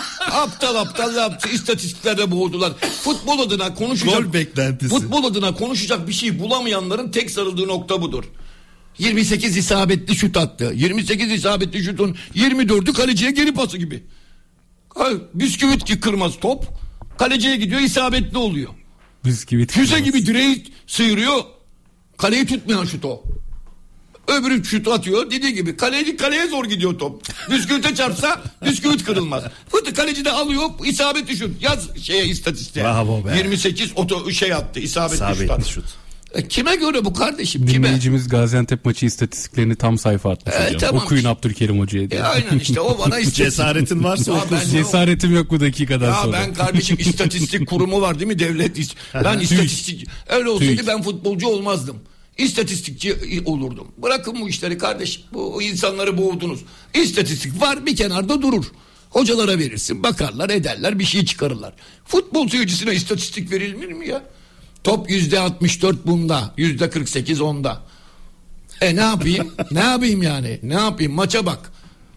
aptal istatistiklerde boğuldular. Futbol adına konuşacak. Gol beklentisi. Futbol adına konuşacak bir şey bulamayanların tek sarıldığı nokta budur. 28 isabetli şut attı. 28 isabetli şutun 24'ü kaleciye geri pası gibi. Bisküvit ki kırmaz top. Kaleciye gidiyor, isabetli oluyor. Bisküvit. Füze gibi direği sıyırıyor. Kaleyi tutmayan şut o. Öbürü şutu atıyor. Dediği gibi kaleye zor gidiyor top. Bisküvite çarpsa bisküvit kırılmaz. Kaleci de alıyor, isabetli şut. Yaz istatistiğe. Bravo be. 28 attı. İsabetli şut. Kime göre bu kardeşim? Dinleyicimiz Gaziantep maçı istatistiklerini tam sayfa atmış hocam. Tamam. Okuyun Abdülkerim Hoca'ya diye. Aynen işte, o bana cesaretin varsa okursun. Cesaretim yok bu dakikadan sonra. Ben kardeşim istatistik kurumu var değil mi, devlet? Ben istatistik, öyle olsaydı ben futbolcu olmazdım. İstatistikçi olurdum. Bırakın bu işleri kardeşim. Bu insanları boğdunuz. İstatistik var, bir kenarda durur. Hocalara verirsin, bakarlar, ederler, bir şey çıkarırlar. Futbol seyircisine istatistik verilir mi ya? Top %64 bunda, %48 onda. Ne yapayım? Ne yapayım yani? Ne yapayım? Maça bak.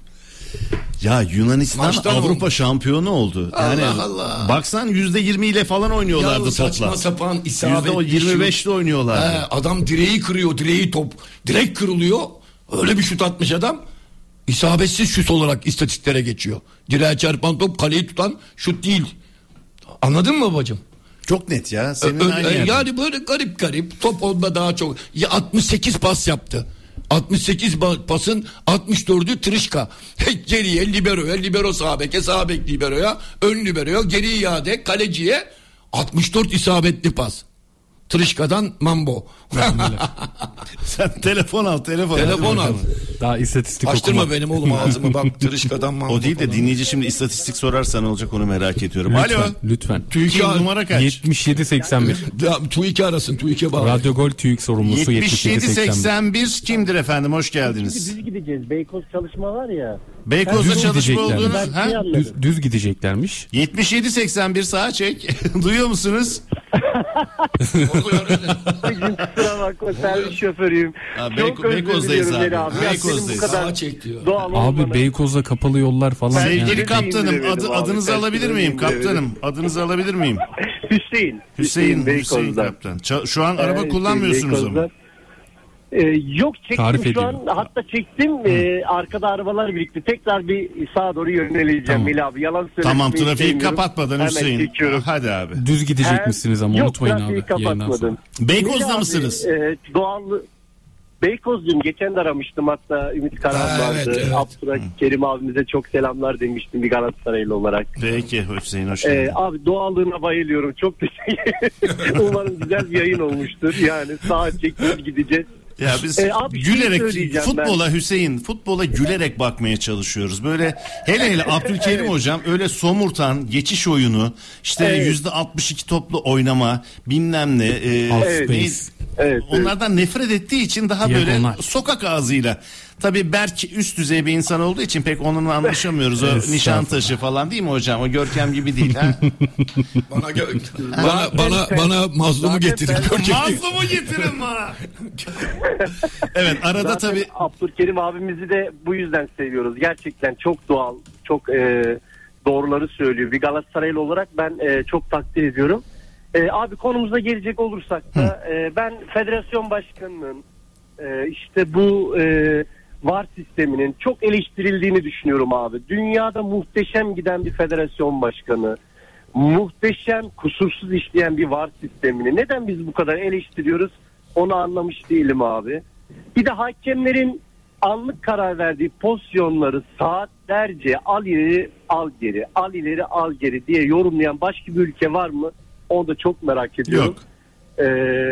Ya Yunanistan maçtan Avrupa şampiyonu oldu. Yani Allah. Baksan %20 ile falan oynuyorlardı topla. Saçma sapan isabet. %25 ile oynuyorlardı. Adam direği kırıyor, direk kırılıyor. Öyle bir şut atmış adam. İsabetsiz şut olarak istatistiklere geçiyor. Direğe çarpan top kaleyi tutan şut değil. Anladın mı babacığım? Çok net ya. Senin yani böyle garip top onda daha çok. 68 pas yaptı. 68 pasın 64'ü Tırışka. Geriye liberoya, libero sağ beke, sağ bek liberoya, ön liberoya, geri iade kaleciye 64 isabetli pas. Tırışka'dan Mambo. Sen telefon al. Telefon al. Daha istatistik açtırma okuma. benim oğlum ağzımı, bak Tırışka'dan Mambo. O değil de dinleyici şimdi istatistik sorarsa ne olacak onu merak ediyorum. Alo. Lütfen. TÜİK numara kaç? 7781. TÜİK'e arasın, TÜİK'e bağlı. Radyo Gol TÜİK sorumlusu 7781 kimdir efendim? Hoş geldiniz. Düz gideceğiz. Beykoz çalışma var ya. Beykoz'da çalışma olduğunuz. Düz gideceklermiş. 7781 sağa çek. Duyuyor musunuz? Kusura bakma, servis şoförüyüm. Beykoz'dayız abi. Beykoz'dayız. Sağa çek diyor. Abi Beykoz'da kapalı yollar falan. Sevgili kaptanım adınızı alabilir miyim kaptanım? Adınızı alabilir miyim? Hüseyin Beykoz'da. Kaptan. Şu an araba kullanmıyorsunuz ama. Yok, çektim Tarif şu ediyorum. an, hatta çektim, arkada arabalar birikti, tekrar bir sağa doğru yöneleceğim. Tamam. Melih abi, yalan söylemeyi Tamam, trafiği istemiyorum. kapatmadan Hemen Hüseyin. çekiyorum. Hadi abi. Düz gidecekmişsiniz ama unutmayın yok, abi. trafiği kapatmadım. Beykoz'da Melih mısınız? Abi, Beykoz'dum, geçen de aramıştım, hatta Ümit Karan vardı. evet. Abdülkerim abimize çok selamlar demiştim bir Galatasaraylı olarak. Peki Hüseyin, hoş geldin. Abi doğallığına bayılıyorum, çok teşekkür. Umarım güzel bir yayın olmuştur. Yani sağa çekip gideceğiz. Ya biz abi gülerek futbola gülerek bakmaya çalışıyoruz. Böyle hele Abdülkerim hocam öyle somurtan geçiş oyunu, işte %62 toplu oynama, bilmem ne, onlardan nefret ettiği için daha böyle sokak ağzıyla. Tabii Berk üst düzey bir insan olduğu için pek onunla anlaşamıyoruz. O Nişantaşı falan değil mi hocam? O Görkem gibi değil ha. Bana mazlumu getirin. Mazlumu getirin bana. Evet, arada zaten tabii Abdülkerim abimizi de bu yüzden seviyoruz. Gerçekten çok doğal, çok doğruları söylüyor. Bir Galatasaraylı olarak ben çok takdir ediyorum. Abi konumuza gelecek olursak da ben federasyon başkanının işte bu VAR sisteminin çok eleştirildiğini düşünüyorum abi. Dünyada muhteşem giden bir federasyon başkanı, muhteşem, kusursuz işleyen bir VAR sistemini neden biz bu kadar eleştiriyoruz onu anlamış değilim abi. Bir de hakemlerin anlık karar verdiği pozisyonları saatlerce al ileri al geri, al ileri al geri diye yorumlayan başka bir ülke var mı? Onu da çok merak ediyorum. Yok.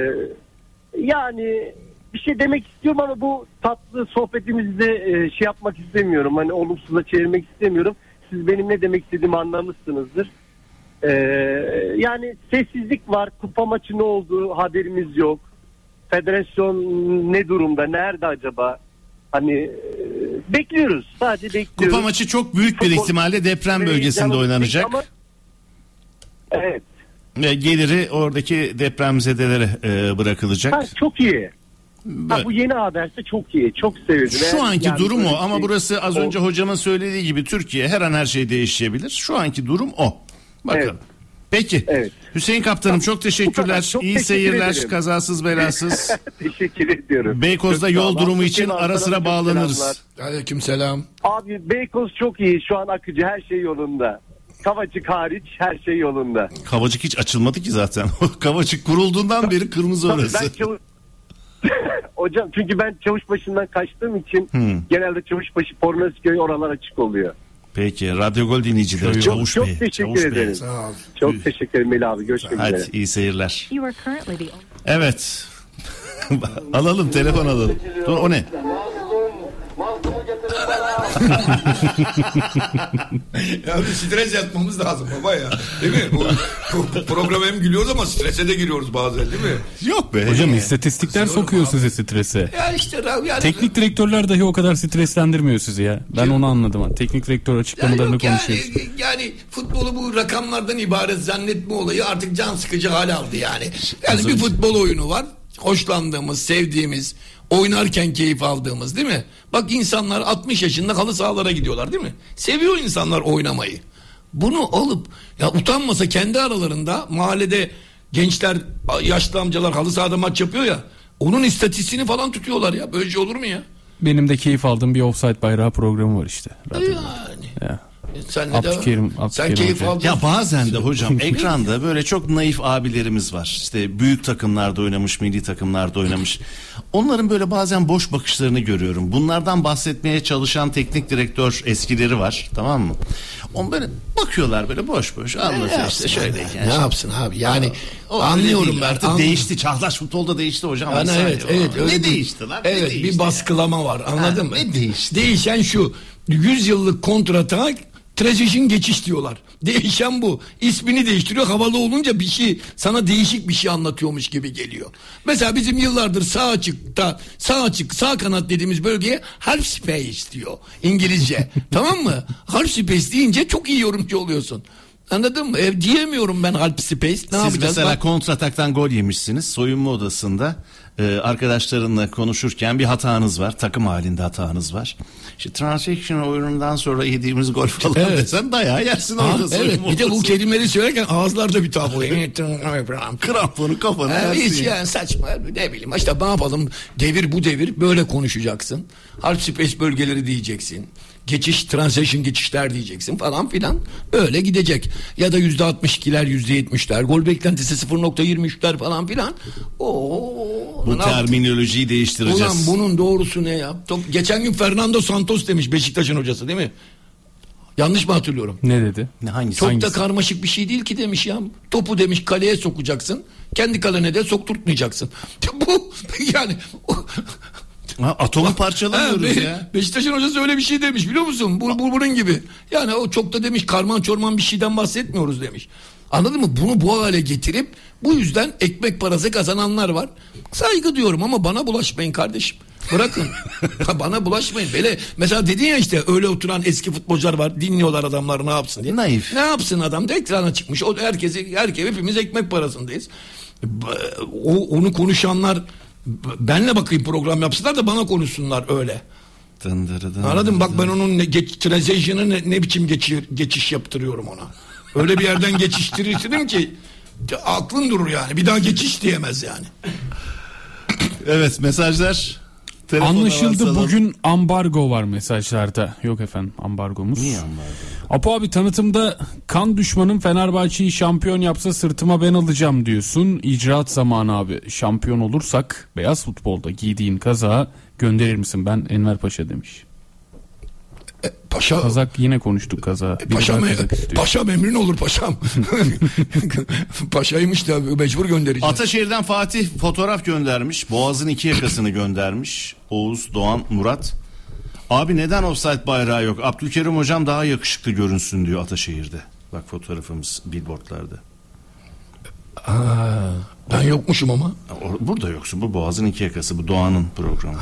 Yani bir şey demek istiyorum ama bu tatlı sohbetimizde şey yapmak istemiyorum. Hani olumsuza çevirmek istemiyorum. Siz benim ne demek istediğimi anlamışsınızdır. Yani sessizlik var. Kupa maçı ne oldu haberimiz yok. Federasyon ne durumda? Nerede acaba? Hani bekliyoruz. Sadece bekliyoruz. kupa maçı çok büyük bir ihtimalle deprem bölgesinde oynanacak. Ama, evet. Ve geliri oradaki depremzedelere bırakılacak. Çok iyi. Bu yeni haberse çok iyi. Çok sevindim. Şu anki yani durum o ama burası az önce hocamın söylediği gibi Türkiye, her an her şey değişebilir. Şu anki durum o. Bakalım. Evet. Peki. Evet. Hüseyin kaptanım çok teşekkürler. Çok İyi teşekkür seyirler. ederim. Kazasız belasız. Teşekkür ediyorum. Beykoz'da Çok yol sağ ol. durumu için Selam, ara sıra sana bağlanırız. selamlar. Aleykümselam. Abi Beykoz çok iyi. Şu an akıcı, her şey yolunda. Kavacık hariç her şey yolunda. Kavacık hiç açılmadı ki zaten. Kavacık kurulduğundan beri kırmızı orası. Hocam çünkü ben Çavuşbaşı'ndan kaçtığım için genelde Çavuşbaşı, Pornözköy oralar açık oluyor. Peki, Radyo Gol dinleyicileri. Çok teşekkür ederim. Sağ ol. Çok teşekkür ederim Melih abi. Görüşmek üzere. Hadi iyi seyirler. Evet. Alalım, telefon alalım. Dur, o ne? Ya bir stres yatmamız lazım baba ya. Değil mi? Bu programa hem gülüyoruz ama strese de giriyoruz bazen, değil mi? Yok be. Hocam istatistikler sokuyor sizi strese. Ya işte yani... Teknik direktörler dahi o kadar streslendirmiyor sizi ya. Ben onu anladım. Teknik direktör açıklamalarını konuşuyoruz. Yani futbolu bu rakamlardan ibaret zannetme olayı artık can sıkıcı hale aldı yani. Yani bir futbol oyunu var. Hoşlandığımız, sevdiğimiz, oynarken keyif aldığımız, değil mi? Bak insanlar 60 yaşında halı sahalara gidiyorlar, değil mi? Seviyor insanlar oynamayı. Bunu alıp ya utanmasa kendi aralarında mahallede gençler, yaşlı amcalar halı sahada maç yapıyor ya. Onun istatistiğini falan tutuyorlar ya. Böylece olur mu ya? Benim de keyif aldığım bir Offside Bayrağı programı var işte. Yani. Ya. Sen keyif aldın. Ya bazen de hocam ekranda böyle çok naif abilerimiz var. İşte büyük takımlarda oynamış, milli takımlarda oynamış. Onların böyle bazen boş bakışlarını görüyorum. Bunlardan bahsetmeye çalışan teknik direktör eskileri var, tamam mı? On böyle bakıyorlar böyle boş anlatıyor işte şöyleyken. Ne yapsın abi yani anlıyorum ben. Artık değişti, çağdaş futbolda değişti hocam. Yani evet öyle ne değişti lan? Evet bir baskılama var, anladın mı? Ne değişti? Değişen şu 100 yıllık kontrata transition geçiş diyorlar. Değişen bu. İsmini değiştiriyor. Havalı olunca bir şey sana değişik bir şey anlatıyormuş gibi geliyor. Mesela bizim yıllardır sağ kanat dediğimiz bölgeye half space diyor İngilizce. Tamam mı? Half space deyince çok iyi yorumcu oluyorsun. Anladın mı? Diyemiyorum ben half space. Siz mesela kontrataktan gol yemişsiniz. Soyunma odasında arkadaşlarınla konuşurken bir hatanız var. Takım halinde hatanız var. İşte transaction oyunundan sonra yediğimiz gol falan desen dayağı yersin orada. Evet, bir de bu kelimeleri söylerken ağızlarda bir tablo. Kramponu kafana yersin. Hiç yani saçma, ne bileyim işte ne yapalım, devir bu devir, böyle konuşacaksın. Half space bölgeleri diyeceksin. Transition geçişler diyeceksin falan filan. Öyle gidecek. Ya da %62'ler, %70'ler, gol beklentisi 0.23'ler falan filan. Bu terminolojiyi değiştireceğiz. Ulan bunun doğrusu ne ya? Geçen gün Fernando Santos demiş, Beşiktaş'ın hocası değil mi? Yanlış mı hatırlıyorum? Ne dedi? Çok da karmaşık bir şey değil ki demiş ya. Topu demiş kaleye sokacaksın. Kendi kalene de sokturtmayacaksın. Bu yani... Atomu parçalamıyoruz ya. Beşiktaş'ın hocası öyle bir şey demiş, biliyor musun? Bunun gibi. Yani o çok da demiş karman çorman bir şeyden bahsetmiyoruz demiş. Anladın mı? Bunu bu hale getirip bu yüzden ekmek parası kazananlar var. Saygı diyorum ama bana bulaşmayın kardeşim. Bırakın. Bana bulaşmayın. Böyle mesela dedin ya işte öyle oturan eski futbolcular var. Dinliyorlar adamlar ne yapsın diye. Naif. Ne yapsın adam da ekrana çıkmış. O herkes hepimiz ekmek parasındayız. Onu konuşanlar benle bakayım program yapsınlar da bana konuşsunlar öyle. Anladın mı? Bak ben onun transition'ı ne biçim geçiş yaptırıyorum ona. Öyle bir yerden geçiştiririm ki aklın durur yani. Bir daha geçiş diyemez yani. Evet, mesajlar. Anlaşıldı, bugün ambargo var mesajlarda. Yok efendim, ambargomuz. Niye ambargo? Apo abi, tanıtımda kan düşmanım Fenerbahçe'yi şampiyon yapsa sırtıma ben alacağım diyorsun. İcraat zamanı abi. Şampiyon olursak beyaz futbolda giydiğin kazağı gönderir misin? Ben Enver Paşa demiş. Paşa. Kazak yine konuştuk kazağı. Paşam emrin olur paşam. Paşaymış da mecbur göndereceğim. Ataşehir'den Fatih fotoğraf göndermiş. Boğaz'ın 2 yakasını göndermiş. Oğuz, Doğan, Murat. Abi neden offside bayrağı yok? Abdülkerim hocam daha yakışıklı görünsün diyor Ataşehir'de. Bak fotoğrafımız billboardlarda. Ben yokmuşum ama. Burada yoksun. Bu Boğaz'ın 2 yakası. Bu Doğan'ın programı.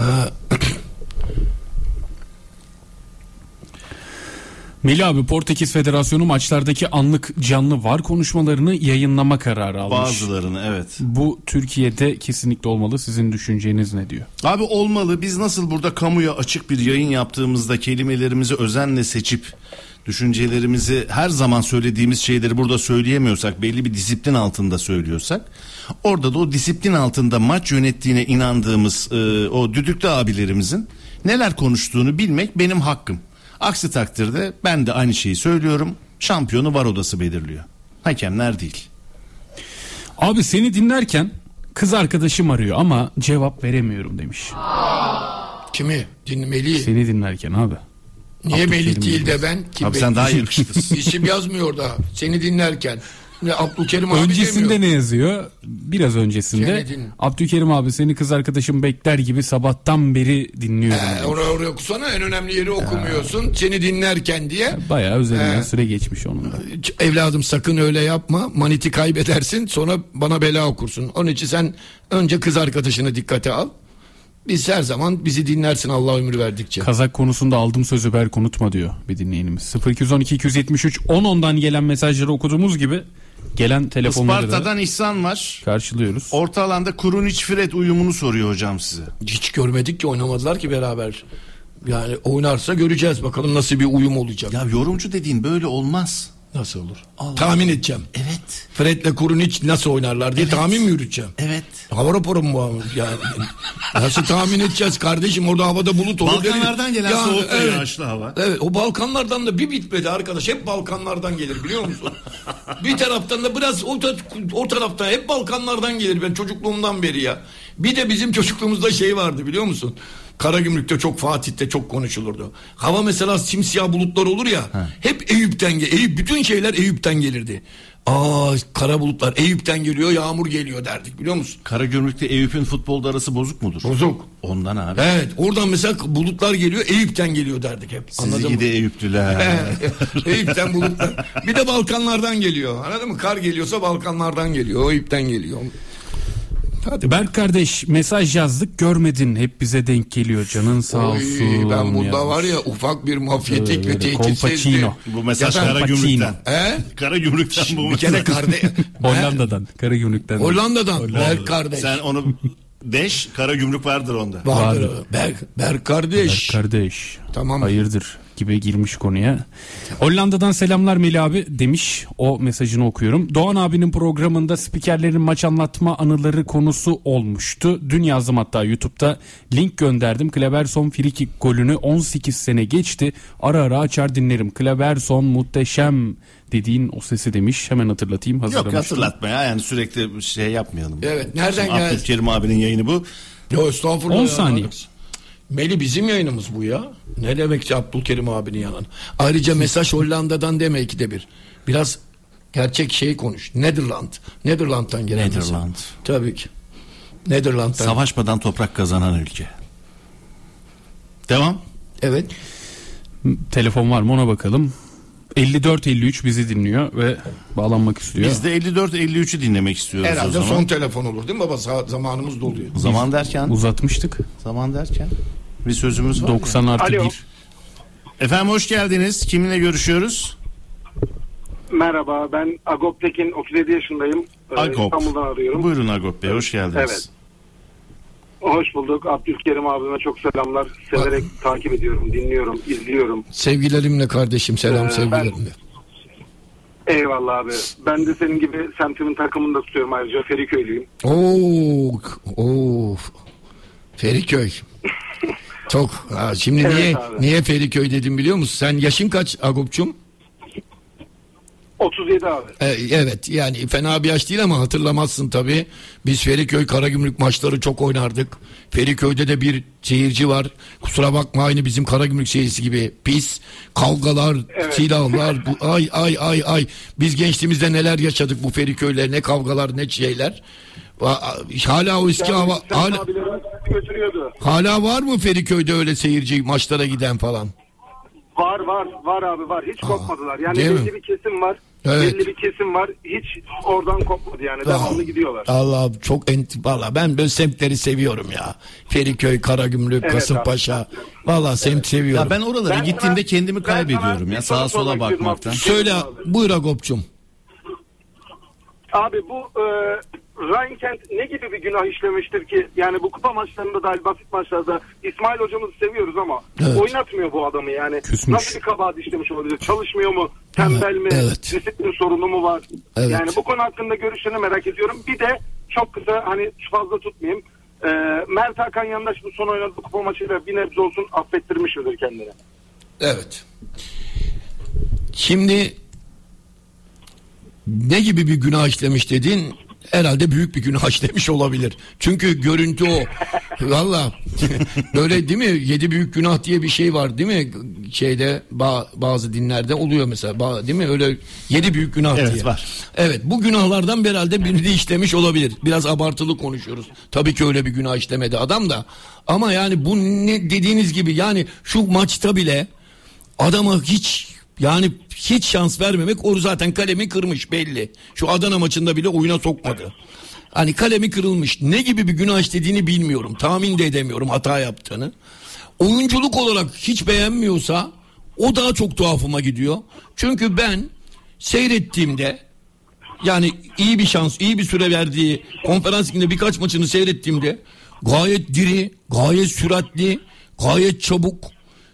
Melih abi, Portekiz Federasyonu maçlardaki anlık canlı VAR konuşmalarını yayınlama kararı almış. Bazılarını, evet. Bu Türkiye'de kesinlikle olmalı. Sizin düşünceniz ne diyor? Abi olmalı. Biz nasıl burada kamuya açık bir yayın yaptığımızda kelimelerimizi özenle seçip düşüncelerimizi, her zaman söylediğimiz şeyleri burada söyleyemiyorsak, belli bir disiplin altında söylüyorsak, orada da o disiplin altında maç yönettiğine inandığımız o düdüklü abilerimizin neler konuştuğunu bilmek benim hakkım. Aksi takdirde ben de aynı şeyi söylüyorum. Şampiyonu VAR odası belirliyor. Hakemler değil. Abi seni dinlerken kız arkadaşım arıyor ama cevap veremiyorum demiş. Kimi? Melih. Seni dinlerken abi. Niye Melih değil de ben? Abi sen daha yakışıklısın. İsim yazmıyor da seni dinlerken. Abdülkerim abi öncesinde demiyor. Ne yazıyor? Biraz öncesinde. Abdülkerim abi seni kız arkadaşım bekler gibi sabahtan beri dinliyorum. Oraya okusana, en önemli yeri okumuyorsun. Seni dinlerken diye. Bayağı üzerinden süre geçmiş onun da. Evladım sakın öyle yapma. Maniti kaybedersin, sonra bana bela okursun. Onun için sen önce kız arkadaşını dikkate al. Biz her zaman bizi dinlersin Allah ömür verdikçe. Kazak konusunda aldım sözü Berk unutma diyor bir dinleyenimiz. 0212 273 10'dan gelen mesajları okuduğumuz gibi gelen telefonları Isparta'dan İhsan var. Karşılıyoruz. Orta alanda Krunic Fred uyumunu soruyor hocam size. Hiç görmedik ki, oynamadılar ki beraber. Yani oynarsa göreceğiz bakalım nasıl bir uyum olacak. Ya yorumcu dediğin böyle olmaz. Nasıl olur? Allah. Tahmin edeceğim. Evet. Fred'le Kurunic nasıl oynarlar diye tahmin mi yürüteceğim? Evet. Hava raporu mu bu yani? Nasıl tahmin edeceğiz kardeşim? Orada havada bulut olur. Balkanlardan gelen yani, soğuk ve yağışlı hava. Evet, o Balkanlardan da bir bitmedi arkadaş. Hep Balkanlardan gelir biliyor musun? Bir taraftan da biraz o tarafta hep Balkanlardan gelir. Ben çocukluğumdan beri ya. Bir de bizim çocukluğumuzda şey vardı biliyor musun? Karagümrük'te çok, Fatih'te çok konuşulurdu. Hava mesela simsiyah bulutlar olur ya. Hep Eyüp'ten bütün şeyler Eyüp'ten gelirdi. Kara bulutlar Eyüp'ten geliyor, yağmur geliyor derdik biliyor musun? Karagümrük'te Eyüp'ün futbolda arası bozuk mudur? Bozuk. Ondan abi. Evet, oradan mesela bulutlar geliyor, Eyüp'ten geliyor derdik hep. Sizi gidi Eyüplüler. Eyüp'ten bulutlar. Bir de Balkanlardan geliyor. Anladın mı? Kar geliyorsa Balkanlardan geliyor, Eyüp'ten geliyor. Hadi. Berk kardeş mesaj yazdık görmedin, hep bize denk geliyor, canın sağ olsun. Ben burada yazmış. var ya ufak bir mafyatik ve tehdit sezdi. Bu mesaj Karagümrük'ten. Karagümrük'ten bu mesaj. Bir kere Hollanda'dan. Karagümrük'ten. Hollanda'dan. Berk kardeş. Sen onu deş, Karagümrük vardır onda. Vardır. Berk kardeş. Berk kardeş. Tamam. Hayırdır gibi girmiş konuya. Hollanda'dan selamlar Melih abi demiş. O mesajını okuyorum. Doğan abinin programında spikerlerin maç anlatma anıları konusu olmuştu. Dün yazdım hatta YouTube'da. Link gönderdim. Kleberson frikik golünü 18 sene geçti. Ara ara açar dinlerim. Kleberson muhteşem dediğin o sesi demiş. Hemen hatırlatayım. Yok hatırlatma ya, yani sürekli şey yapmayalım. Evet, nereden geldi? Abdülkerim abinin yayını bu. Yok estağfurullah. 10 saniye. Meli bizim yayınımız bu ya. Ne demek ki Abdülkerim abinin yalan. Ayrıca mesaj Hollanda'dan deme ikide bir. Biraz gerçek şey konuş. Nederland'dan gelen. Nederland. Tabii ki. Nederland'dan. Savaşmadan toprak kazanan ülke. Devam. Evet. Telefon var mı ona bakalım. 54-53 bizi dinliyor ve bağlanmak istiyor. Biz de 54-53'ü dinlemek istiyoruz. Herhalde o zaman. son telefon olur değil mi baba? Zamanımız doluyor. Zaman derken? Uzatmıştık. Zaman derken? Bir sözümüz var 90 ya. artı Alo. 1. Efendim hoş geldiniz. Kiminle görüşüyoruz? Merhaba, ben Agop Tekin, 37 yaşındayım. Agop. İstanbul'dan arıyorum. Buyurun Agop Bey, hoş geldiniz. Evet. Hoş bulduk. Abdülkerim abime çok selamlar. Severek takip ediyorum, dinliyorum, izliyorum. Sevgilerimle kardeşim, selam sevgilerimle. Eyvallah abi. Ben de senin gibi semtimin takımını da tutuyorum ayrıca. Feriköylüyüm. Feriköy. Çok. Şimdi evet, niye Feriköy dedim biliyor musun? Sen yaşın kaç Agop'cum? 37 abi. Evet, yani fena bir yaş değil ama hatırlamazsın tabii. Biz Feriköy Karagümrük maçları çok oynardık. Feriköy'de de bir seyirci var. Kusura bakma, aynı bizim Karagümrük seyircisi gibi pis. Kavgalar, silahlar. Ay. Biz gençliğimizde neler yaşadık bu Feriköy'le, ne kavgalar ne şeyler. Hala o eski hava hala var mı Feriköy'de öyle seyirci maçlara giden falan? Var abi var. Hiç kopmadılar. Yani Değil belli mi? bir kesim var. Evet. Belli bir kesim var. Hiç oradan kopmadı yani. Devamlı gidiyorlar. Allah çok valla ben böyle semtleri seviyorum ya. Feriköy, Karagümrük, Evet, Kasımpaşa. Valla semt seviyorum. Ya ben oralara gittiğimde kendimi kaybediyorum ya, sağa sola bakmaktan. Söyle, buyur Agop'cum. Abi bu Rheinkent ne gibi bir günah işlemiştir ki? Yani bu kupa maçlarında dahil basit maçlarda İsmail hocamızı seviyoruz ama oynatmıyor bu adamı yani. Küsmüş. Nasıl bir kabahat işlemiş olabilir? Çalışmıyor mu? Tembel mi? Disiplin sorunu mu var? Evet. Yani bu konu hakkında görüşlerini merak ediyorum. Bir de çok kısa, hani fazla tutmayayım. Mert Hakan Yandaş bu son oynadığı kupa maçıyla bir nebze olsun affettirmiş midir kendine? Evet. Şimdi ne gibi bir günah işlemiş dedin? Herhalde büyük bir günah işlemiş olabilir. Çünkü görüntü o. Valla böyle değil mi? 7 büyük günah diye bir şey var değil mi? Şeyde bazı dinlerde oluyor mesela. Değil mi? Öyle 7 büyük günah diye. Evet, var. Evet, bu günahlardan herhalde birini işlemiş olabilir. Biraz abartılı konuşuyoruz. Tabii ki öyle bir günah işlemedi adam da. Ama yani bu ne dediğiniz gibi, yani şu maçta bile adama hiç şans vermemek, o zaten kalemi kırmış belli. Şu Adana maçında bile oyuna sokmadı. Hani kalemi kırılmış. Ne gibi bir günah işlediğini bilmiyorum. Tahmin de edemiyorum hata yaptığını. Oyunculuk olarak hiç beğenmiyorsa o daha çok tuhafıma gidiyor. Çünkü ben seyrettiğimde, yani iyi bir şans, iyi bir süre verdiği konferans liginde birkaç maçını seyrettiğimde gayet diri, gayet süratli, gayet çabuk.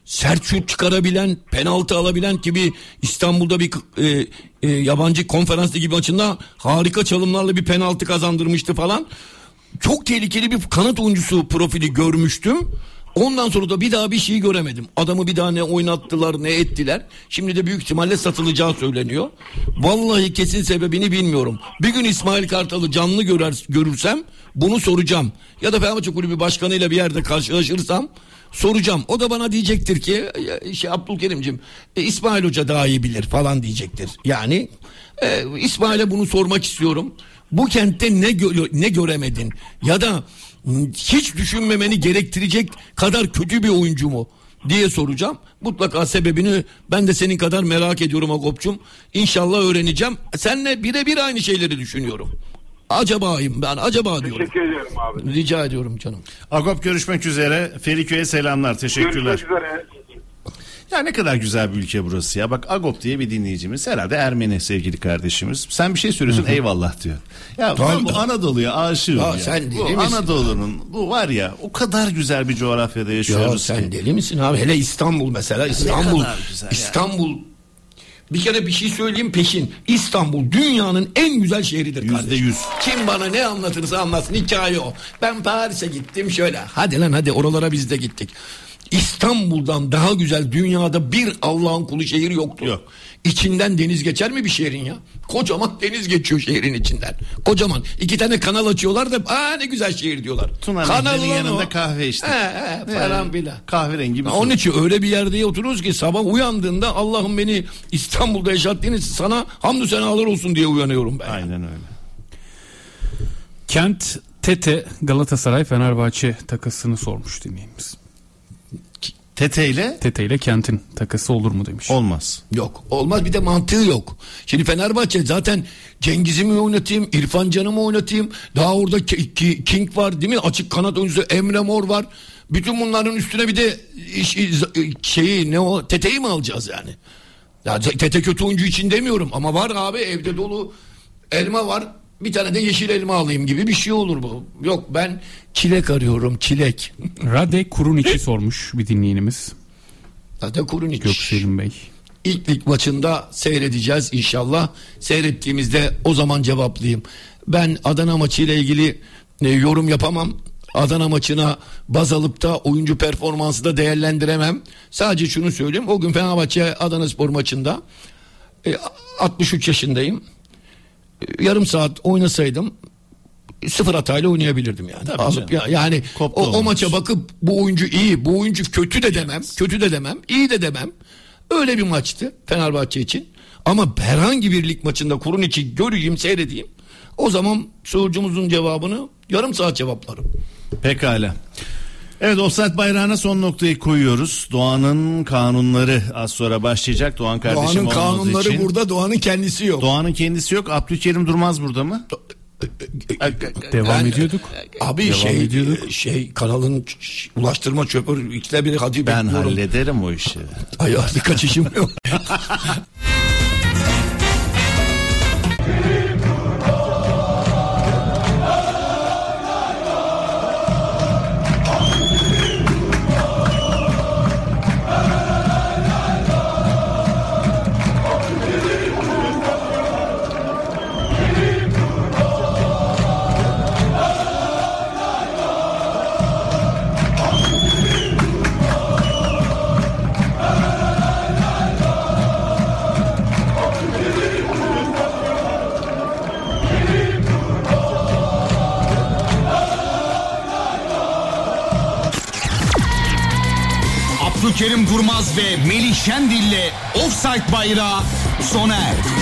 sert şut çıkarabilen, penaltı alabilen gibi İstanbul'da bir yabancı konferans ligi maçında harika çalımlarla bir penaltı kazandırmıştı falan. Çok tehlikeli bir kanat oyuncusu profili görmüştüm. Ondan sonra da bir daha bir şey göremedim. Adamı bir daha ne oynattılar ne ettiler. Şimdi de büyük ihtimalle satılacağı söyleniyor. Vallahi kesin sebebini bilmiyorum. Bir gün İsmail Kartal'ı canlı görürsem bunu soracağım. Ya da Fenerbahçe Kulübü Başkanı'yla bir yerde karşılaşırsam soracağım. O da bana diyecektir ki Abdülkerimciğim İsmail Hoca daha iyi bilir falan diyecektir. Yani İsmail'e bunu sormak istiyorum. Bu kentte ne göremedin ya da hiç düşünmemeni gerektirecek kadar kötü bir oyuncu mu diye soracağım. Mutlaka sebebini ben de senin kadar merak ediyorum Agop'cum. İnşallah öğreneceğim. Seninle birebir aynı şeyleri düşünüyorum. Acaba'yım ben, acaba diyorum. Teşekkür ediyorum abi. Rica ediyorum canım. Agop görüşmek üzere. Feriköy'e selamlar. Teşekkürler. Görüşmek üzere. Ya ne kadar güzel bir ülke burası ya. Bak Agop diye bir dinleyicimiz, herhalde Ermeni sevgili kardeşimiz. Sen bir şey söylüyorsun, eyvallah diyor. Ya bu Anadolu'ya aşığım ya. Sen deli bu misin? Anadolu'nun bu var ya, o kadar güzel bir coğrafyada yaşıyoruz. Ya sen deli misin abi? Hele İstanbul mesela. İstanbul. Bir kere bir şey söyleyeyim peşin. İstanbul dünyanın en güzel şehridir kardeşim. %100. Kim bana ne anlatırsa anlatsın, hikaye o. Ben Paris'e gittim şöyle. Hadi lan hadi, oralara biz de gittik. İstanbul'dan daha güzel dünyada bir Allah'ın kulu şehir yoktur. Yok. İçinden deniz geçer mi bir şehrin ya? Kocaman deniz geçiyor şehrin içinden. Kocaman. 2 tane kanal açıyorlar da ne güzel şehir diyorlar. Kanalın yanında kahve işte. Falan filan. Kahverengi bir Onun için öyle bir yerde oturuyoruz ki sabah uyandığında Allah'ım beni İstanbul'da yaşattığınız sana hamdü senalar olsun diye uyanıyorum ben. Aynen öyle. Kent Tete Galatasaray Fenerbahçe takasını sormuş dinleyicimiz. Tete ile Kent'in takası olur mu demiş. Olmaz. Yok, olmaz, bir de mantığı yok. Şimdi Fenerbahçe zaten Cengiz'i mi oynatayım, İrfan Can'ı mı oynatayım? Daha orada King var değil mi? Açık kanat oyuncusu Emre Mor var. Bütün bunların üstüne bir de Tete'yi mi alacağız yani? Ya Tete kötü oyuncu için demiyorum ama var abi, evde dolu elma var. Bir tane de yeşil elma alayım gibi bir şey olur bu. Yok, ben çilek arıyorum, çilek. Rade Kuruniç'i sormuş bir dinleyenimiz. Rade Kuruniç. Gökselim Bey. İlk lig maçında seyredeceğiz inşallah. Seyrettiğimizde o zaman cevaplayayım. Ben Adana maçıyla ilgili yorum yapamam. Adana maçına baz alıp da oyuncu performansı da değerlendiremem. Sadece şunu söyleyeyim. O gün Fenerbahçe Adanaspor maçında 63 yaşındayım. Yarım saat oynasaydım 0 hatayla oynayabilirdim yani. Yani o maça bakıp bu oyuncu iyi, bu oyuncu kötü de demem, iyi de demem. Öyle bir maçtı Fenerbahçe için. Ama herhangi bir lig maçında Kuruniç'i göreyim, seyredeyim. O zaman sorucumuzun cevabını yarım saat cevaplarım. Pekala. Evet, Offside bayrağına son noktayı koyuyoruz. Doğanın kanunları az sonra başlayacak. Doğan kardeşim Doğanın kanunları için. burada, Doğanın kendisi yok. Doğanın kendisi yok. Abdülkerim Durmaz burada mı? Devam ediyorduk. Abi kanalın ulaştırma şoför ikide bir hadi ben bekliyorum. Hallederim o işi. Ay artık kaçışım yok. Abdülkerim Durmaz ve Melih Şendil'le Offside bayrağı sona erdi.